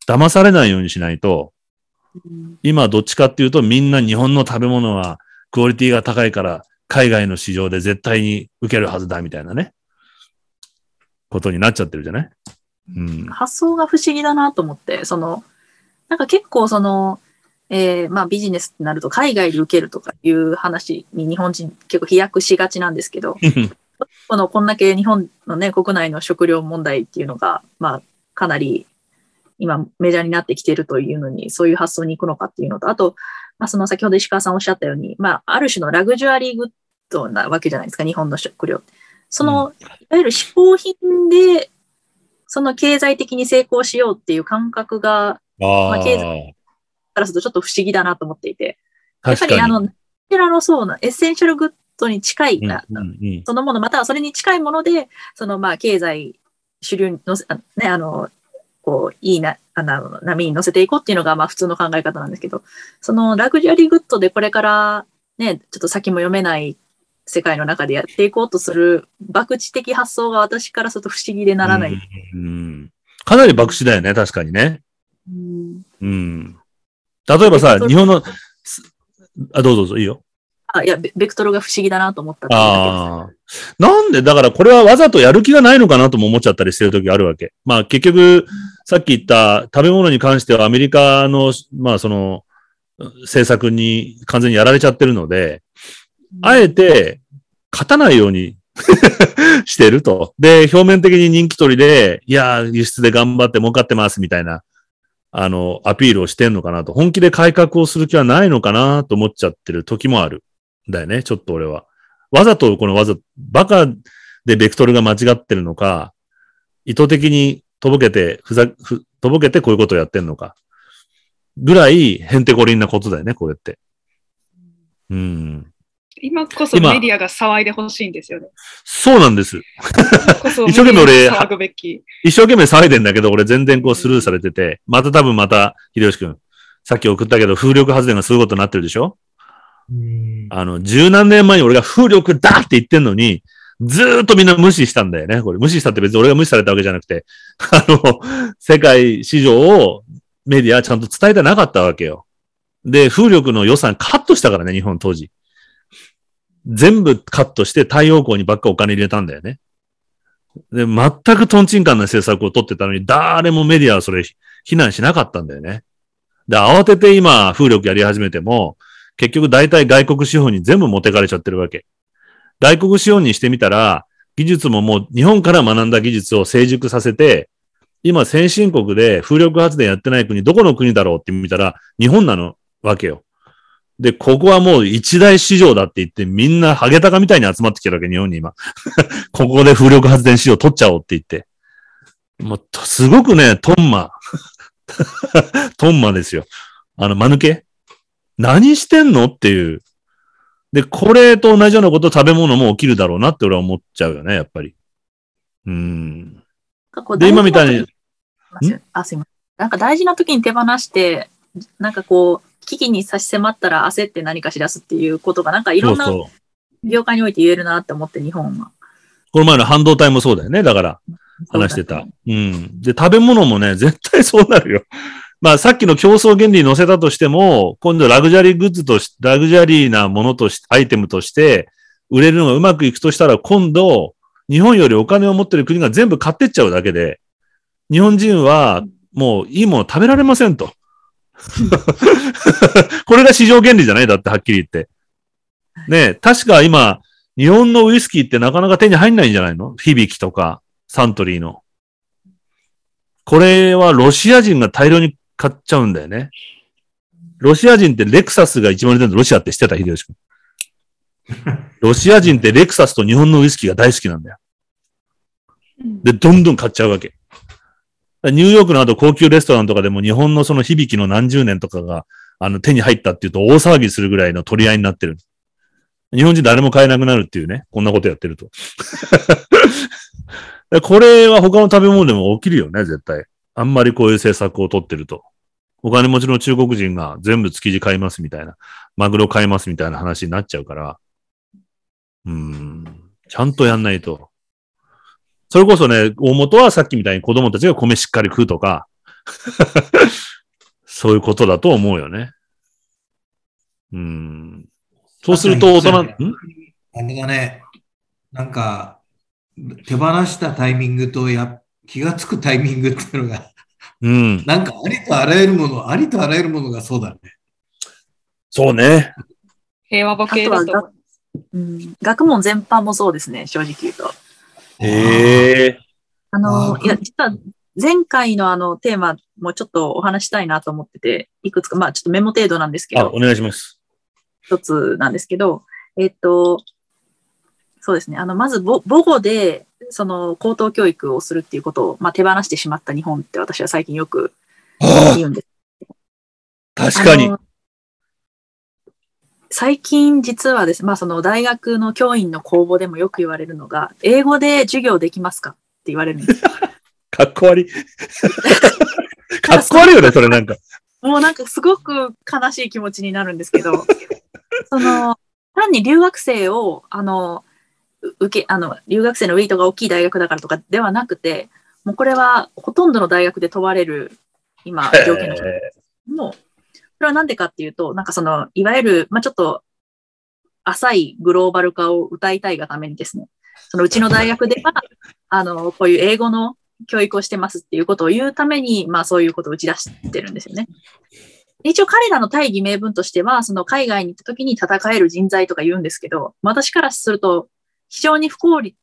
騙されないようにしないと、 うん、 今どっちかっていうとみんな日本の食べ物はクオリティが高いから海外の市場で絶対に受けるはずだみたいなね、ことになっちゃってるじゃない？うん、 発想が不思議だなと思って、なんか結構まあビジネスってなると海外で受けるとかいう話に日本人結構飛躍しがちなんですけど、こんだけ日本のね、国内の食料問題っていうのが、まあかなり今メジャーになってきているというのに、そういう発想に行くのかっていうのと、あと、まあ先ほど石川さんおっしゃったように、まあある種のラグジュアリーグッドなわけじゃないですか、日本の食料。いわゆる嗜好品で、経済的に成功しようっていう感覚が、まあ経済からするとちょっと不思議だなと思っていて、やっぱりこちらのそうなエッセンシャルグッドに近いそのもの、またはそれに近いもので、まあ経済主流にね、こう、いいな、波に乗せていこうっていうのが、まあ普通の考え方なんですけど、ラグジュアリーグッドでこれからね、ちょっと先も読めない世界の中でやっていこうとする博打的発想が私からすると不思議でならない。 かなり博打だよね、確かにね。例えばさ、日本の、どうぞ、いいよ。 いや、ベクトルが不思議だなと思った。 なんで、だからこれはわざとやる気がないのかなとも思っちゃったりしてる時があるわけ。まあ結局、さっき言った食べ物に関してはアメリカの、まあ政策に完全にやられちゃってるので、あえて勝たないようにしてると。で、表面的に人気取りで、いや、輸出で頑張って儲かってますみたいな、アピールをしてんのかなと。本気で改革をする気はないのかなと思っちゃってる時もある。だよね、ちょっと俺は。わざとバカでベクトルが間違ってるのか、意図的にとぼけてこういうことをやってんのか。ぐらい、へんてこりんなことだよね、これって。 今こそメディアが騒いでほしいんですよね。 そうなんです。一生懸命騒いでんだけど、俺全然こうスルーされてて、また秀吉くん、さっき送ったけど、風力発電がすごいことになってるでしょ？十何年前に俺が風力だって言ってんのに、ずーっとみんな無視したんだよね。これ無視したって別に俺が無視されたわけじゃなくて、世界市場をメディアはちゃんと伝えてなかったわけよ。で、風力の予算カットしたからね、日本当時。全部カットして太陽光にばっかお金入れたんだよね。で、全くトンチンカンな政策を取ってたのに、誰もメディアはそれ非難しなかったんだよね。で、慌てて今、風力やり始めても、結局大体外国資本に全部持ってかれちゃってるわけ。外国資本にしてみたら、技術ももう日本から学んだ技術を成熟させて、今先進国で風力発電やってない国、どこの国だろうって見たら、日本なのわけよ。で、ここはもう一大市場だって言って、みんなハゲタカみたいに集まってきてるわけ、日本に今。ここで風力発電市場取っちゃおうって言って。もう、すごくね、トンマですよ。間抜け何してんのっていう。で、これと同じようなこと食べ物も起きるだろうなって俺は思っちゃうよね、やっぱり。で、今みたいに。 すいません。なんか大事な時に手放して、なんかこう、危機に差し迫ったら焦って何かし出すっていうことが、なんかいろんな業界において言えるなって思って、日本は。 この前の半導体もそうだよね。だから、話してた。で、食べ物もね、絶対そうなるよ。まあ、さっきの競争原理に乗せたとしても、今度ラグジュアリーなものとして、アイテムとして、売れるのがうまくいくとしたら、今度、日本よりお金を持ってる国が全部買ってっちゃうだけで、日本人はもういいもの食べられませんと。これが市場原理じゃないだってはっきり言って。ねえ、確か今、日本のウイスキーってなかなか手に入んないんじゃないの？響とか、サントリーの。これはロシア人が大量に買っちゃうんだよね。ロシア人ってレクサスが一番売れてるのロシアって知ってた？秀吉君。ロシア人ってレクサスと日本のウイスキーが大好きなんだよ。で、どんどん買っちゃうわけ。ニューヨークのあと高級レストランとかでも日本のその響の何十年とかが手に入ったっていうと大騒ぎするぐらいの取り合いになってる。日本人誰も買えなくなるっていうね。こんなことやってると。これは他の食べ物でも起きるよね、絶対。あんまりこういう政策を取ってると。お金持ちの中国人が全部築地買いますみたいな。マグロ買いますみたいな話になっちゃうから。ちゃんとやんないと。それこそね、大元はさっきみたいに子供たちが米しっかり食うとか、 そういうことだと思うよね。そうすると大人、 あれだね。なんか、手放したタイミングと気がつくタイミングっていうのが、なんかありとあらゆるものがそうだね。 そうね。 平和ボケだと思います。 学問全般もそうですね、正直言うと。 へえ。 いや、実は前回のテーマもちょっとお話したいなと思ってて、いくつか、ちょっとメモ程度なんですけど。 お願いします。 一つなんですけど、そうですね。まず母語で、高等教育をするっていうことを、手放してしまった日本って私は最近よく言うんです。 確かに。 最近実はですね、大学の教員の公募でもよく言われるのが、英語で授業できますかって言われるんです。 かっこ悪い。かっこ悪いよね、それなんか。 もうなんかすごく悲しい気持ちになるんですけど、単に留学生を、留学生のウェイトが大きい大学だからとかではなくて、もうこれはほとんどの大学で問われる、今、条件の一つ。もう、それはなんでかっていうと、なんかいわゆる、ちょっと、浅いグローバル化を謳いたいがためにですね、うちの大学では、こういう英語の教育をしてますっていうことを言うために、そういうことを打ち出してるんですよね。一応彼らの大義名分としては、海外に行った時に戦える人材とか言うんですけど、私からすると、非常に非効率。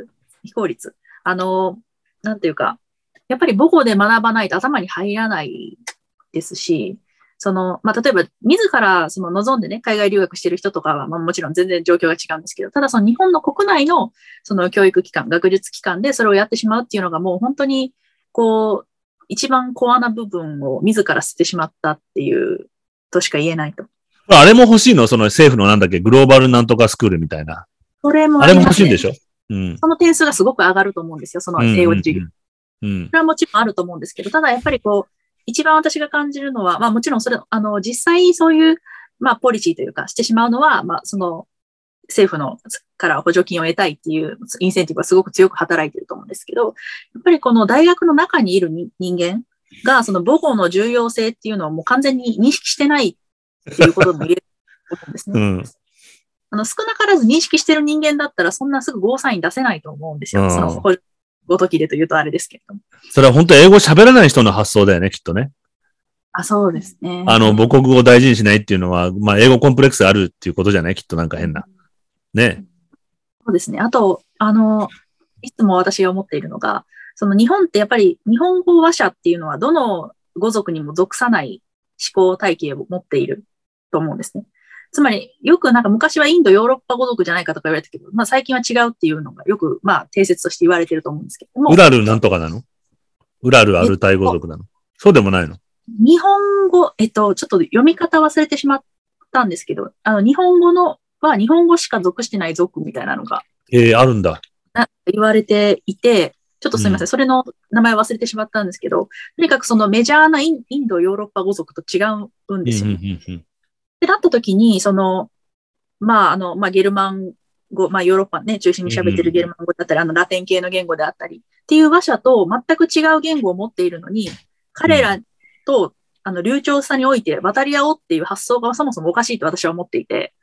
なんていうか、やっぱり母語で学ばないと頭に入らないですし、例えば、自ら望んでね、海外留学してる人とかは、もちろん全然状況が違うんですけど、ただ日本の国内の教育機関、学術機関でそれをやってしまうっていうのがもう本当に、一番コアな部分を自ら捨ててしまったっていうとしか言えないと。 あれも欲しいの？政府のなんだっけ、グローバルなんとかスクールみたいな。 それもあれも欲しいんでしょ？ その点数がすごく上がると思うんですよ、英語授業。それはもちろんあると思うんですけど、ただやっぱり一番私が感じるのは、もちろんそれ、実際そういう、ポリシーというか、してしまうのは、政府のから補助金を得たいっていうインセンティブがすごく強く働いていると思うんですけど、やっぱりこの大学の中にいる人間が、母語の重要性っていうのをもう完全に認識してないっていうことも言えると思うんですね。少なからず認識してる人間だったら、そんなすぐゴーサイン出せないと思うんですよ。ごときでというとあれですけれども。 それは本当英語喋らない人の発想だよね、きっとね。 そうですね。 母国語を大事にしないっていうのは、英語コンプレックスあるっていうことじゃない？きっとなんか変な。ね。 そうですね。あと、いつも私が思っているのが、日本ってやっぱり日本語話者っていうのはどの語族にも属さない思考体系を持っていると思うんですね。つまり、よくなんか昔はインド、ヨーロッパ語族じゃないかとか言われたけど、最近は違うっていうのがよく、定説として言われてると思うんですけども。 ウラルなんとかなの？ウラルアルタイ語族なの？そうでもないの？ 日本語、ちょっと読み方忘れてしまったんですけど、日本語は日本語しか属してない族みたいなのが。 あるんだ。 言われていて、ちょっとすみません、それの名前忘れてしまったんですけど、とにかくメジャーなインド、ヨーロッパ語族と違うんですよ。で、なった時に、ゲルマン語、ヨーロッパね、中心に喋ってるゲルマン語だったり、ラテン系の言語であったり、っていう話者と全く違う言語を持っているのに、彼らと、流暢さにおいて渡り合おうっていう発想がそもそもおかしいと私は思っていて、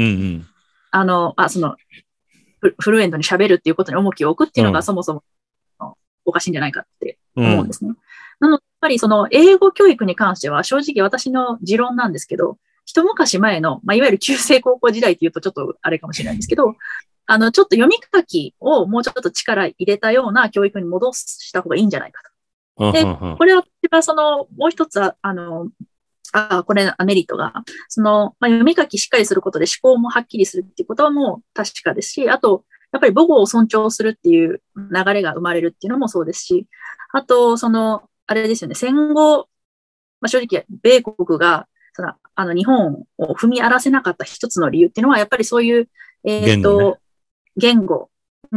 フルエントに喋るっていうことに重きを置くっていうのがそもそもおかしいんじゃないかって思うんですね。なので、やっぱり英語教育に関しては正直私の持論なんですけど、一昔前の、いわゆる旧制高校時代っていうとちょっとあれかもしれないんですけど、ちょっと読み書きをもうちょっと力入れたような教育に戻した方がいいんじゃないかと。で、これはもう一つこれメリットが、読み書きしっかりすることで思考もはっきりするっていうことはもう確かですし、あと、やっぱり母語を尊重するっていう流れが生まれるっていうのもそうですし、あと、あれですよね、戦後、正直、米国が、日本を踏み荒らせなかった一つの理由っていうのは、やっぱりそういう、言語。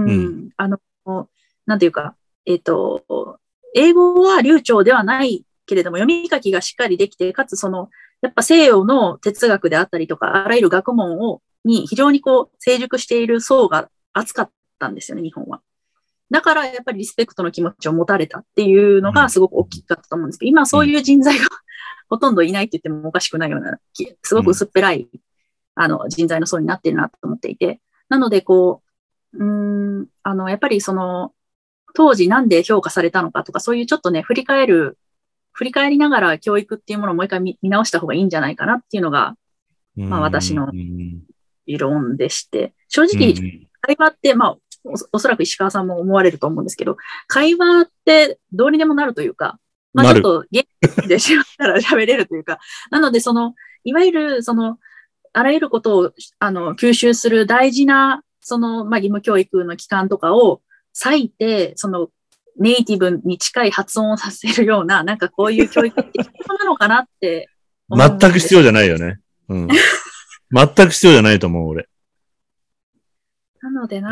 なんていうか、英語は流暢ではないけれども、読み書きがしっかりできて、かつやっぱ西洋の哲学であったりとか、あらゆる学問に非常に成熟している層が厚かったんですよね、日本は。 だからやっぱりリスペクトの気持ちを持たれたっていうのがすごく大きかったと思うんですけど、今そういう人材がほとんどいないって言ってもおかしくないような、すごく薄っぺらい、人材の層になってるなと思っていて、なのでこう、やっぱりその、当時なんで評価されたのかとか、そういうちょっとね、振り返りながら教育っていうものをもう一回見直した方がいいんじゃないかなっていうのが、まあ私の理論でして、正直、会話って、まあ、おそらく石川さんも思われると思うんですけど、会話ってどうにでもなるというか、まあちょっと元気でしまったら喋れるというか、なのでいわゆるあらゆることを吸収する大事な、まあ義務教育の機関とかを割いて、ネイティブに近い発音をさせるような、なんかこういう教育って必要なのかなって思うんです。 全く必要じゃないよね。うん。全く必要じゃないと思う、俺。 なので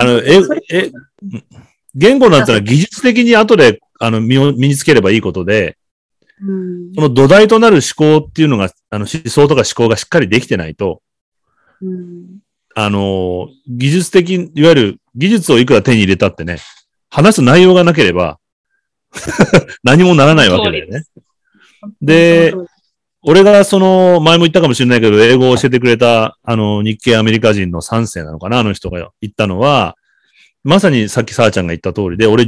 言語なんてのは技術的に後で、身につければいいことで、その土台となる思考っていうのが、思想とか思考がしっかりできてないと、技術的、いわゆる技術をいくら手に入れたってね、話す内容がなければ、何もならないわけだよね。で、俺が前も言ったかもしれないけど、英語を教えてくれた、日系アメリカ人の3世なのかな、あの人が言ったのは、まさにさっきさあちゃんが言った通りで、俺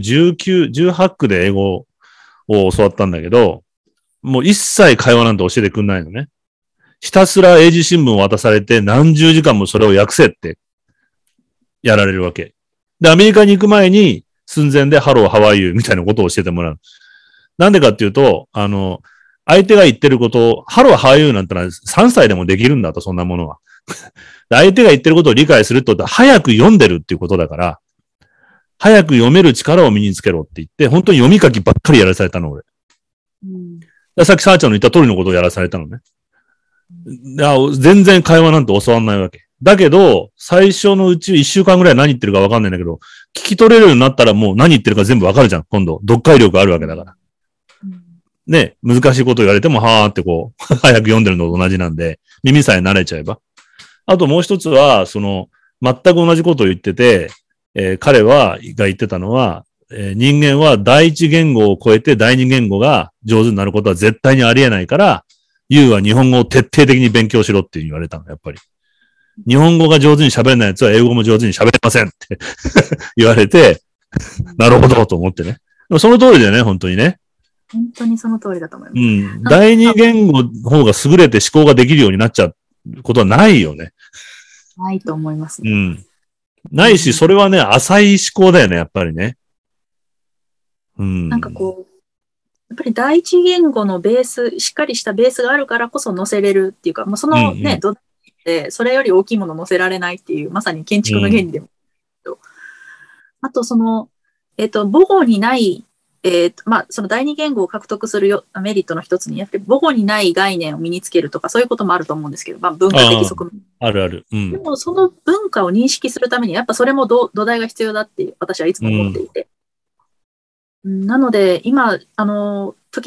18区で英語を教わったんだけど、もう一切会話なんて教えてくんないのね。ひたすら英字新聞を渡されて何十時間もそれを訳せってやられるわけ。で、アメリカに行く前に寸前でハロー、ハワイユーみたいなことを教えてもらう。なんでかっていうと、相手が言ってることを、ハロー、ハワイユーなんてのは3歳でもできるんだと、そんなものは。相手が言ってることを理解するってことは、早く読んでるっていうことだから、早く読める力を身につけろって言って、本当に読み書きばっかりやらされたの、俺。さっきさあちゃんの言った通りのことをやらされたのね。全然会話なんて教わんないわけ。だけど、最初のうち1週間ぐらい何言ってるかわかんないんだけど、聞き取れるようになったらもう何言ってるか全部わかるじゃん、今度。読解力あるわけだから。ね、難しいこと言われても、はーってこう、早く読んでるのと同じなんで、耳さえ慣れちゃえば。あともう一つは、全く同じことを言ってて、彼が言ってたのは、人間は第一言語を超えて第二言語が上手になることは絶対にありえないから、ユウは日本語を徹底的に勉強しろって言われたの、やっぱり。日本語が上手に喋れない奴は英語も上手に喋れませんって言われて、なるほどと思ってね。その通りだよね、本当にね。 本当にその通りだと思います。 第二言語の方が優れて思考ができるようになっちゃうことはないよね。 ないと思いますね。 ないし、それはね、浅い思考だよね、やっぱりね。 なんかこう、やっぱり第一言語のベース、しっかりしたベースがあるからこそ載せれるっていうか、もうそのね、土台でそれより大きいもの載せられないっていう、まさに建築の原理でも。あと母語にない、まあ、その第二言語を獲得するメリットの一つに、やっぱり母語にない概念を身につけるとか、そういうこともあると思うんですけど、まあ、文化的側面。 あるある。 でも、その文化を認識するために、やっぱそれも土台が必要だって私はいつも思っていて。なので、今、時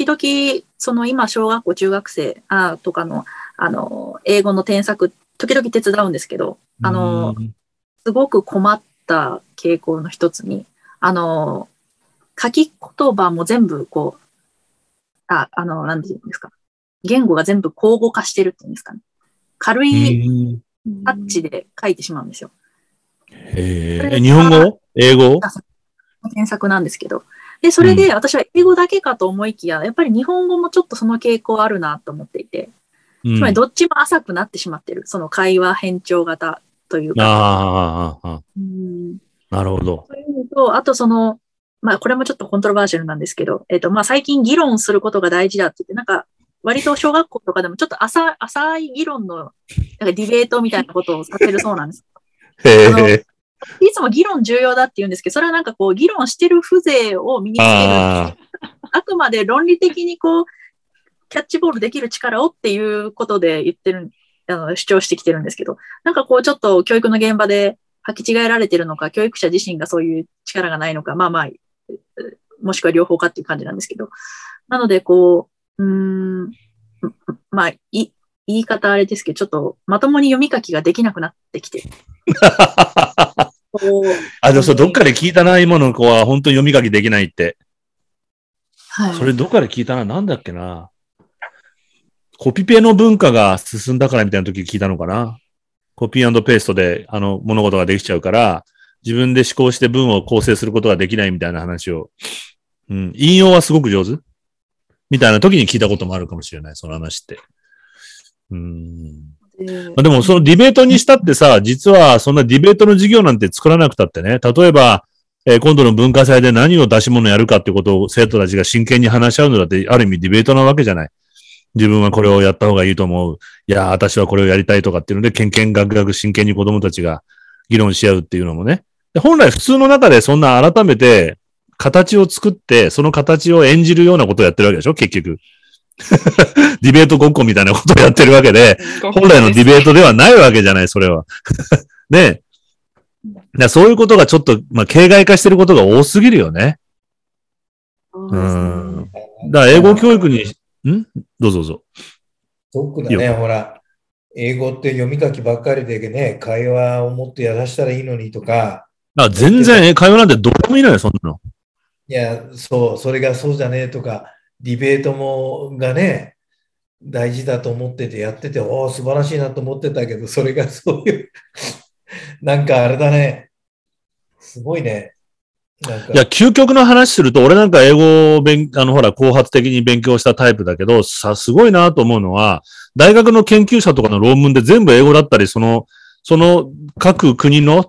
々、今、小学校、中学生とかの、英語の添削、時々手伝うんですけど、すごく困った傾向の一つに、書き言葉も全部、こう、なんて言うんですか。言語が全部口語化してるっていうんですかね。軽いタッチで書いてしまうんですよ。 日本語？英語？ 添削なんですけど。で、それで私は英語だけかと思いきや、やっぱり日本語もちょっとその傾向あるなと思っていて、つまりどっちも浅くなってしまってる。その会話変調型というか。 なるほど。 そういうのと、あとまあこれもちょっとコントロバーシャルなんですけど、まあ最近議論することが大事だって言って、なんか割と小学校とかでもちょっと浅い議論の、なんかディベートみたいなことをさせるそうなんです。いつも議論重要だって言うんですけど、それはなんかこう議論してる風情を身につける。あくまで論理的にこう、キャッチボールできる力をっていうことで言ってる、主張してきてるんですけど、なんかこうちょっと教育の現場で履き違えられてるのか、教育者自身がそういう力がないのか、まあまあ、もしくは両方かっていう感じなんですけど。なのでこう、まあ、言い方あれですけど、ちょっとまともに読み書きができなくなってきてる。 あ、でもそれどっかで聞いたな、今の子は本当に読み書きできないって。 はい。 それどっかで聞いたな、なんだっけな。コピペの文化が進んだからみたいな時聞いたのかな。コピー&ペーストで、物事ができちゃうから、自分で思考して文を構成することができないみたいな話を。うん。引用はすごく上手みたいな時に聞いたこともあるかもしれない、その話って。でもそのディベートにしたってさ、実はそんなディベートの授業なんて作らなくたってね、例えば、今度の文化祭で何を出し物やるかってことを生徒たちが真剣に話し合うのだって、ある意味ディベートなわけじゃない。自分はこれをやった方がいいと思う。いや、私はこれをやりたいとかっていうので、けんけんがくがく真剣に子供たちが議論し合うっていうのもね。で本来普通の中でそんな改めて形を作って、その形を演じるようなことをやってるわけでしょ、結局。ディベートごっこみたいなことをやってるわけで、本来のディベートではないわけじゃない、それは。ねえ。そういうことがちょっと、形骸化してることが多すぎるよね。だから英語教育に、どうぞどうぞ。 そうだね、ほら。英語って読み書きばっかりでね、会話をもっとやらしたらいいのにとか。 全然会話なんてどこもいないよ、そんなの。 いや、そう、それがそうじゃねえとか、ディベートもがね、大事だと思っててやってて、おお、素晴らしいなと思ってたけど、それがそういう、なんかあれだね。すごいね。 いや、究極の話すると、俺なんか英語をほら、後発的に勉強したタイプだけど、すごいなと思うのは、大学の研究者とかの論文で全部英語だったり、その各国の、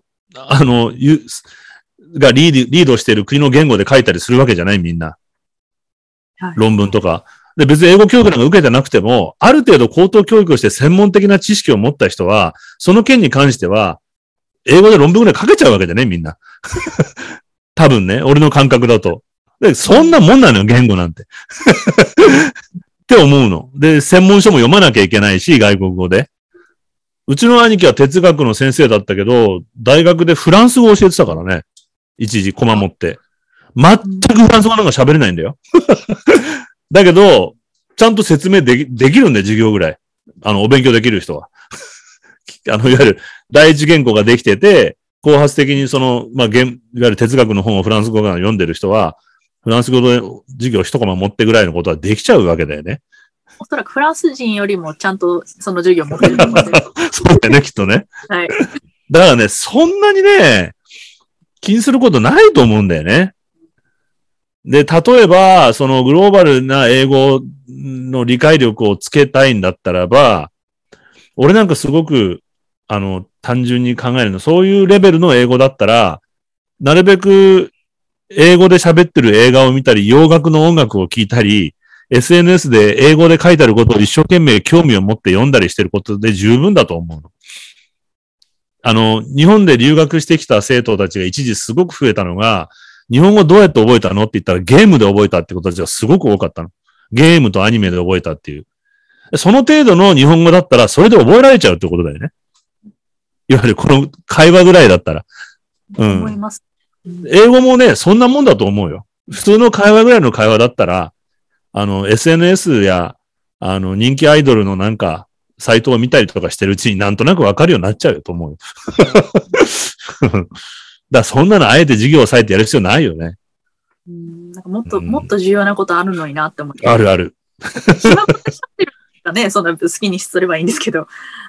がリードしている国の言語で書いたりするわけじゃない、みんな。はい、論文とか。で、別に英語教育なんか受けてなくても、ある程度高等教育をして専門的な知識を持った人は、その件に関しては、英語で論文ぐらい書けちゃうわけじゃね、みんな。多分ね、俺の感覚だと。で、そんなもんなのよ、言語なんて。って思うの。で、専門書も読まなきゃいけないし、外国語で。うちの兄貴は哲学の先生だったけど、大学でフランス語を教えてたからね。一時、コマ持って。全くフランス語なんか喋れないんだよ。だけど、ちゃんと説明できるんだよ、授業ぐらい。お勉強できる人は。いわゆる、第一言語ができてて、後発的にいわゆる哲学の本をフランス語から読んでる人は、フランス語で授業一コマ持ってぐらいのことはできちゃうわけだよね。 おそらくフランス人よりもちゃんとその授業を持ってると思うんです。 そうだよね、きっとね。 はい。 だからね、そんなにね、気にすることないと思うんだよね。で、例えば、そのグローバルな英語の理解力をつけたいんだったらば、俺なんかすごく、単純に考えるの、そういうレベルの英語だったら、なるべく英語で喋ってる映画を見たり、洋楽の音楽を聴いたり、SNS で英語で書いてあることを一生懸命興味を持って読んだりしてることで十分だと思うの。日本で留学してきた生徒たちが一時すごく増えたのが、日本語どうやって覚えたのって言ったらゲームで覚えたってことたちがすごく多かったの。ゲームとアニメで覚えたっていう。その程度の日本語だったらそれで覚えられちゃうってことだよね。いわゆるこの会話ぐらいだったら。 思います。 英語もね、そんなもんだと思うよ。普通の会話ぐらいの会話だったら、SNS や、人気アイドルのなんか、サイトを見たりとかしてるうちになんとなくわかるようになっちゃうよと思うよ。だからそんなのあえて授業を割いてやる必要ないよね。 なんかもっと重要なことあるのになって思って。 あるある。 暇を持て余してるかね、そんな好きにすればいいんですけど。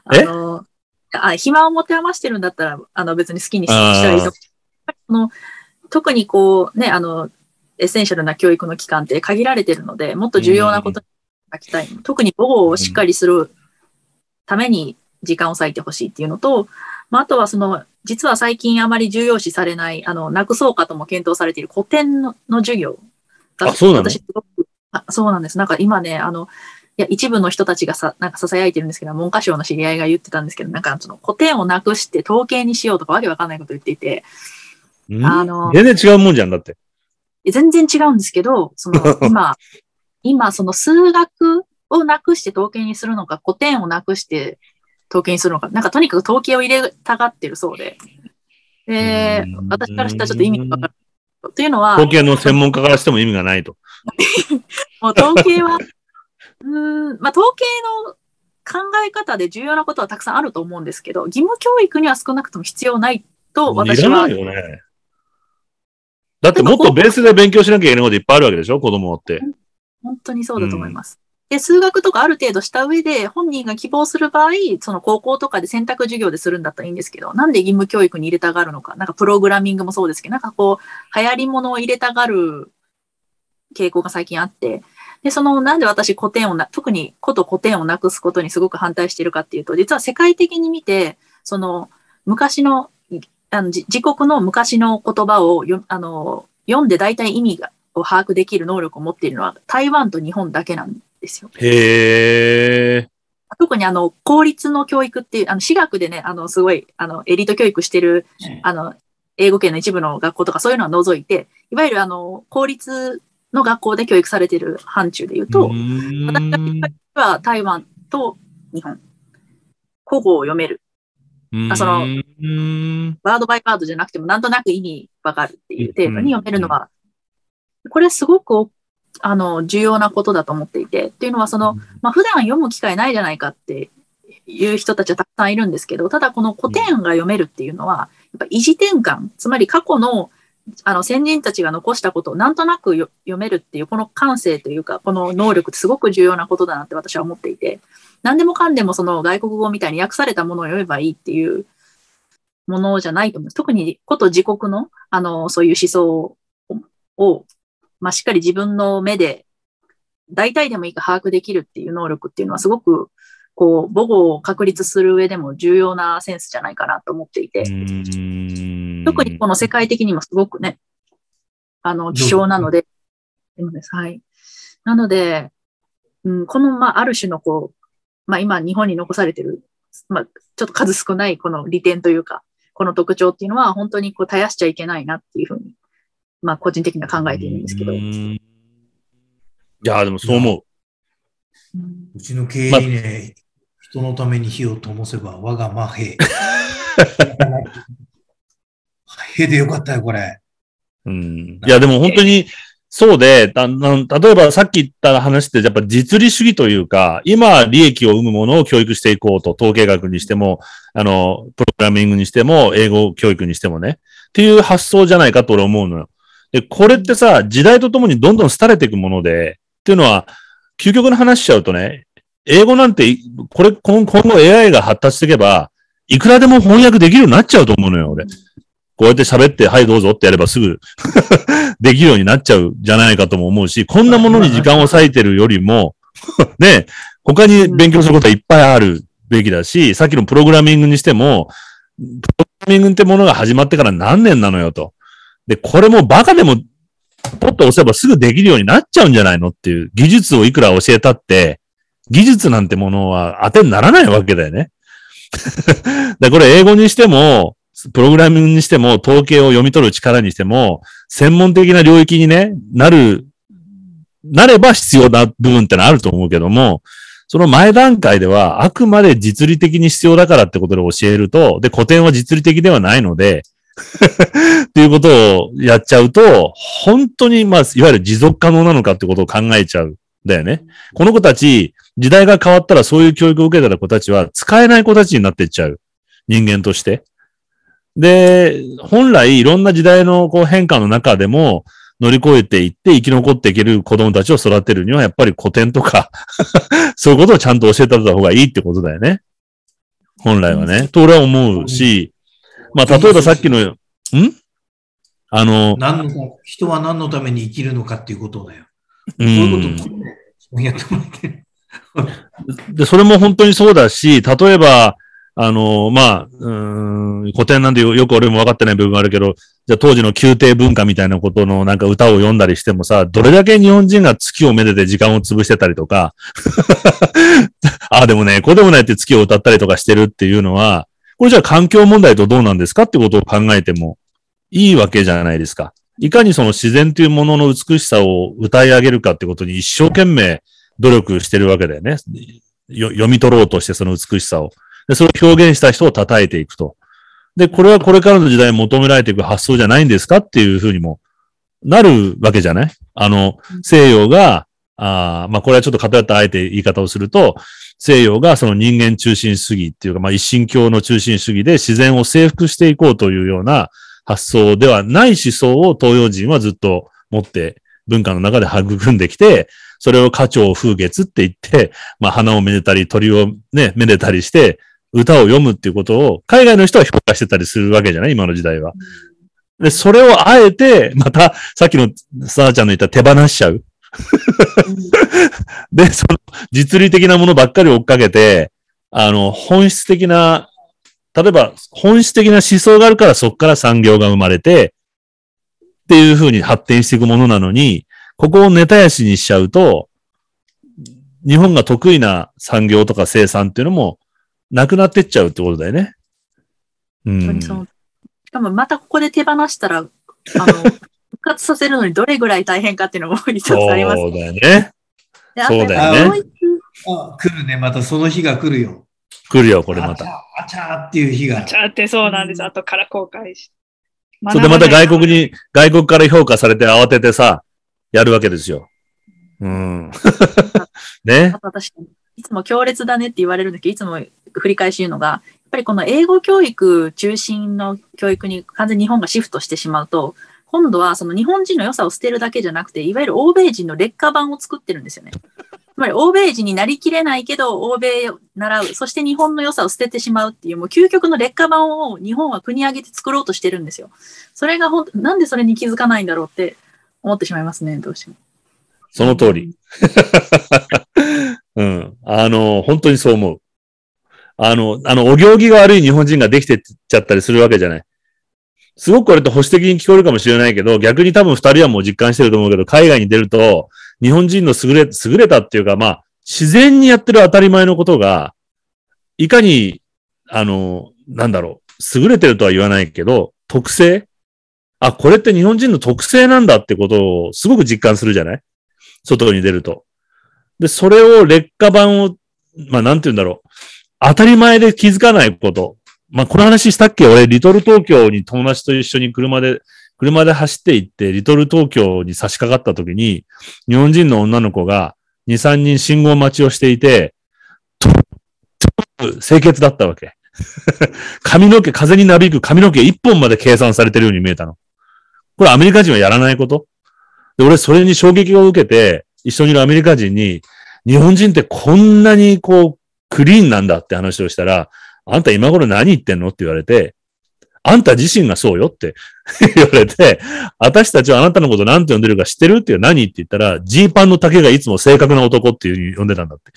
暇を持て余してるんだったら、別に好きにしたらいいと。特にこうね、エッセンシャルな教育の期間って限られてるので、もっと重要なことに書きたい。特に母語をしっかりするために時間を割いてほしいっていうのと、あとは実は最近あまり重要視されない、なくそうかとも検討されている古典の授業が、 そうなの？ 私すごく、そうなんです。なんか今ね、一部の人たちがなんか囁いてるんですけど、文科省の知り合いが言ってたんですけど、なんか古典をなくして統計にしようとかわけわかんないこと言っていて、 全然違うもんじゃんだって。 全然違うんですけど、今その数学をなくして統計にするのか、古典をなくして統計にするのか、なんかとにかく統計を入れたがってるそうで、私からしたらちょっと意味がわかる。というのは、 統計の専門家からしても意味がないと。 もう統計は、統計の考え方で重要なことはたくさんあると思うんですけど、義務教育には少なくとも必要ないと私いらなは。 いよね。だってもっとベースで勉強しなきゃいけないこといっぱいあるわけでしょ、子供って。 本当にそうだと思います。で、数学とかある程度した上で、本人が希望する場合、その高校とかで選択授業でするんだったらいいんですけど、なんで義務教育に入れたがるのか、なんかプログラミングもそうですけど、なんかこう、流行り物を入れたがる傾向が最近あって、で、なんで私特に古典をなくすことにすごく反対しているかっていうと、実は世界的に見て、昔の、自国の昔の言葉を読んで大体意味を把握できる能力を持っているのは台湾と日本だけなんですよ。 へー。 特に公立の教育っていう、私学でね、すごい、エリート教育してる、英語圏の一部の学校とかそういうのは除いて、いわゆる公立の学校で教育されている範疇で言うと、私は台湾と日本、古語を読める。ワードバイワードじゃなくてもなんとなく意味わかるっていう程度に読めるのは、これすごく重要なことだと思っていて、っていうのは普段読む機会ないじゃないかっていう人たちはたくさんいるんですけど、ただこの古典が読めるっていうのは、やっぱ意地転換、つまり過去の先人たちが残したことをなんとなく読めるっていう、この感性というか、この能力ってすごく重要なことだなって私は思っていて、何でもかんでも外国語みたいに訳されたものを読めばいいっていうものじゃないと思います。特にこと自国の、そういう思想を、しっかり自分の目で、大体でもいいか把握できるっていう能力っていうのはすごく、母語を確立する上でも重要なセンスじゃないかなと思っていて、特にこの世界的にもすごくね、希少なので、はい。なので、この、ある種の今日本に残されてる、ちょっと数少ないこの利点というか、この特徴っていうのは本当に絶やしちゃいけないなっていうふうに、個人的には考えているんですけど。 いや、でもそう思う。 うちの経営にね、人のために火を灯せば我が魔兵。兵でよかったよ、これ。 いや、でも本当に、そうで、例えばさっき言った話ってやっぱ実利主義というか、今利益を生むものを教育していこうと、統計学にしても、プログラミングにしても、英語教育にしてもね、っていう発想じゃないかと俺思うのよ。で、これってさ、時代とともにどんどん廃れていくもので、っていうのは、究極の話しちゃうとね、英語なんて、今後 AI が発達していけば、いくらでも翻訳できるようになっちゃうと思うのよ、俺。こうやって喋って、はいどうぞってやればすぐできるようになっちゃうじゃないかとも思うし、こんなものに時間を割いてるよりも、ね、他に勉強することはいっぱいあるべきだし、さっきのプログラミングにしても、プログラミングってものが始まってから何年なのよと。で、これもバカでも、ポッと押せばすぐできるようになっちゃうんじゃないのっていう、技術をいくら教えたって、技術なんてものは当てにならないわけだよね。で、これ英語にしても、プログラミングにしても、統計を読み取る力にしても、専門的な領域にね、なれば必要な部分ってのはあると思うけども、その前段階では、あくまで実利的に必要だからってことで教えると、で、古典は実利的ではないので、っていうことをやっちゃうと、本当に、いわゆる持続可能なのかってことを考えちゃうんだよね。この子たち、時代が変わったらそういう教育を受けた子たちは、使えない子たちになっていっちゃう。人間として。で、本来いろんな時代の変化の中でも乗り越えていって生き残っていける子供たちを育てるにはやっぱり古典とかそういうことをちゃんと教えてあげた方がいいってことだよね。本来はね。と俺は思うし、例えばさっきの、 人は何のために生きるのかっていうことだよ。そういうことをやってもらってる。 で、それも本当にそうだし、例えば、古典なんでよく俺も分かってない部分があるけど、じゃあ当時の宮廷文化みたいなことのなんか歌を読んだりしてもさ、どれだけ日本人が月をめでて時間を潰してたりとか、でもね、こうでもないって月を歌ったりとかしてるっていうのは、これじゃあ環境問題とどうなんですかってことを考えてもいいわけじゃないですか。いかにその自然というものの美しさを歌い上げるかってことに一生懸命努力してるわけだよね。読み取ろうとしてその美しさを。で、それを表現した人を称えていくと。で、これはこれからの時代に求められていく発想じゃないんですかっていうふうにもなるわけじゃない？西洋がまあこれはちょっと偏ったあえて言い方をすると、西洋がその人間中心主義っていうか、まあ一神教の中心主義で自然を征服していこうというような発想ではない思想を東洋人はずっと持って文化の中で育んできて、それを花鳥風月って言って、まあ花をめでたり鳥をね、めでたりして歌を読むっていうことを海外の人は評価してたりするわけじゃない今の時代は。で、それをあえて、またさっきのさあちゃんの言った手放しちゃう。で、その実利的なものばっかり追っかけて、本質的な、例えば本質的な思想があるからそこから産業が生まれて、っていう風に発展していくものなのに、ここをネタやしにしちゃうと、日本が得意な産業とか生産っていうのもなくなってっちゃうってことだよね。 本当にそう。しかもまたここで手放したら、復活させるのにどれぐらい大変かっていうのも一つあります。 そうだよね。 そうだよね。 来るね。またその日が来るよ。 来るよ、これまた。 あちゃーっていう日が。 あちゃーってそうなんです。後から後悔して。 それでまた外国から評価されて慌ててさ、やるわけですよ。ね。 私、いつも強烈だねって言われるんだけど、いつも繰り返し言うのが、やっぱりこの英語教育中心の教育に完全に日本がシフトしてしまうと、今度はその日本人の良さを捨てるだけじゃなくて、いわゆる欧米人の劣化版を作ってるんですよね。つまり欧米人になりきれないけど、欧米を習う、そして日本の良さを捨ててしまうっていう、もう究極の劣化版を日本は国挙げて作ろうとしてるんですよ。それがなんでそれに気づかないんだろうって思ってしまいますね、どうしても。 その通り。本当にそう思う。お行儀が悪い日本人ができてっちゃったりするわけじゃない。すごくこれって保守的に聞こえるかもしれないけど、逆に多分二人はもう実感してると思うけど、海外に出ると、日本人の優れたっていうか、まあ、自然にやってる当たり前のことが、いかに、なんだろう、優れてるとは言わないけど、特性これって日本人の特性なんだってことをすごく実感するじゃない外に出ると。で、それを劣化版を、まあ、なんて言うんだろう。当たり前で気づかないこと。まあ、この話したっけ俺、リトル東京に友達と一緒に車で走って行って、リトル東京に差し掛かった時に、日本人の女の子が2、3人信号待ちをしていて、清潔だったわけ。風になびく髪の毛1本まで計算されてるように見えたの。これアメリカ人はやらないこと。で、俺それに衝撃を受けて、一緒にいるアメリカ人に、日本人ってこんなにクリーンなんだって話をしたら、あんた今頃何言ってんのって言われて、あんた自身がそうよって言われて、私たちはあなたのこと何て呼んでるか知ってるっていう何って言ったら、ジーパンの丈がいつも正確な男っていう風に呼んでたんだって。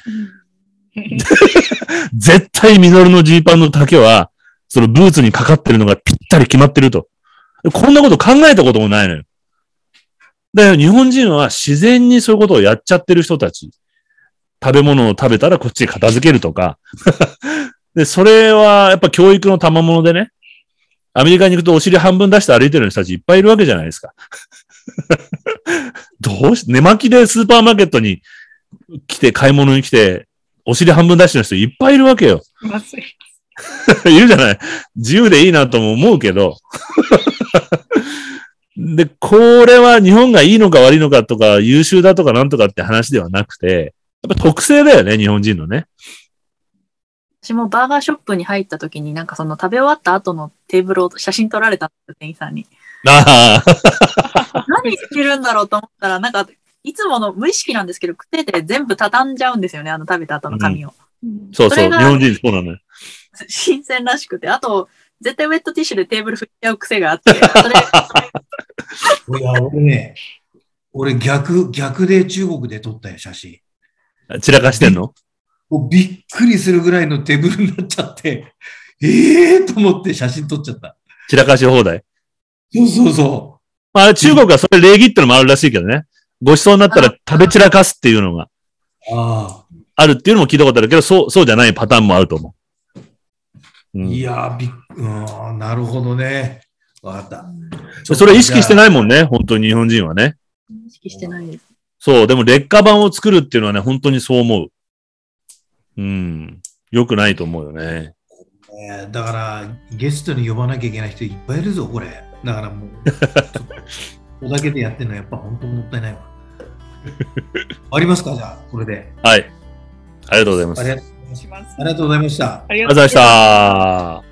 絶対ミノルのジーパンの丈は、そのブーツにかかってるのがぴったり決まってると。こんなこと考えたこともないのよ。だから日本人は自然にそういうことをやっちゃってる人たち。食べ物を食べたらこっちに片付けるとか。で、それはやっぱ教育の賜物でね。アメリカに行くとお尻半分出して歩いてる人たちいっぱいいるわけじゃないですか。寝巻きでスーパーマーケットに買い物に来て、お尻半分出してる人いっぱいいるわけよ。いるじゃない。自由でいいなとも思うけど。で、これは日本がいいのか悪いのかとか、優秀だとかなんとかって話ではなくて、やっぱ特性だよね、日本人のね。 私もバーガーショップに入った時に、なんかその食べ終わった後のテーブルを写真撮られたんですよ、店員さんに。何してるんだろうと思ったら、なんか、いつもの無意識なんですけど、癖で全部畳んじゃうんですよね、食べた後の紙を。 そうそう、日本人そうなのよ。 新鮮らしくて、あと、絶対ウェットティッシュでテーブル拭いちゃう癖があって、それいや、俺逆で中国で撮ったよ、写真。 散らかしてんの？ もうびっくりするぐらいのテーブルになっちゃって、と思って写真撮っちゃった。 散らかし放題。 そう。 まあ、中国はそれ礼儀ってのもあるらしいけどね。ごちそうになったら食べ散らかすっていうのがあるっていうのも聞いたことあるけど、そうじゃないパターンもあると思う。 いやなるほどね。わかった。 それ意識してないもんね、本当に日本人はね。 意識してないです。 そう、でも劣化版を作るっていうのはね、本当にそう思う。良くないと思うよね。 だから、ゲストに呼ばなきゃいけない人いっぱいいるぞ、これ。だからもう、ここだけでやってるのはやっぱ本当もったいないわ。 わりますか、じゃあ、これで。 はい。ありがとうございます。 ありがとうございました。 ありがとうございました。 ありがとうございました。